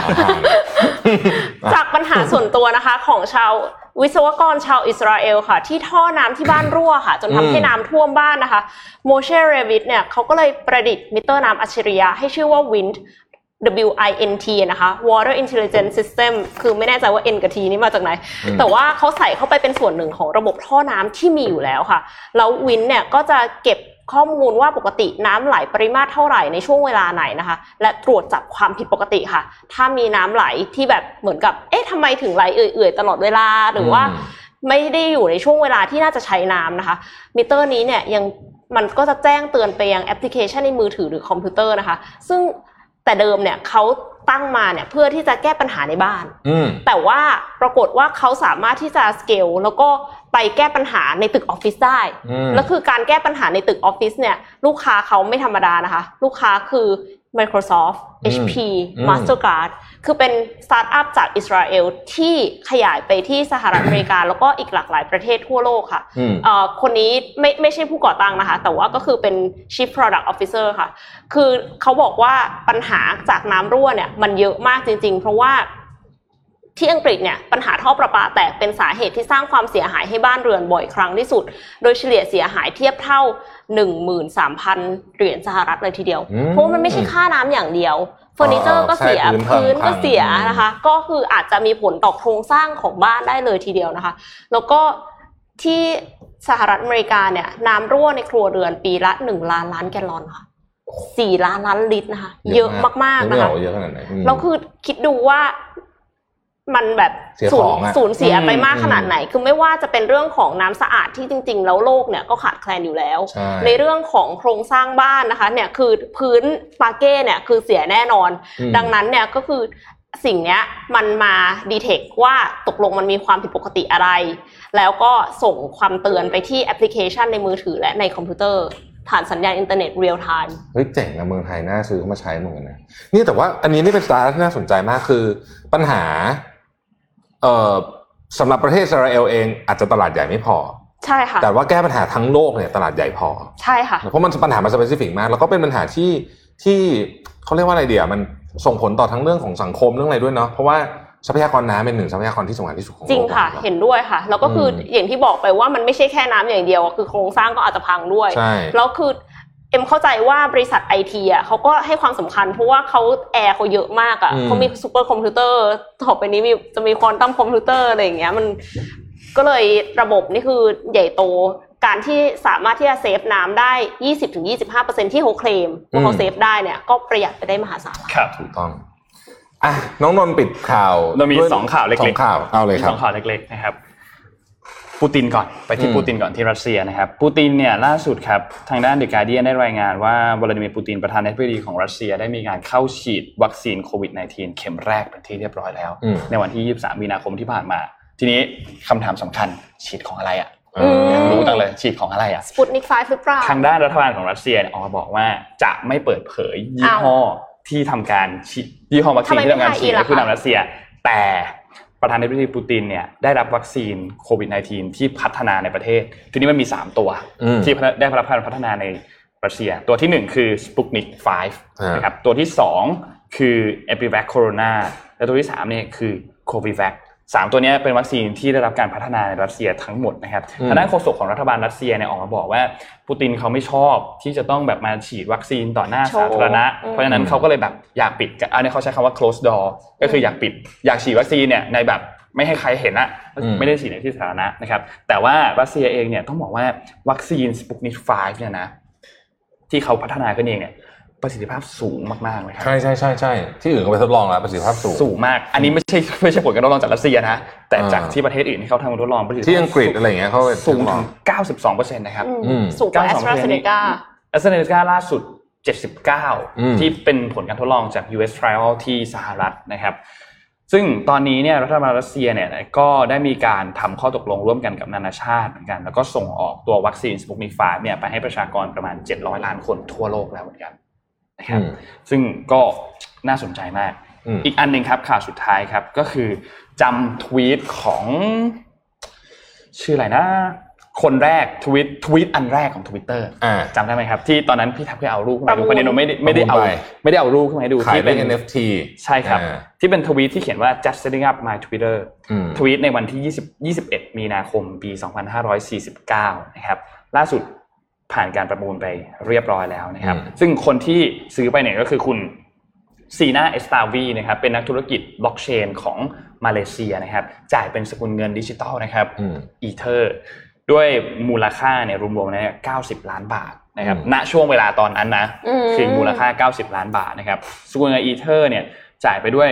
จากปัญหาส่วนตัวนะคะของชาววิศวกรชาวอิสราเอลค่ะที่ท่อน้ำที่บ้านรั่วค่ะจนทำให้น้ำท่วมบ้านนะคะโมเชเรวิทเนี่ยเขาก็เลยประดิษฐ์มิเตอร์น้ำอัจฉริยะให้ชื่อว่า WINT นะคะ Water Intelligence System คือไม่แน่ใจว่า N กับ T นี่มาจากไหนแต่ว่าเขาใส่เข้าไปเป็นส่วนหนึ่งของระบบท่อน้ำที่มีอยู่แล้วค่ะแล้ว WINT เนี่ยก็จะเก็บข้อมูลว่าปกติน้ำไหลปริมาตรเท่าไหร่ในช่วงเวลาไหนนะคะและตรวจจับความผิดปกติค่ะถ้ามีน้ำไหลที่แบบเหมือนกับทำไมถึงไหลเอื่อยๆตลอดเวลาหรือว่าไม่ได้อยู่ในช่วงเวลาที่น่าจะใช้น้ำนะคะมิเตอร์นี้เนี่ยยังมันก็จะแจ้งเตือนไปยังแอปพลิเคชันในมือถือหรือคอมพิวเตอร์นะคะซึ่งแต่เดิมเนี่ยเขาตั้งมาเนี่ยเพื่อที่จะแก้ปัญหาในบ้านแต่ว่าปรากฏว่าเขาสามารถที่จะสเกลแล้วก็ไปแก้ปัญหาในตึกออฟฟิศได้แล้วคือการแก้ปัญหาในตึกออฟฟิศเนี่ยลูกค้าเขาไม่ธรรมดานะคะลูกค้าคือ Microsoft HP Mastercard คือเป็นสตาร์ทอัพจากอิสราเอลที่ขยายไปที่สหรัฐอเมริกาแล้วก็อีกหลากหลายประเทศทั่วโลกค่ะคนนี้ไม่ใช่ผู้ก่อตั้งนะคะแต่ว่าก็คือเป็น Chief Product Officer ค่ะคือเขาบอกว่าปัญหาจากน้ำรั่วเนี่ยมันเยอะมากจริงๆเพราะว่าที่อังกฤษเนี่ยปัญหาท่อประปาแตกเป็นสาเหตุที่สร้างความเสียหายให้บ้านเรือนบ่อยครั้งที่สุดโดยเฉลี่ยเสียหายเทียบเท่า 13,000 เหรียญสหรัฐเลยทีเดียวเพราะมันไม่ใช่ค่าน้ำอย่างเดียวเฟอร์นิเจอร์ก็เสียพื้นก็เสียนะคะก็คืออาจจะมีผลต่อโครงสร้างของบ้านได้เลยทีเดียวนะคะแล้วก็ที่สหรัฐอเมริกาเนี่ยน้ำรั่วในครัวเรือนปีละ1 ล้านล้านแกลลอนค่ะ4 ล้านล้านลิตรนะคะเยอะมากๆนะคะแล้วคือคิดดูว่ามันแบบสูญเสียไปมากขนาดไหนคือไม่ว่าจะเป็นเรื่องของน้ำสะอาดที่จริงๆแล้วโลกเนี่ยก็ขาดแคลนอยู่แล้วในเรื่องของโครงสร้างบ้านนะคะเนี่ยคือพื้นปาเก้เนี่ยคือเสียแน่นอนดังนั้นเนี่ยก็คือสิ่งเนี้ยมันมาดีเทคว่าตกลงมันมีความผิดปกติอะไรแล้วก็ส่งความเตือนไปที่แอปพลิเคชันในมือถือและในคอมพิวเตอร์ผ่านสัญญาณอินเทอร์เน็ตเรียลไทม์เฮ้ยเจ๋งนะเมืองไทยน่าซื้อเข้ามาใช้เหมือนกันนะนี่แต่ว่าอันนี้นี่เป็นสตาร์ทที่น่าสนใจมากคือปัญหาสำหรับประเทศอิสราเอลเองอาจจะตลาดใหญ่ไม่พอใช่ค่ะแต่ว่าแก้ปัญหาทั้งโลกเนี่ยตลาดใหญ่พอใช่ค่ะเพราะมันปัญหามันสเปซิฟิกมากแล้วก็เป็นปัญหาที่เขาเรียกว่าอะไรเดี๋ยวมันส่งผลต่อทั้งเรื่องของสังคมเรื่องอะไรด้วยเนาะเพราะว่าทรัพยากรน้ำเป็นหนึ่งทรัพยากรที่สำคัญที่สุดของโลกจริงค่ะเห็นด้วยค่ะแล้วก็คืออย่างที่บอกไปว่ามันไม่ใช่แค่น้ำอย่างเดียวคือโครงสร้างก็อาจจะพังด้วยแล้วคือเอ็มเข้าใจว่าบริษัท IT อ่ะเขาก็ให้ความสำคัญเพราะว่าเขาแอร์เขาเยอะมากอ่ะเขามีซูเปอร์คอมพิวเตอร์ต่อไปนี้จะมีควอนตัมคอมพิวเตอร์อะไรอย่างเงี้ยมันก็เลยระบบนี่คือใหญ่โตการที่สามารถที่จะเซฟน้ำได้ 20-25% ที่เขาเคลมว่าเขาเซฟได้เนี่ยก็ประหยัดไปได้มหาศาลครับถูกต้องอ่ะน้องนนท์ปิดข่าวเรามี2ข่าวเล็กๆ 2ข่าวเอาเลยครับ 2ข่าวเล็กๆนะครับปูตินก่อนไปที่ปูตินก่อนที่รัสเซียนะครับปูตินเนี่ยล่าสุดครับทางด้าน The Guardian ได้รายงานว่าวลาดิเมียร์ปูตินประธานาธิบดีของรัสเซียได้มีการเข้าฉีดวัคซีนโควิด -19 เข็มแรกเป็นที่เรียบร้อยแล้วในวันที่23มีนาคมที่ผ่านมาทีนี้คำถามสำคัญฉีดของอะไรอ่ะอยากรู้จังเลยฉีดของอะไรอ่ะ Sputnik 5หรือเปล่าทางด้านรัฐบาลของรัสเซียออกมาบอกว่าจะไม่เปิดเผยยี่ห้อที่ทำการฉีดยี่ห้อวัคซีนที่ทำการฉีดในผู้นำรัสเซียแต่ประธานาธิบดีปูตินเนี่ยได้รับวัคซีนโควิด -19 ที่พัฒนาในประเทศทีนี้มันมี3ตัวที่ได้รับการพัฒนาในรัสเซียตัวที่1คือ Sputnik 5นะครับตัวที่2คือ Epivac Corona และตัวที่3เนี่ยคือ Covivac 3ตัวนี้เป็นวัคซีนที่ได้รับการพัฒนาในรัสเซียทั้งหมดนะครับทางด้านโฆษกของรัฐบาลรัสเซียเนี่ยออกมาบอกว่าปูตินเขาไม่ชอบที่จะต้องแบบมาฉีดวัคซีนต่อหน้าสาธารณะเพราะฉะนั้นเขาก็เลยแบบอยากปิดอันนี้เขาใช้คำว่า close door ก็คืออยากฉีดวัคซีนเนี่ยในแบบไม่ให้ใครเห็นนะไม่ได้ฉีดในที่สาธารณะนะครับแต่ว่ารัสเซียเองเนี่ยต้องบอกว่าวัคซีน Sputnik 5เนี่ยนะที่เขาพัฒนาขึ้นเองเนี่ยประสิทธิภาพสูงมากๆเลยครับใช่ที่อื่นเขาไปทดลองแล้วประสิทธิภาพสูงมากอันนี้ไม่ใช่ผลการทดลองจากรัสเซียนะแต่จากที่ประเทศอื่นที่เขาทำการทดลองประสิทธิภาพที่อังกฤษอะไรอย่างเงี้ยเขาสูงถึง 92% นะครับสูงกว่า AstraZeneca ล่าสุด79ที่เป็นผลการทดลองจาก US Trial ที่สหรัฐนะครับซึ่งตอนนี้เนี่ยรัฐบาลรัสเซียเนี่ยก็ได้มีการทำข้อตกลงร่วมกันกับนานาชาติเหมือนกันแล้วก็ส่งออกตัววัคซีน Sputnik 5เนี่ยไปให้ประชากรประมาณ700ล้านคนทั่วโลกแล้วเหมือนกันนะครับซึ่งก็น่าสนใจมากอีกอันนึงครับข่าวสุดท้ายครับก็คือจำทวีตของชื่ออะไรนะคนแรกทวีตอันแรกของ Twitter จำได้ไหมครับที่ตอนนั้นพี่ทับเคยเอารูปขึ้นมาดูประเด็นไม่ได้เอารูปขึ้นมาให้ดูที่เป็น NFT ใช่ครับที่เป็นทวีตที่เขียนว่า just setting up my Twitter ทวีตในวันที่21มีนาคมปี2549นะครับล่าสุดผ่านการประมูลไปเรียบร้อยแล้วนะครับซึ่งคนที่ซื้อไปเนี่ยก็คือคุณซีนาเอสตาวีนะครับเป็นนักธุรกิจบล็อกเชนของมาเลเซียนะครับจ่ายเป็นสกุลเงินดิจิตอลนะครับอีเธอร์ด้วยมูลค่าเนี่ยรวมๆเนี่ย90ล้านบาทนะครับณช่วงเวลาตอนนั้นนะคือมูลค่า90ล้านบาทนะครับสกุลเงินอีเธอร์เนี่ยจ่ายไปด้วย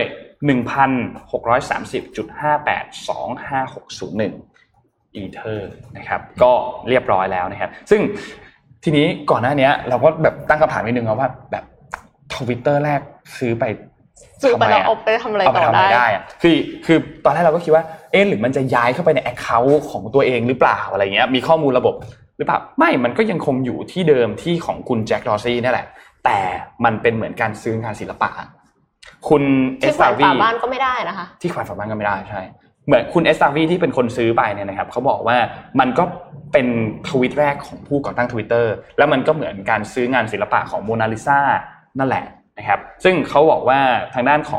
1,630.582561 อีเธอร์นะครับก็เรียบร้อยแล้วนะครับซึ่งทีนี้ก่อนหน้านี้เราก็แบบตั้งคำถามนิดนึงว่าแบบ Twitter แรกซื้อไปแล้วเอาไปทำอะไรต่อได้อ่ะคือตอนแรกเราก็คิดว่าหรือมันจะย้ายเข้าไปใน account ของตัวเองหรือเปล่าอะไรเงี้ยมีข้อมูลระบบหรือเปล่าไม่มันก็ยังคงอยู่ที่เดิมที่ของคุณแจ็คดอร์ซี่นี่แหละแต่มันเป็นเหมือนการซื้องานศิลปะคุณเอสตาวีที่ฝาบ้านก็ไม่ได้นะคะที่ฝาบ้านก็ไม่ได้ใช่เหมือนคุณเอสตาวีที่เป็นคนซื้อไปเนี่ยนะครับเขาบอกว่ามันก็เป็นทวีตแรกของผู้ก่อตั้ง Twitter แล้วมันก็เหมือนการซื้องานศิลปะของโมนาลิซานั่นแหละนะครับซึ่งเขาบอกว่าทางด้านของ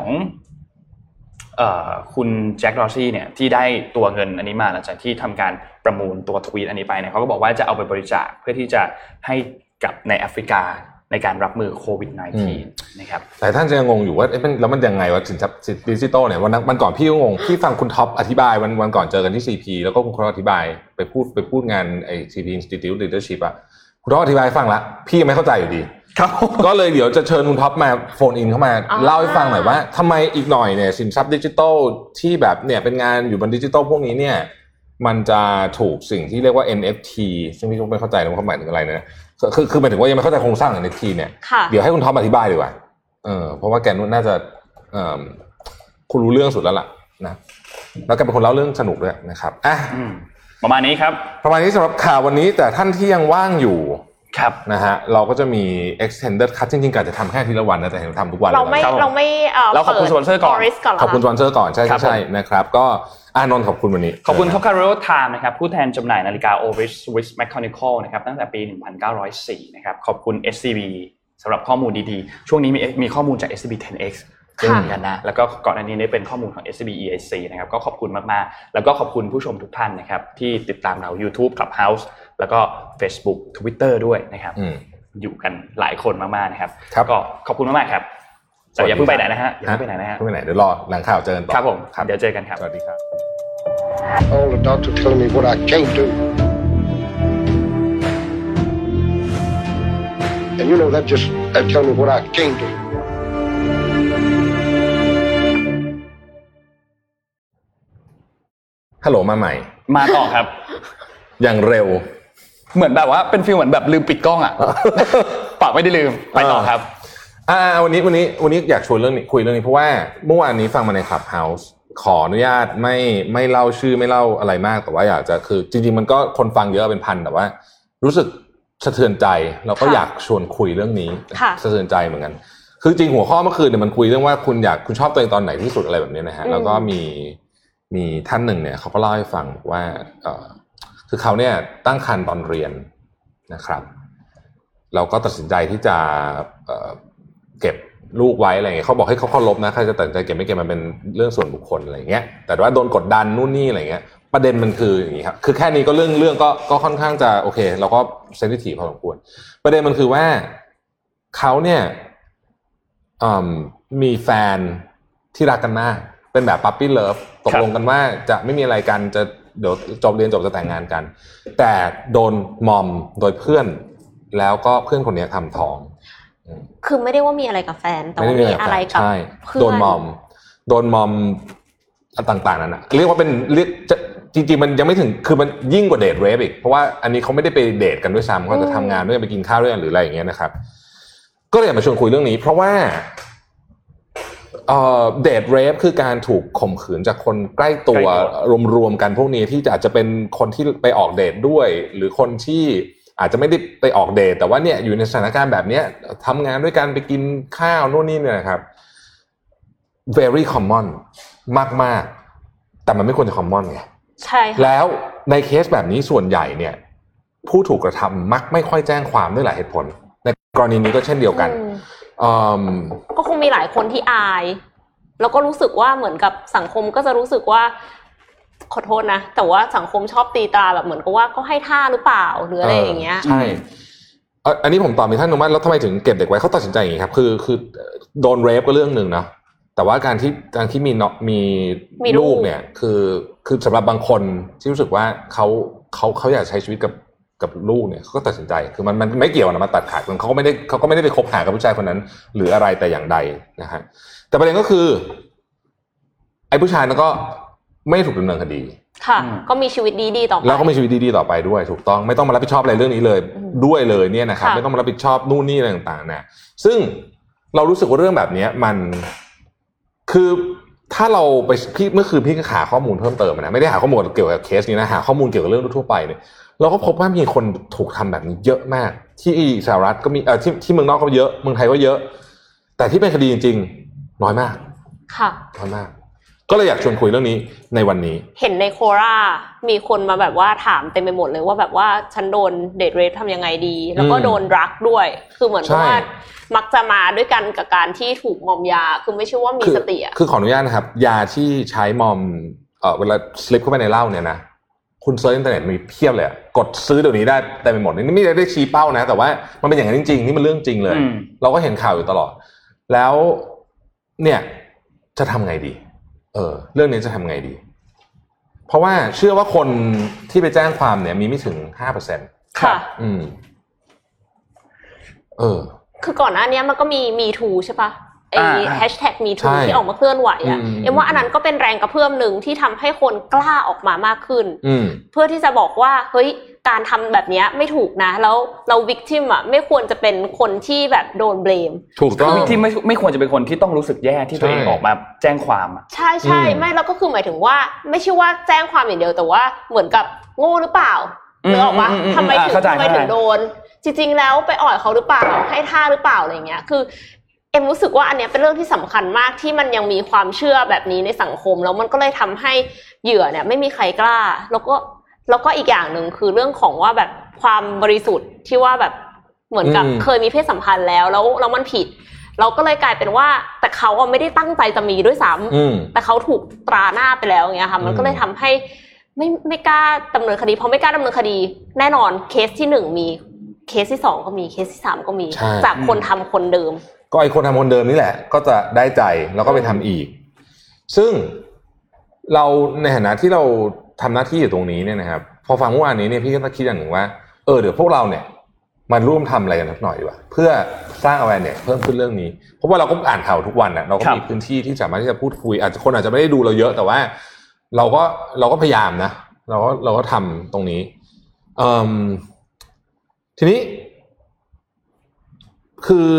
คุณแจ็คดอร์ซี่เนี่ยที่ได้ตัวเงินอันนี้มาหลังจากที่ทำการประมูลตัวทวีตอันนี้ไปเนี่ยเขาก็บอกว่าจะเอาไปบริจาคเพื่อที่จะให้กับในแอฟริกาในการรับมือโควิด -19 นะครับแต่ท่านจะงงอยู่ว่าแล้วมันยังไงวะสินทรัพย์ดิจิตอลเนี่ยวันก่อนพี่ก็งงพี่ฟังคุณท็อปอธิบายวันก่อนเจอกันที่ CP แล้วก็คุณท็อปอธิบายไปพูดงานไอ้ CP Institute Leadership อ่ะคุณท็อปอธิบายฟังละพี่ยังไม่เข้าใจอยู่ดีก็เลยเดี๋ยวจะเชิญคุณท็อปมาโฟนอินเข้ามาเล่าให้ฟังหน่อยว่าทำไมอีกหน่อยเนี่ยสินทรัพย์ดิจิตอลที่แบบเนี่ยเป็นงานอยู่บนดิจิตอลพวกนี้เนี่ยมันจะถูกสิ่งที่เรียกว่า NFT ซึ่งพี่ก็ไม่เข้าใจว่าเขาหมายถึงอะไรนะคือหมายถึงว่ายังไม่เข้าใจโครงสร้างของ NFT เนี่ยเดี๋ยวให้คุณท็อปอธิบายดีกว่าเพราะว่าแกน่าจะคุณรู้เรื่องสุดแล้วล่ะนะแล้วแกเป็นคนเล่าเรื่องสนุกด้วยนะครับประมาณนี้ครับประมาณนี้สำหรับข่าววันนี้แต่ท่านที่ยังว่างอยู่ครับนะฮะเราก็จะมี extended cut จริงๆก็จะทำแค่ทีละวันนะแต่เราทำทุกวันเราไม่เราขอบคุณสปอนเซอร์ก่อนขอบคุณสปอนเซอร์ก่อนใช่นะครับก็นนท์ขอบคุณวันนี้ขอบคุณ Top Career Time นะครับผู้แทนจำหน่ายนาฬิกา Oris Swiss Mechanical นะครับตั้งแต่ปี1904นะครับขอบคุณ SCB สำหรับข้อมูลดีๆช่วงนี้มีข้อมูลจาก SCB 10X เยอะเหมือนกันนะแล้วก็ก่อนหน้านี้ได้เป็นข้อมูลของ SCB EIC นะครับก็ขอบคุณมากๆแล้วก็ขอบคุณผู้ชมทุกท่านนะครับที่ติดตามเรา YouTube Clubhouse แล้วก็ Facebook Twitter ด้วยนะครับอยู่กันหลายคนมากๆนะครับก็ขอบคุณมากๆครับแต่อย่าเพิ่งไปไหนนะฮะอย่าเพิ่งไปไหนนะฮะเดี๋ยวรอหลังข่าวเจอกันต่อครับผมเดี๋ยวเจอกันครับสวัสดีครับ All the doctor telling me what I can't do and you know that telling me what I can't do ฮัลโหลมาใหม่มาต่อครับอย่างเร็วเหมือนแบบว่าเป็นฟีลเหมือนแบบลืมปิดกล้องอ่ะ ปากไม่ได้ลืมไปต่อครับวันนี้อยากชวนเรื่องนี้คุยเรื่องนี้เพราะว่าเมื่อวานนี้ฟังมาใน Clubhouse ขออนุญาตไม่เล่าชื่อไม่เล่าอะไรมากแต่ว่าอยากจะคือจริงๆมันก็คนฟังเยอะเป็นพันแต่ว่ารู้สึกสะเทือนใจแล้วก็อยากชวนคุยเรื่องนี้สะเทือนใจเหมือนกันคือจริงหัวข้อเมื่อคืนเนี่ยมันคุยเรื่องว่าคุณชอบตัวเองตอนไหนที่สุดอะไรแบบนี้นะฮะแล้วก็มีท่านหนึ่งเนี่ยเขาก็เล่าให้ฟังว่าคือเขาเนี่ยตั้งครรภ์ตอนเรียนนะครับเราก็ตัดสินใจที่จะเก็บลูกไว้อะไรเงี้ยเขาบอกให้เขาเคารพนะใครจะตัดสินใจเก็บไม่เก็บมันเป็นเรื่องส่วนบุคคลอะไรเงี้ยแต่ว่าโดนกดดันนู่นนี่อะไรเงี้ยประเด็นมันคืออย่างนี้ครับคือแค่นี้ก็เรื่องก็ค่อนข้างจะโอเคเราก็เซนซิทีฟพอสมควรประเด็นมันคือว่าเขาเนี่ยมีแฟนที่รักกันมากเป็นแบบปั๊ปปี้เลิฟตกลงกันว่าจะไม่มีอะไรกันจะเดี๋ยวจบเรียนจบจะแต่งงานกันแต่โดนมอมโดยเพื่อนแล้วก็เพื่อนคนนี้ทำท้องคือไม่ได้ว่ามีอะไรกับแฟนแต่ว่ามีอะไรกับเพื่อนโดนมอมต่างๆนั่นนะเรียกว่าเป็นจริงๆมันยังไม่ถึงคือมันยิ่งกว่าเดทเรฟอีกเพราะว่าอันนี้เขาไม่ได้ไปเดทกันด้วยซ้ำเขาจะทำงานด้วยกันไปกินข้าวด้วยกันหรืออะไรอย่างเงี้ยนะครับก็เลยอยากมาชวนคุยเรื่องนี้เพราะว่าเดทเรฟคือการถูกข่มขืนจากคนใกล้ตัวรวมๆกันพวกนี้ที่อาจจะเป็นคนที่ไปออกเดทด้วยหรือคนที่อาจจะไม่ได้ไปออกเดทแต่ว่าเนี่ยอยู่ในสถานการณ์แบบนี้ทำงานด้วยกันไปกินข้าวโน่นนี่เนี่ยนะครับ very common มากๆแต่มันไม่ควรจะ common ไงใช่ค่ะแล้วในเคสแบบนี้ส่วนใหญ่เนี่ยผู้ถูกกระทำมักไม่ค่อยแจ้งความด้วยหลายเหตุผลในกรณีนี้ก็เช่นเดียวกันก็คงมีหลายคนที่อายแล้วก็รู้สึกว่าเหมือนกับสังคมก็จะรู้สึกว่าขอโทษนะแต่ว่าสังคมชอบตีตราแบบเหมือนกับว่าก็ให้ท่าหรือเปล่าหรืออะไรอย่างเงี้ยใช่อันนี้ผมตอบมีท่านนึงว่าแล้วทำไมถึงเก็บเด็กไว้เขาตัดสินใจอย่างนี้ครับคือโดนเรฟก็เรื่องนึงนะแต่ว่าการที่มีลูกเนี่ยคือสำหรับบางคนที่รู้สึกว่าเขาอยากใช้ชีวิตกับลูกเนี่ยเขาก็ตัดสินใจคือมันไม่เกี่ยวนะมาตัดขาดเขาก็ไม่ได้ไปคบหากับผู้ชายคนนั้นหรืออะไรแต่อย่างใดนะฮะแต่ประเด็นก็คือไอ้ผู้ชายนั้นก็ไม่ถูกดำเนินคดีค่ะก็มีชีวิตดีๆต่อไปแล้วก็มีชีวิตดีๆต่อไปด้วยถูกต้องไม่ต้องมารับผิดชอบอะไรเรื่องนี้เลยด้วยเลยเนี่ยนะครับไม่ต้องมารับผิดชอบนู่นนี่อะไรต่างๆนะซึ่งเรารู้สึกว่าเรื่องแบบนี้มันคือถ้าเราไปเมื่อคืนพี่ก็หาข้อมูลเพิ่มเติมนะไม่ได้หาข้อมูลเกี่ยวกับเคสนี้นะหาข้อมูลเกี่ยวกับเรื่องทั่วไปเนี่ยเราก็พบว่ามีคนถูกทำแบบนี้เยอะมากที่สหรัฐก็มีที่เมืองนอกก็เยอะเมืองไทยก็เยอะแต่ที่เป็นคดีจริงๆน้อยมากค่ะน้อยมากก็เลยอยากชวนคุยเรื่องนี้ในวันนี้เห็นในโครามีคนมาแบบว่าถามเต็มไปหมดเลยว่าแบบว่าฉันโดนเดทเรฟทำยังไงดีแล้วก็โดนรักด้วยคือเหมือนกับว่ามักจะมาด้วยกันกับการที่ถูกมอมยาคือไม่ใช่ว่ามีสติอ่ะคือขออนุญาตนะครับยาที่ใช้มอมเวลาสลิปเข้าไปในเหล้าเนี่ยนะคุณเซิร์ชอินเทอร์เน็ตมีเพียบเลยกดซื้อเดี๋ยวนี้ได้แต่ไปหมดนี่ไม่ได้ชี้เป้านะแต่ว่ามันเป็นอย่างนั้นจริงๆนี่มันเรื่องจริงเลยเราก็เห็นข่าวอยู่ตลอดแล้วเนี่ยจะทำไงดีเรื่องนี้จะทำไงดีเพราะว่าเชื่อว่าคนที่ไปแจ้งความเนี่ยมีไม่ถึง 5% ค่ะคือก่อนหน้านี้มันก็มีทูใช่ปะไอ้แฮชแท็กมีทูที่ออกมาเคลื่อนไหวอ่ะเอ็มว่าอันนั้นก็เป็นแรงกระเพื่อมหนึ่งที่ทำให้คนกล้าออกมามากขึ้นเพื่อที่จะบอกว่าเฮ้ยการทำแบบนี้ไม่ถูกนะแล้วเราวิกทิมอ่ะไม่ควรจะเป็นคนที่แบบโดนเบลมถูกต้องวิกทิมไม่ควรจะเป็นคนที่ต้องรู้สึกแย่ที่ตัวเองออกมาแจ้งความอ่ะใช่ไม่แล้วก็คือหมายถึงว่าไม่ใช่ว่าแจ้งความอย่างเดียวแต่ว่าเหมือนกับโง่หรือเปล่านึกออกปะทำไมถึงโดนจริงๆแล้วไปอ่อยเขาหรือเปล่าให้ท่าหรือเปล่าอะไรเงี้ยคือเอ็มรู้สึกว่าอันเนี้ยเป็นเรื่องที่สำคัญมากที่มันยังมีความเชื่อแบบนี้ในสังคมแล้วมันก็เลยทำให้เหยื่อเนี่ยไม่มีใครกล้าแล้วก็อีกอย่างหนึ่งคือเรื่องของว่าแบบความบริสุทธิ์ที่ว่าแบบเหมือนกับเคยมีเพศสัมพันธ์แล้วมันผิดเราก็เลยกลายเป็นว่าแต่เขาไม่ได้ตั้งใจจะมีด้วยซ้ำแต่เขาถูกตราหน้าไปแล้วอย่างเงี้ยค่ะมันก็เลยทำให้ไม่กล้าดำเนินคดีเพราะไม่กล้าดำเนินคดีแน่นอนเคสที่1มีเคสที่2ก็มีเคสที่3ก็มีจากคนทำคนเดิมก็ไอคนทำคนเดิมนี่แหละก็จะได้ใจแล้วก็ไปทำอีกซึ่งเราในฐานะที่เราทำหน้าที่อยู่ตรงนี้เนี่ยนะครับพอฟังเมื่อวานนี้เนี่ยพี่ก็คิดอย่างหนึ่งว่าเดี๋ยวพวกเราเนี่ยมาร่วมทำอะไรกันสักหน่อยดีกว่าเพื่อสร้าง awareness เพิ่มขึ้นเรื่องนี้เพราะว่าเราก็อ่านข่าวทุกวันนะเราก็มีพื้นที่ที่สามารถที่จะพูดคุยคนอาจจะไม่ได้ดูเราเยอะแต่ว่าเราก็พยายามนะเราก็ทำตรงนี้ทีนี้คือ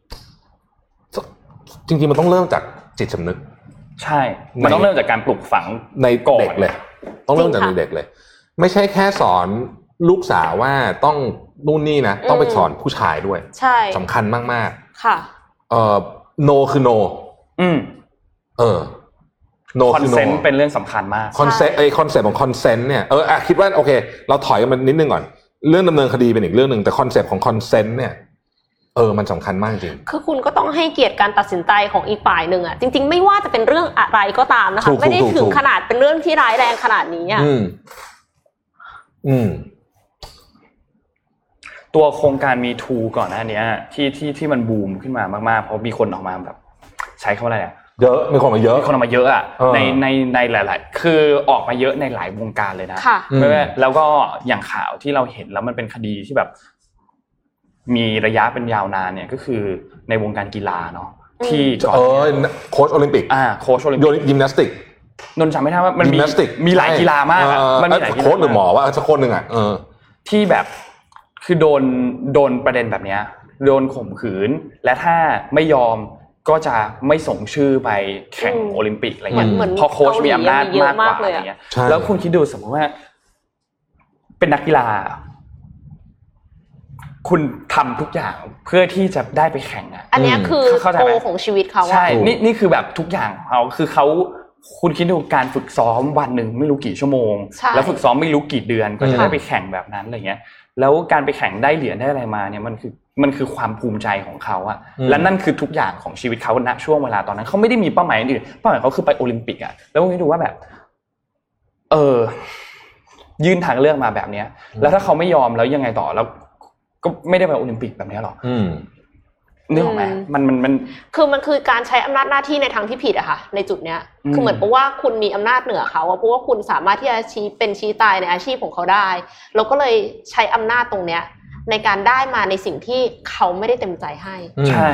จริงๆมันต้องเริ่มจากจิตสำนึกใช่มันต้องเริ่มจากการปลูกฝังในเด็กเลยต้องเริ่มจากเด็กเลยไม่ใช่แค่สอนลูกสาวว่าต้องนู่นนี่นะต้องไปสอนผู้ชายด้วยใช่สำคัญมากๆค่ะ no คือ no no คอนเซนต์เป็นเรื่องสำคัญมากคอนเซปต์คอนเซปต์ของคอนเซนต์เนี่ยคิดว่าโอเคเราถอยกันมานิดนึงก่อนเรื่องดำเนินคดีเป็นอีกเรื่องนึงแต่คอนเซปต์ของคอนเซนต์เนี่ยมันสำคัญมากจริงคือคุณก็ต้องให้เกียรติการตัดสินใจของอีกฝ่ายหนึ่งอ่ะจริงๆไม่ว่าจะเป็นเรื่องอะไรก็ตามนะคะไม่ได้ถึงขนาดเป็นเรื่องที่ร้ายแรงขนาดนี้อ่ะตัวโครงการมีทูก่อนหน้านี้ที่มันบูมขึ้นมามากๆเพราะมีคนออกมาแบบใช้คำว่าอะไรอ่ะเยอะมีคนมาเยอะอ่ะในหลายๆคือออกมาเยอะในหลายวงการเลยนะแล้วก็อย่างข่าวที่เราเห็นแล้วมันเป็นคดีที่แบบมีระยะเป็นยาวนานเนี่ยก็คือในวงการกีฬาเนาะที่ก่อนโค้ชโอลิมปิกโค้ชโอลิมปิกยิมนาสติกนนจำไม่ได้ว่ามันมีหลายกีฬามากมันมีหลายกีฬาโค้ชหรือหมอว่าสักคนนึงอ่ะที่แบบคือโดนประเด็นแบบเนี้ยโดนข่มขืนและถ้าไม่ยอมก็จะไม่ส่งชื่อไปแข่งโอลิมปิกอะไรเงี้ยพอโค้ชมีอำนาจมากกว่าอะไรเงี้ยแล้วคุณคิดดูสมมติว่าเป็นนักกีฬาคุณทำทุกอย่างเพื่อที่จะได้ไปแข่งอ่ะอันนี้คือโกของชีวิตเขาใช่นี่คือแบบทุกอย่างเขาคือเขาคุณคิดดูการฝึกซ้อมวันนึงไม่รู้กี่ชั่วโมงแล้วฝึกซ้อมไม่รู้กี่เดือนก็จะได้ไปแข่งแบบนั้นอะไรเงี้ยแล้วการไปแข่งได้เหรียญได้อะไรมาเนี่ยมันคือความภูมิใจของเขาอะและนั่นคือทุกอย่างของชีวิตเขาณช่วงเวลาตอนนั้นเขาไม่ได้มีเป้าหมายอื่นเป้าหมายเขาคือไปโอลิมปิกอะแล้วคุณคิดดูว่าแบบยื่นทางเลือกมาแบบเนี้ยแล้วถ้าเขาไม่ยอมแล้วยังไงต่อแล้วก็ไม่ได้ไปโอลิมปิกแบบนี้หรอนึกออกไหมมันคือการใช้อำนาจหน้าที่ในทางที่ผิดอะค่ะในจุดเนี้ยคือเหมือนกับว่าคุณมีอำนาจเหนือเขาเพราะว่าคุณสามารถที่จะชี้ตายในอาชีพของเขาได้แล้วก็เลยใช้อำนาจตรงเนี้ยในการได้มาในสิ่งที่เขาไม่ได้เต็มใจให้ใช่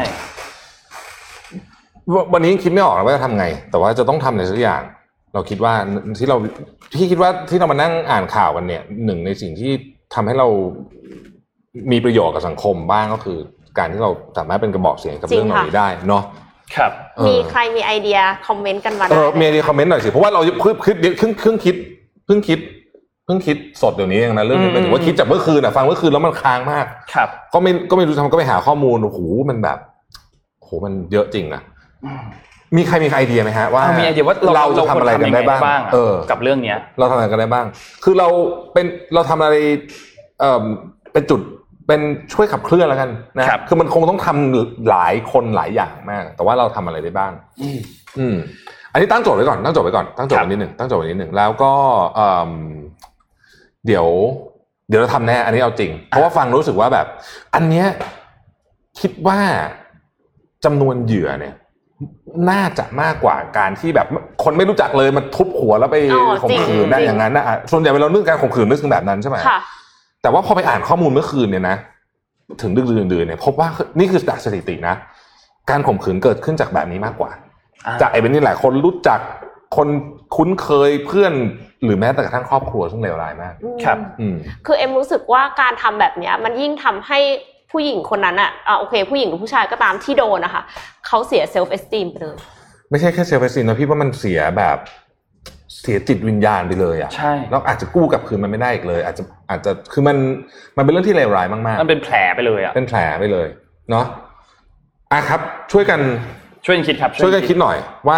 วันนี้คิดไม่ออกว่าจะทำไงแต่ว่าจะต้องทำอะไรสักอย่างเราคิดว่าที่คิดว่าที่เรามานั่งอ่านข่าวกันเนี่ยหนึ่งในสิ่งที่ทำให้เรามีประโยชน์กับสังคมบ้างก็คือการที่เราสามารถเป็นกระบอกเสียงกับเรื่องเหล่านี้ได้เนาะครับมีใครมีไอเดียคอมเมนต์กันมาได้มีไอเดียคอมเมนต์หน่อยสิเพราะว่าเราเพิ่งคิดสดเดี๋ยวนี้เองนะเรื่องนี้เป็นถือว่าคิดจากเมื่อคืนฟังเมื่อคืนแล้วมันค้างมากครับก็ไม่รู้ทำก็ไปหาข้อมูลโอ้โหมันแบบโหมันเยอะจริงนะมีใครมีไอเดียไหมฮะว่ามีไอเดียว่าเราจะทำอะไรกันได้บ้างกับเรื่องนี้เราทำอะไรกันได้บ้างคือเราทำอะไรเป็นจุดเป็นช่วยขับเคลื่อนแล้วกันนะคือมันคงต้องทำหลายคนหลายอย่างมากแต่ว่าเราทำอะไรได้บ้างอันนี้ตั้งโจทย์ไว้ก่อนตั้งโจทย์ไว้นิดหนึ่งแล้วก็เดี๋ยวเราทำแน่อันนี้เอาจริงเพราะว่าฟังรู้สึกว่าแบบอันเนี้ยคิดว่าจำนวนเหยื่อเนี่ยน่าจะมากกว่าการที่แบบคนไม่รู้จักเลยมันทุบหัวแล้วไปข่มขืนได้อย่างนั้นนะส่วนใหญ่เรานึกการข่มขืนนึกถึงแบบนั้นใช่ไหมแต่ว่าพอไปอ่านข้อมูลเมื่อคืนเนี่ยนะถึงดึกดื่นเนี่ยพบว่านี่คือจากสถิตินะการข่มขืนเกิดขึ้นจากแบบนี้มากกว่าจากไอ้เป็นนี่แหละคนรู้จักคนคุ้นเคยเพื่อนหรือแม้แต่กระทั่งครอบครัวซึ่งเลวร้ายมากครับคือเอ็มรู้สึกว่าการทำแบบนี้มันยิ่งทำให้ผู้หญิงคนนั้นอ่ะโอเคผู้หญิงหรือผู้ชายก็ตามที่โดนนะคะเขาเสียเซลฟ์เอสตีมไปเลยไม่ใช่แค่เซลฟ์เอสตีมนะพี่ว่ามันเสียแบบเสียจิตวิญญาณไปเลยอ่ะใช่แล้วอาจจะกู้กลับคืนมันไม่ได้อีกเลยอาจจะคือมันเป็นเรื่องที่เลวร้ายมากๆมันเป็นแผลไปเลยอ่ะเป็นแผลไปเลยเนาะครับช่วยกันคิดครับช่วยกันคิดหน่อยว่า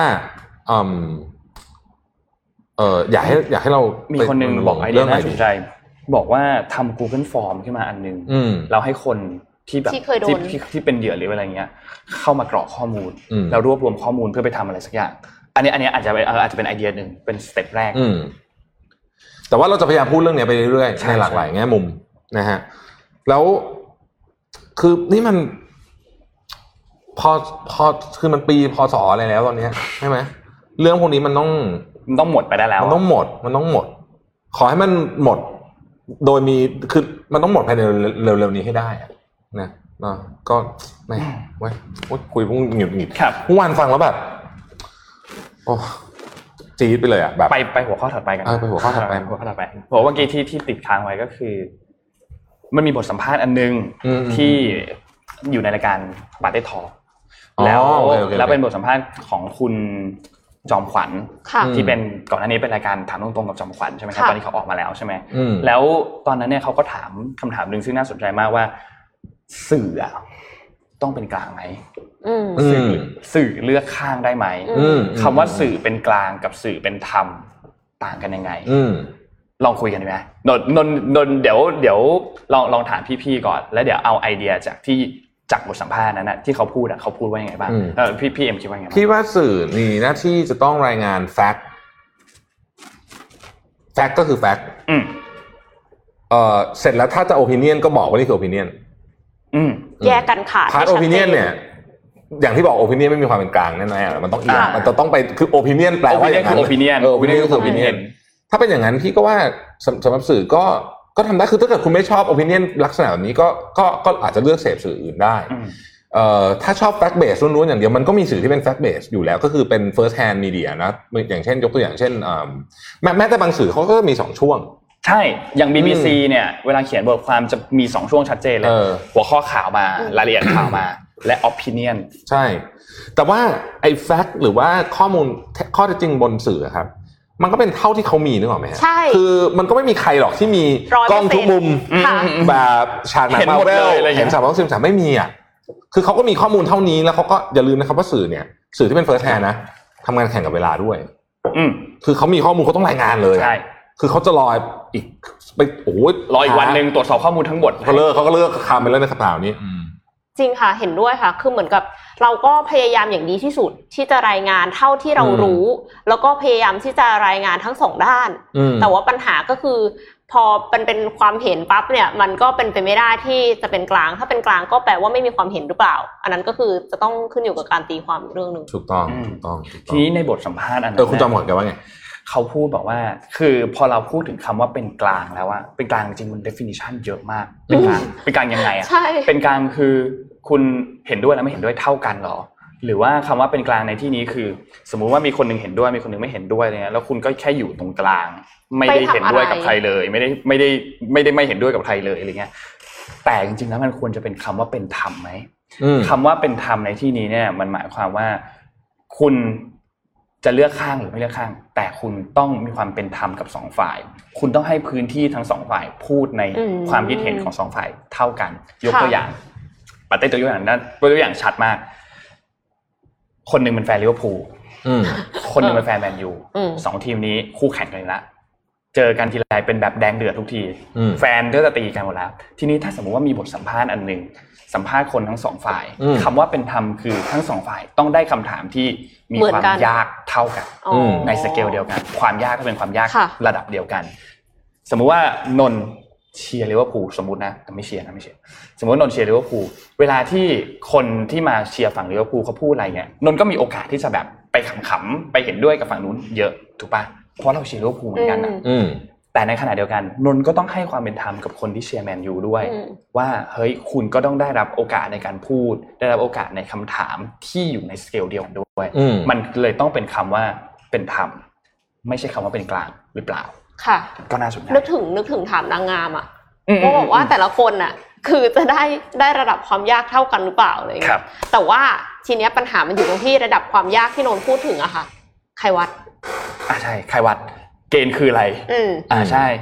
อยากให้เรามีคนนึงบอกไอเดียน่าสนใจบอกว่าทำ Google Form ขึ้นมาอันนึงเราให้คนที่แบบที่เป็นเหยื่อหรืออะไรเงี้ยเข้ามากรอกข้อมูลแล้วรวบรวมข้อมูลเพื่อไปทำอะไรสักอย่างอันนี้อาจจะเป็นไอเดียหนึ่งเป็นสเต็ปแรกแต่ว่าเราจะพยายามพูดเรื่องนี้ไปเรื่อยๆในหลากหลายแง่มุมนะฮะแล้วคือนี่มันพอคือมันปีพศอะไรแล้วตอนนี้ใช่ไหมเรื่องพวกนี้มันต้องหมดไปได้แล้วมันต้องหมดขอให้มันหมดโดยมีคือมันต้องหมดภายในเร็วๆนี้ให้ได้นะก็ไม่คุยพวกหงิดเมื่อวานฟังแล้วแบบโอ้จี๊ดไปเลยอ่ะแบบไปหัวข้อถัดไปกันไปหัวข้อถัดไปผมเมื่อกี้ที่ติดค้างไว้ก็คือมันมีบทสัมภาษณ์อันนึงที่อยู่ในรายการปาเต้ทอล์คแล้วเป็นบทสัมภาษณ์ของคุณจอมขวัญที่เป็นก่อนหน้านี้เป็นรายการถามตรงๆกับจอมขวัญใช่ไหมครับตอนนี้เขาออกมาแล้วใช่ไหมแล้วตอนนั้นเนี่ยเขาก็ถามคำถามนึงซึ่งน่าสนใจมากว่าสื่อต้องเป็นกลางไหมสื่อเลือกข้างได้ไหมคำว่าสื่อเป็นกลางกับสื่อเป็นธรรมต่างกันยังไงลองคุยกันดีไหมนนเดี๋ยวลองถามพี่ๆก่อนแล้วเดี๋ยวเอาไอเดียจากบทสัมภาษณ์นั้นนะที่เขาพูดเขาพูดว่ายังไงบ้างพี่เอ็มคิดว่าไงพี่ว่าสื่อมีหน้าที่จะต้องรายงานแฟกต์ก็คือแฟกต์เสร็จแล้วถ้าจะ opinion ก็บอกว่านี่คือ opinion แยกกันขาด part opinion เนี่ยอย่างที่บอก opinion ไม่มีความเป็นกลางแน่ๆมันต้องมันจะต้องไปคือ opinion แปลว่าอย่างนั้น opinion ก็คือ opinion ถ้าเป็นอย่างนั้นพี่ก็ว่าสำหรับสื่อก็ทำได้คือถ้าเกิดคุณไม่ชอบ opinion ลักษณะแบบนี้ก็อาจจะเลือกเสพสื่ออื่นได้ถ้าชอบ fact base ล้วนๆอย่างเดียวมันก็มีสื่อที่เป็น fact base อยู่แล้วก็คือเป็น first hand media นะอย่างเช่นยกตัวอย่างเช่นแม้แต่บางสื่อเขาก็มี2ช่วงใช่อย่าง BBC เนี่ยเวลาเขียนบทความจะมี2ช่วงชัดเจนเลยหัวข้อข่าวมารายละเอียดข่าวมาและ opinion ใช่แต่ว่าไอ้ fact หรือว่าข้อมูลข้อเท็จจริงบนสื่อครับมันก็เป็นเท่าที่เขามีนึกออกไหมฮะคือมันก็ไม่มีใครหรอกที่มีกล้องทุกมุมแบบฉากหนังมาร์เวลเห็น313ไม่มีอ่ะคือเขาก็มีข้อมูลเท่านี้แล้วเขาก็อย่าลืมนะครับว่าสื่อที่เป็น first hand นะทำงานแข่งกับเวลาด้วยคือเขามีข้อมูลเขาต้องรายงานเลยใช่คือเขาจะรออีกไปรออีกวันนึงตรวจสอบข้อมูลทั้งหมดเขาก็เลิกคำไปแล้วในข่าวนี้จริงค่ะเห็นด้วยค่ะคือเหมือนกับเราก็พยายามอย่างดีที่สุดที่จะรายงานเท่าที่เรารู้แล้วก็พยายามที่จะรายงานทั้ง2ด้านแต่ว่าปัญหาก็คือพอเป็นความเห็นปั๊บเนี่ยมันก็เป็นไปไม่ได้ที่จะเป็นกลางถ้าเป็นกลางก็แปลว่าไม่มีความเห็นหรือเปล่าอันนั้นก็คือจะต้องขึ้นอยู่กับการตีความเรื่องนึงถูกต้องทีนี้ในบทสัมภาษณ์อันนั้นคุณจอมขวัญแกว่าไงเขาพูดบอกว่าคือพอเราพูดถึงคำว่าเป็นกลางแล้วเป็นกลางจริงมัน definition เยอะมากเป็นกลางยังไงเป็นกลางคือคุณเห็นด้วยและไม่เห็นด้วยเท่ากันหรอหรือว่าคำว่าเป็นกลางในที่นี้คือสมมุติว่ามีคนนึงเห็นด้วยมีคนนึงไม่เห็นด้วยอะไรเงี้ยแล้วคุณก็แค่อยู่ตรงกลางไม่ได้เห็นด้วยกับใครเลยไม่ได้ไม่เห็นด้วยกับใครเลยอะไรเงี้ยแต่จริงๆแล้วมันควรจะเป็นคำว่าเป็นธรรมไหมคำว่าเป็นธรรมในที่นี้เนี่ยมันหมายความว่าคุณจะเลือกข้างหรือไม่เลือกข้างแต่คุณต้องมีความเป็นธรรมกับ2ฝ่ายคุณต้องให้พื้นที่ทั้ง2ฝ่ายพูดในความคิดเห็นของ2ฝ่ายเท่ากันยกตัวอย่างปาเต้ตัวอย่างนั้นตัวอย่างชัดมากคนนึงเป็นแฟนลิเวอร์พูลคนนึงเป็นแฟนแมนยู2ทีมนี้คู่แข่งกันละเจอกันทีไรเป็นแบบแดงเดือดทุกทีแฟนก็จะตีกันหมดแล้วทีนี้ถ้าสมมุติว่ามีบทสัมภาษณ์อันนึงสัมภาษณ์คนทั้ง2ฝ่ายคำว่าเป็นธรรมคือทั้ง2ฝ่ายต้องได้คำถามที่มีความยากเท่ากันในสเกลเดียวกันความยากก็เป็นความยากระดับเดียวกันสมมุติว่านนเชียร์ลิเวอร์พูลสมมุตินะแต่ไม่เชียร์สมมุตินนเชียร์ลิเวอร์พูลเวลาที่คนที่มาเชียร์ฝั่งลิเวอร์พูลเขาพูดอะไรเงี้ยนนก็มีโอกาสที่จะแบบไปขำๆไปเห็นด้วยกับฝั่งนู้นเยอะถูกป่ะเพราะเราเชียร์ลิเวอร์พูลเหมือนกันนะแต่ในขณะเดียวกันนนก็ต้องให้ความเป็นธรรมกับคนที่เชียร์แมนยูด้วยว่าเฮ้ยคุณก็ต้องได้รับโอกาสในการพูดได้รับโอกาสในคำถามที่อยู่ในสเกลเดียวกันด้วยมันเลยต้องเป็นคำว่าเป็นธรรมไม่ใช่คำว่าเป็นกลางหรือเปล่าค่ะก็น่าสนใจนึกถึงถามนางงามก็บอกว่าแต่ละคนคือจะได้ระดับความยากเท่ากันหรือเปล่าอะไรอย่างเงี้ยแต่ว่าทีเนี้ยปัญหามันอยู่ตรงที่ระดับความยากที่นนพูดถึงค่ะใครวัดใช่ใครวัดเกณฑ์คืออะไรใช่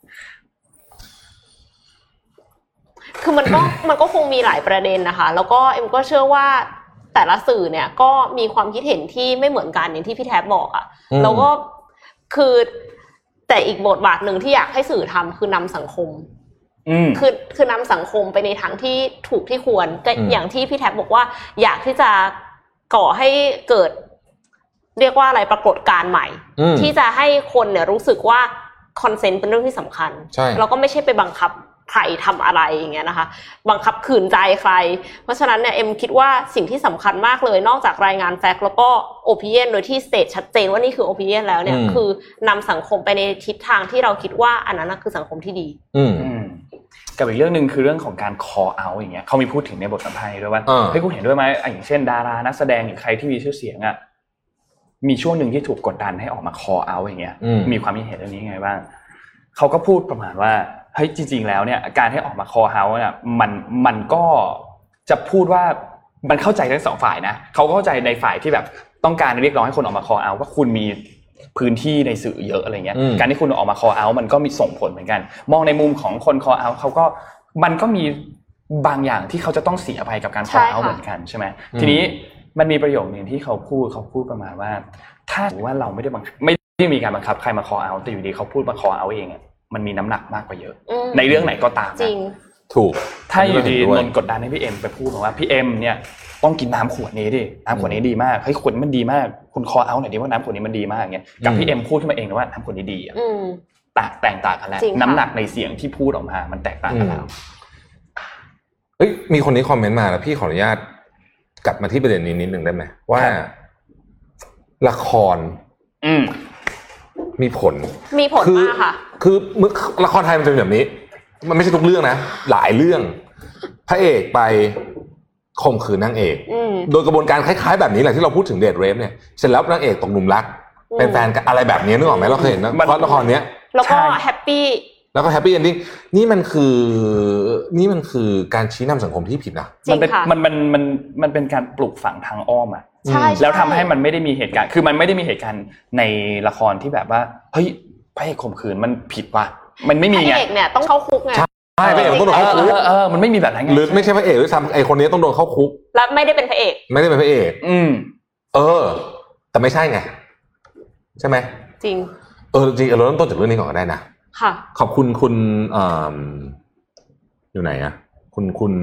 คือมันก็คงมีหลายประเด็นนะคะแล้วก็เอ็มก็เชื่อว่าแต่ละสื่อเนี่ยก็มีความคิดเห็นที่ไม่เหมือนกันอย่างที่พี่แท็บบอกแล้วก็แต่อีกบทบาทหนึ่งที่อยากให้สื่อทำคือนำสังคมคือนำสังคมไปในทางที่ถูกที่ควรก็อย่างที่พี่แท็บบอกว่าอยากที่จะก่อให้เกิดเรียกว่าอะไรปรากฏการณ์ใหม่ที่จะให้คนเนี่ยรู้สึกว่าคอนเซนต์เป็นเรื่องที่สำคัญแล้วก็ไม่ใช่ไปบังคับใครทำอะไรอย่างเงี้ยนะคะบังคับขืนใจใครเพราะฉะนั้นเนี่ยเอ็มคิดว่าสิ่งที่สำคัญมากเลยนอกจากรายงานแฟกต์แล้วก็โอปิเนียนโดยที่สเตทชัดเจนว่านี่คือโอปิเนียนแล้วเนี่ยคือนำสังคมไปในทิศทางที่เราคิดว่าอันนั้นคือสังคมที่ดีกับอีกเรื่องนึงคือเรื่องของการ call out อย่างเงี้ยเขามีพูดถึงในบทสัมภาษณ์ด้วยว่าเฮ้ยคุณเห็นด้วยมั้ยอย่างเช่นดารานักแสดงหรือใครที่มีชื่อเสียงมีช่วงหนึ่งที่ถูกกดดันให้ออกมา call out อย่างเงี้ยมีความคิดเห็นเรื่องนี้ยังไงบ้างเขาก็พูดประมาณว่าเฮ้ยจริงๆแล้วเนี่ยการให้ออกมา call out เนี่ยมันก็จะพูดว่ามันเข้าใจทั้งสองฝ่ายนะเขาเข้าใจในฝ่ายที่แบบต้องการเรียกร้องให้คนออกมา call out ว่าคุณมีพื้นที่ในสื่อเยอะอะไรเงี้ยการที่คุณออกมา call out มันก็มีส่งผลเหมือนกันมองในมุมของคน call out เขาก็มันก็มีบางอย่างที่เขาจะต้องเสียไปกับการ call out เหมือนกันใช่ไหมทีนี้มันมีประโยคนึงที่เขาพูดประมาณว่าถ้าว่าเราไม่ได้มีการบังคับใครมา call out แต่อยู่ดีเขาพูดมา call out เองอ่ะมันมีน้ำหนักมากกว่าเยอะในเรื่องไหนก็ตามนะถูกถ้าอยู่ดีนนกดดันให้พี่เอ็มไปพูดว่าพี่เอ็มเนี่ยต้องกินน้ำขวดนี้ดิน้ำขวดนี้ดีมากเฮ้ยขวดมันดีมากคุณ call out หน่อยดิว่าน้ำขวดนี้มันดีมากเงี้ยกับพี่เอ็มพูดขึ้นมาเองว่าน้ำขวดนี้ดีอ่ะแตกต่างกันแล้วน้ำหนักในเสียงที่พูดออกมามันแตกต่างกันแล้วมีคนนี้คอมเมนต์มาแล้วพี่ขออนุญาตกลับมาที่ประเด็นนี้นิดนึงได้ไหมว่าละครมีผลมากค่ะคือละครไทยมันเป็นแบบนี้มันไม่ใช่ทุกเรื่องนะหลายเรื่องพระเอกไปข่มขืนนางเอกโดยกระบวนการคล้ายๆแบบนี้แหละที่เราพูดถึงเดทเรฟเนี่ยเสร็จแล้วนางเอกตกหลุมรักเป็นแฟนกันอะไรแบบนี้นึกออกไหมเราเคยเห็นนะเพราะละครเนี้ยแล้วก็แฮปปี้เอนดิ้งนี่มันคือการชี้นำสังคมที่ผิดนะมันเป็นการปลูกฝังทางอ้อมอ่ะแล้วทำให้มันไม่ได้มีเหตุการณ์คือมันไม่ได้มีเหตุการณ์ในละครที่แบบว่าเฮ้ยพระเอกข่มขืนมันผิดว่ะมันไม่มีไงพระเอกเนี่ยต้องเข้าคุกไงใช่พระเอกต้องโดนเข้าคุกมันไม่มีแบบนั้นไงหรือไม่ใช่พระเอกด้วยซ้ำไอ้คนนี้ต้องโดนเข้าคุกแล้วไม่ได้เป็นพระเอกแต่ไม่ใช่ไงใช่ไหมจริงจริงเราต้องต้นจากเรื่องนี้ก่อนก็ได้นะค่ะขอบคุณคุณอยู่ไหนอะคุณ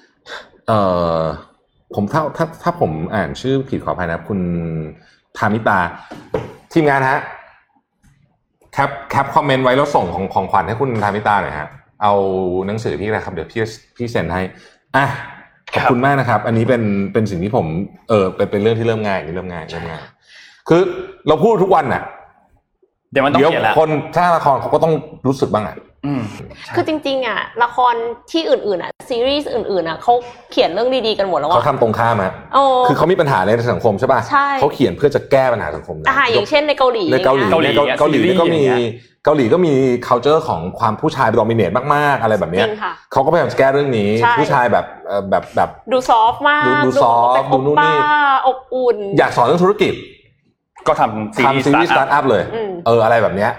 ผมถ้าผมอ่านชื่อผิดขออภัยนะคุณธามิตาทีมงานฮะแคปคอมเมนต์ไว้แล้วส่งของขวัญให้คุณธามิตาหน่อยฮะเอาหนังสือพี่นะครับเดี๋ยวพี่เซ็นให้ขอบคุณมากนะครับอันนี้เป็นสิ่งที่ผมเป็นเรื่องที่เริ่มง่ายคือเราพูดทุกวันน่ะเดี๋ยวมันต้องเขียนแล้วคนถ้าละครเขาก็ต้องรู้สึกบ้างอ่ะคือจริงๆอ่ะละครที่อื่นๆอ่ะซีรีส์อื่นๆอ่ะเขาเขียนเรื่องดีๆกันหมดแล้วเขาทำตรงข้ามฮะคือเขามีปัญหาในสังคมใช่ป่ะเขาเขียนเพื่อจะแก้ปัญหาสังคมอย่างเช่นในเกาหลีก็มี culture ของความผู้ชายดอมิเนตมากๆอะไรแบบนี้เขาก็พยายามจะแก้เรื่องนี้ผู้ชายแบบดูซอฟต์มากดูซอฟต์ดูนู่นนี่อบอุ่นอยากสอนเรื่องธุรกิจก็ทำซีรีส์สตาร์ทอัพเลยอะไรแบบเนี้ย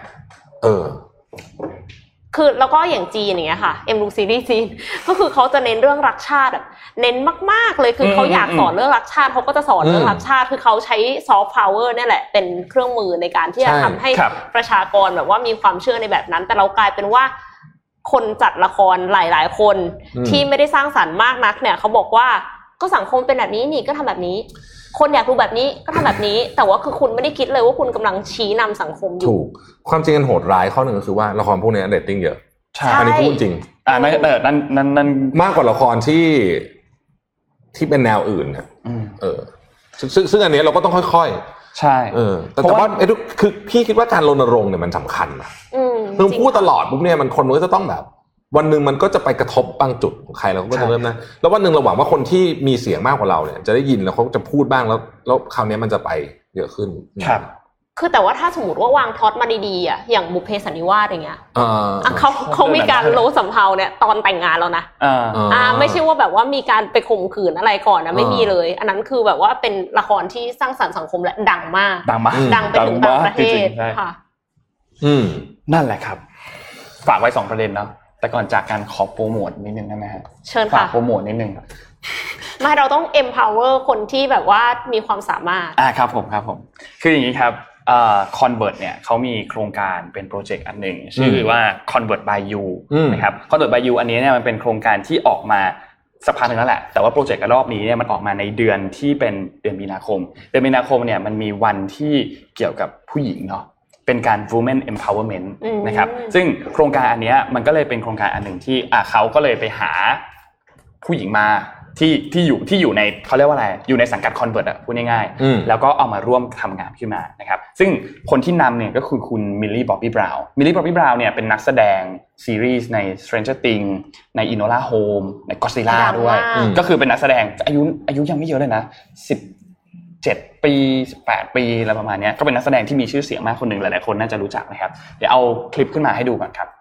คือแล้วก็อย่างจีนอย่างเงี้ยค่ะดูซีรีส์จีนก็คือเขาจะเน้นเรื่องรักชาติแบบเน้นมากๆเลยคือเขาอยากสอนเรื่องรักชาติเขาก็จะสอนเรื่องรักชาติคือเขาใช้ซอฟต์พาวเวอร์นี่แหละเป็นเครื่องมือในการที่จะทำให้ประชากรแบบว่ามีความเชื่อในแบบนั้นแต่เรากลายเป็นว่าคนจัดละครหลายๆคนที่ไม่ได้สร้างสรรค์มากนักเนี่ยเขาบอกว่าก็สังคมเป็นแบบนี้นี่ก็ทำแบบนี้คนอยากดูแบบนี้ก็ทำแบบนี้แต่ว่าคือคุณไม่ได้คิดเลยว่าคุณกำลังชี้นำสังคมอยู่ถูกความจริงกันโหดร้ายข้อหนึ่งก็คือว่าละครพวกนี้เรตติ้งเยอะอันนี้พูดจริงนั่นมากกว่าละครที่เป็นแนวอื่นนะซึ่งอันนี้เราก็ต้องค่อยๆใช่แต่ว่าคือพี่คิดว่าการรณรงค์เนี่ยมันสำคัญนะต้องพูดตลอดปุ๊บเนี่ยมันคนมันก็จะต้องแบบวันหนึ่งมันก็จะไปกระทบบางจุดของใครเราก็จะเริ่มนะแล้ววันหนึ่งเราหวังว่าคนที่มีเสียงมากกว่าเราเนี่ยจะได้ยินแล้วเขาจะพูดบ้างแล้วคราวนี้มันจะไปเยอะขึ้นครับคือแต่ว่าถ้าสมมติว่าวางพล็อตมาดีๆอ่ะอย่างบุพเพสันนิวาสอย่างเงี้ยเขามีการโลสำเภาเนี่ยตอนแต่งงานแล้วนะไม่ใช่ว่าแบบว่ามีการไปข่มขืนอะไรก่อนนะไม่มีเลยอันนั้นคือแบบว่าเป็นละครที่สร้างสรรค์สังคมและดังมากดังไปถึงต่างประเทศค่ะนั่นแหละครับฝากไว้2ประเด็นเนาะแต่ก่อนจากการขอโปรโมทนิดนึงได้ไหมฮะเชิญค่ะฝากโปรโมทนิดนึงไม่เราต้อง empower คนที่แบบว่ามีความสามารถครับผมคืออย่างนี้ครับConvert เนี่ยเขามีโครงการเป็นโปรเจกต์อันหนึ่งชื่อว่า Convert by You นะครับ Convert by You อันนี้เนี่ยมันเป็นโครงการที่ออกมาสักพักนึงแล้วแหละแต่ว่าโปรเจกต์รอบนี้เนี่ยมันออกมาในเดือนที่เป็นเดือนมีนาคมเนี่ยมันมีวันที่เกี่ยวกับผู้หญิงเนาะเป็นการ women empowerment นะครับซึ่งโครงการอันนี้มันก็เลยเป็นโครงการอันหนึ่งที่เขาก็เลยไปหาผู้หญิงมาที่อยู่ในเขาเรียกว่าอะไรอยู่ในสังกัด Convert อ่ะพูดง่ายๆแล้วก็เอามาร่วมทำงานขึ้นมานะครับซึ่งคนที่นำเนี่ยก็คือคุณมิลลี่บ๊อบบี้บราวน์เนี่ยเป็นนักแสดงซีรีส์ใน Stranger Things ใน Enola Holmes ใน Godzilla ด้วยก็คือเป็นนักแสดงอายุยังไม่เยอะเลยนะ 17 ปี18 ปีอะไรประมาณนี้ก็เป็นนักแสดงที่มีชื่อเสียงมากคนหนึ่งหลายๆคนน่าจะรู้จักนะครับเดี๋ยวเอาคลิปขึ้นมาให้ดูก่อนครับ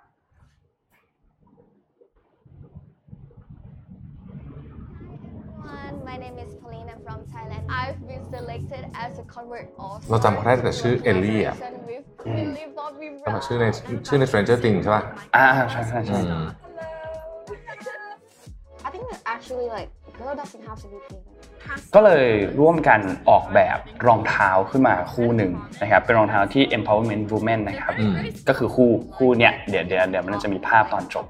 My name is Pauline. I'm from Thailand. I've been selected as a convert of เราจำเขาได้แต่ชื่อเอลลี่อ่ะชื่อใน Stranger Things ใช่ป่ะใช่ I think that actually like girl doesn't have to be pink. ก็เลยร่วมกันออกแบบรองเท้าขึ้นมาคู่หนึ่งนะครับเป็นรองเท้าที่ empowerment women นะครับก็คือคู่เนี้ยเดี๋ยวมันจะมีภาพตอนจบ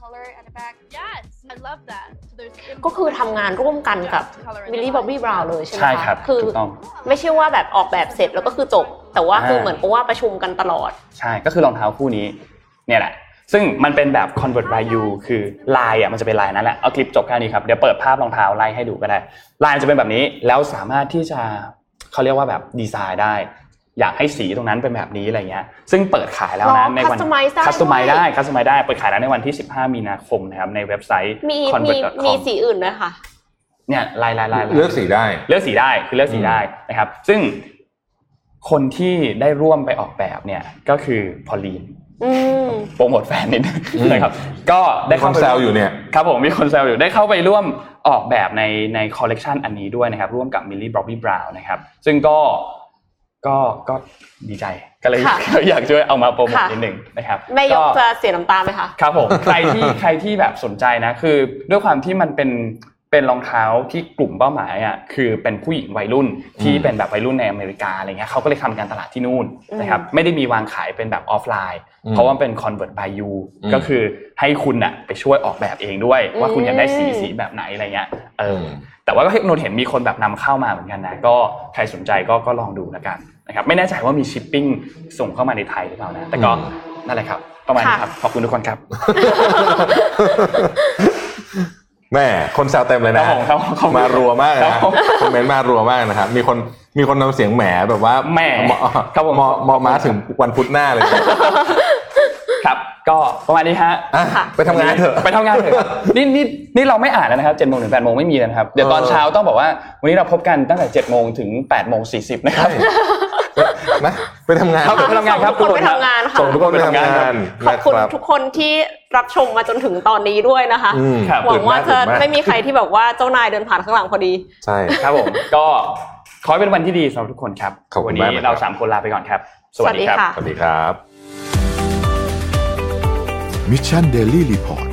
ก็คือทำงานร่วมกันกับมิลลี่ บ๊อบบี้ บราวน์เลยใช่ไหมคะใช่ครับคือไม่ใช่ว่าแบบออกแบบเสร็จแล้วก็คือจบแต่ว่าคือเหมือนกับว่าประชุมกันตลอดใช่ก็คือรองเท้าคู่นี้เนี่ยแหละซึ่งมันเป็นแบบ convert by you คือลายมันจะเป็นลายนั้นแหละเอาคลิปจบแค่นี้ครับเดี๋ยวเปิดภาพรองเท้าไล่ให้ดูก็ได้ลายจะเป็นแบบนี้แล้วสามารถที่จะเขาเรียกว่าแบบดีไซน์ได้อยากให้สีตรงนั้นเป็นแบบนี้อะไรเงี้ยซึ่งเปิดขายแล้วนะในวันคัสตอมไมซ์ได้เปิดขายแล้วในวันที่15มีนาคมนะครับในเว็บไซต์ convert.com มีสีอื่นด้วยค่ะเนี่ยลายเลือกสีได้คือเลือกสีได้นะครับซึ่งคนที่ได้ร่วมไปออกแบบเนี่ยก็คือพอลลีนโปรโมทแฟนนิดนะครับก็ได้เข้าไปแซวอยู่เนี่ยครับผมมีคนแซวอยู่ได้เข้าไปร่วมออกแบบในคอลเลกชันอันนี้ด้วยนะครับร่วมกับมิลลี่ บ๊อบบี้ บราวน์นะครับซึ่งก็ดีใจก็เลยอยากช่วยเอามาโปรโมทนิดนึงนะครับแม่ยกจะเสียน้ำตาไหมคะครับผมใครที่แบบสนใจนะคือด้วยความที่มันเป็นรองเท้าที่กลุ่มเป้าหมายอ่ะคือเป็นผู้หญิงวัยรุ่นที่เป็นแบบวัยรุ่นในอเมริกาอะไรเงี้ยเขาก็เลยทำการตลาดที่นู่นนะครับไม่ได้มีวางขายเป็นแบบออฟไลน์เพราะว่าเป็น convert by you ก็คือให้คุณน่ะไปช่วยออกแบบเองด้วยว่าคุณอยากได้สีแบบไหนอะไรเงี้ยแต่ว่าก็นนเห็นมีคนแบบนำเข้ามาเหมือนกันนะก็ใครสนใจก็ลองดูแล้วกันนะครับไม่แน่ใจว่ามีชิปปิ้งส่งเข้ามาในไทยหรือเปล่านะแต่ก็นั่นแหละครับประมาณนี้ครับขอบคุณทุกคนครับแม่คนแซวเต็มเลยนะมารัวมากนะคอมเมนต์มารัวมากนะครับมีคนนำเสียงแหมแบบว่าแหมครับผมเหมาะมาถึงวันพุธหน้าเลยครับก็ประมาณนี้ฮะไปทำงานเถอะนี่เราไม่อ่านแล้วนะครับ 7:00 น. ถึง 8:00 น. ไม่มีแล้วนะครับเดี๋ยวตอนเช้าต้องบอกว่าวันนี้เราพบกันตั้งแต่ 7:00 น. ถึง 8:40 น. นะครับนะไปทำงานไปทำงานครับทุกคนไปทำงานค่ะส่งทุกคนไปทำงานขอบคุณทุกคนที่รับชมมาจนถึงตอนนี้ด้วยนะคะหวังว่าจะไม่มีใครที่แบบว่าเจ้านายเดินผ่านข้างหลังพอดีใช่ครับผมก็ขอให้เป็นวันที่ดีสำหรับทุกคนครับวันนี้เรา3คนลาไปก่อนครับสวัสดีครับสวัสดีครับ Mission Daily Report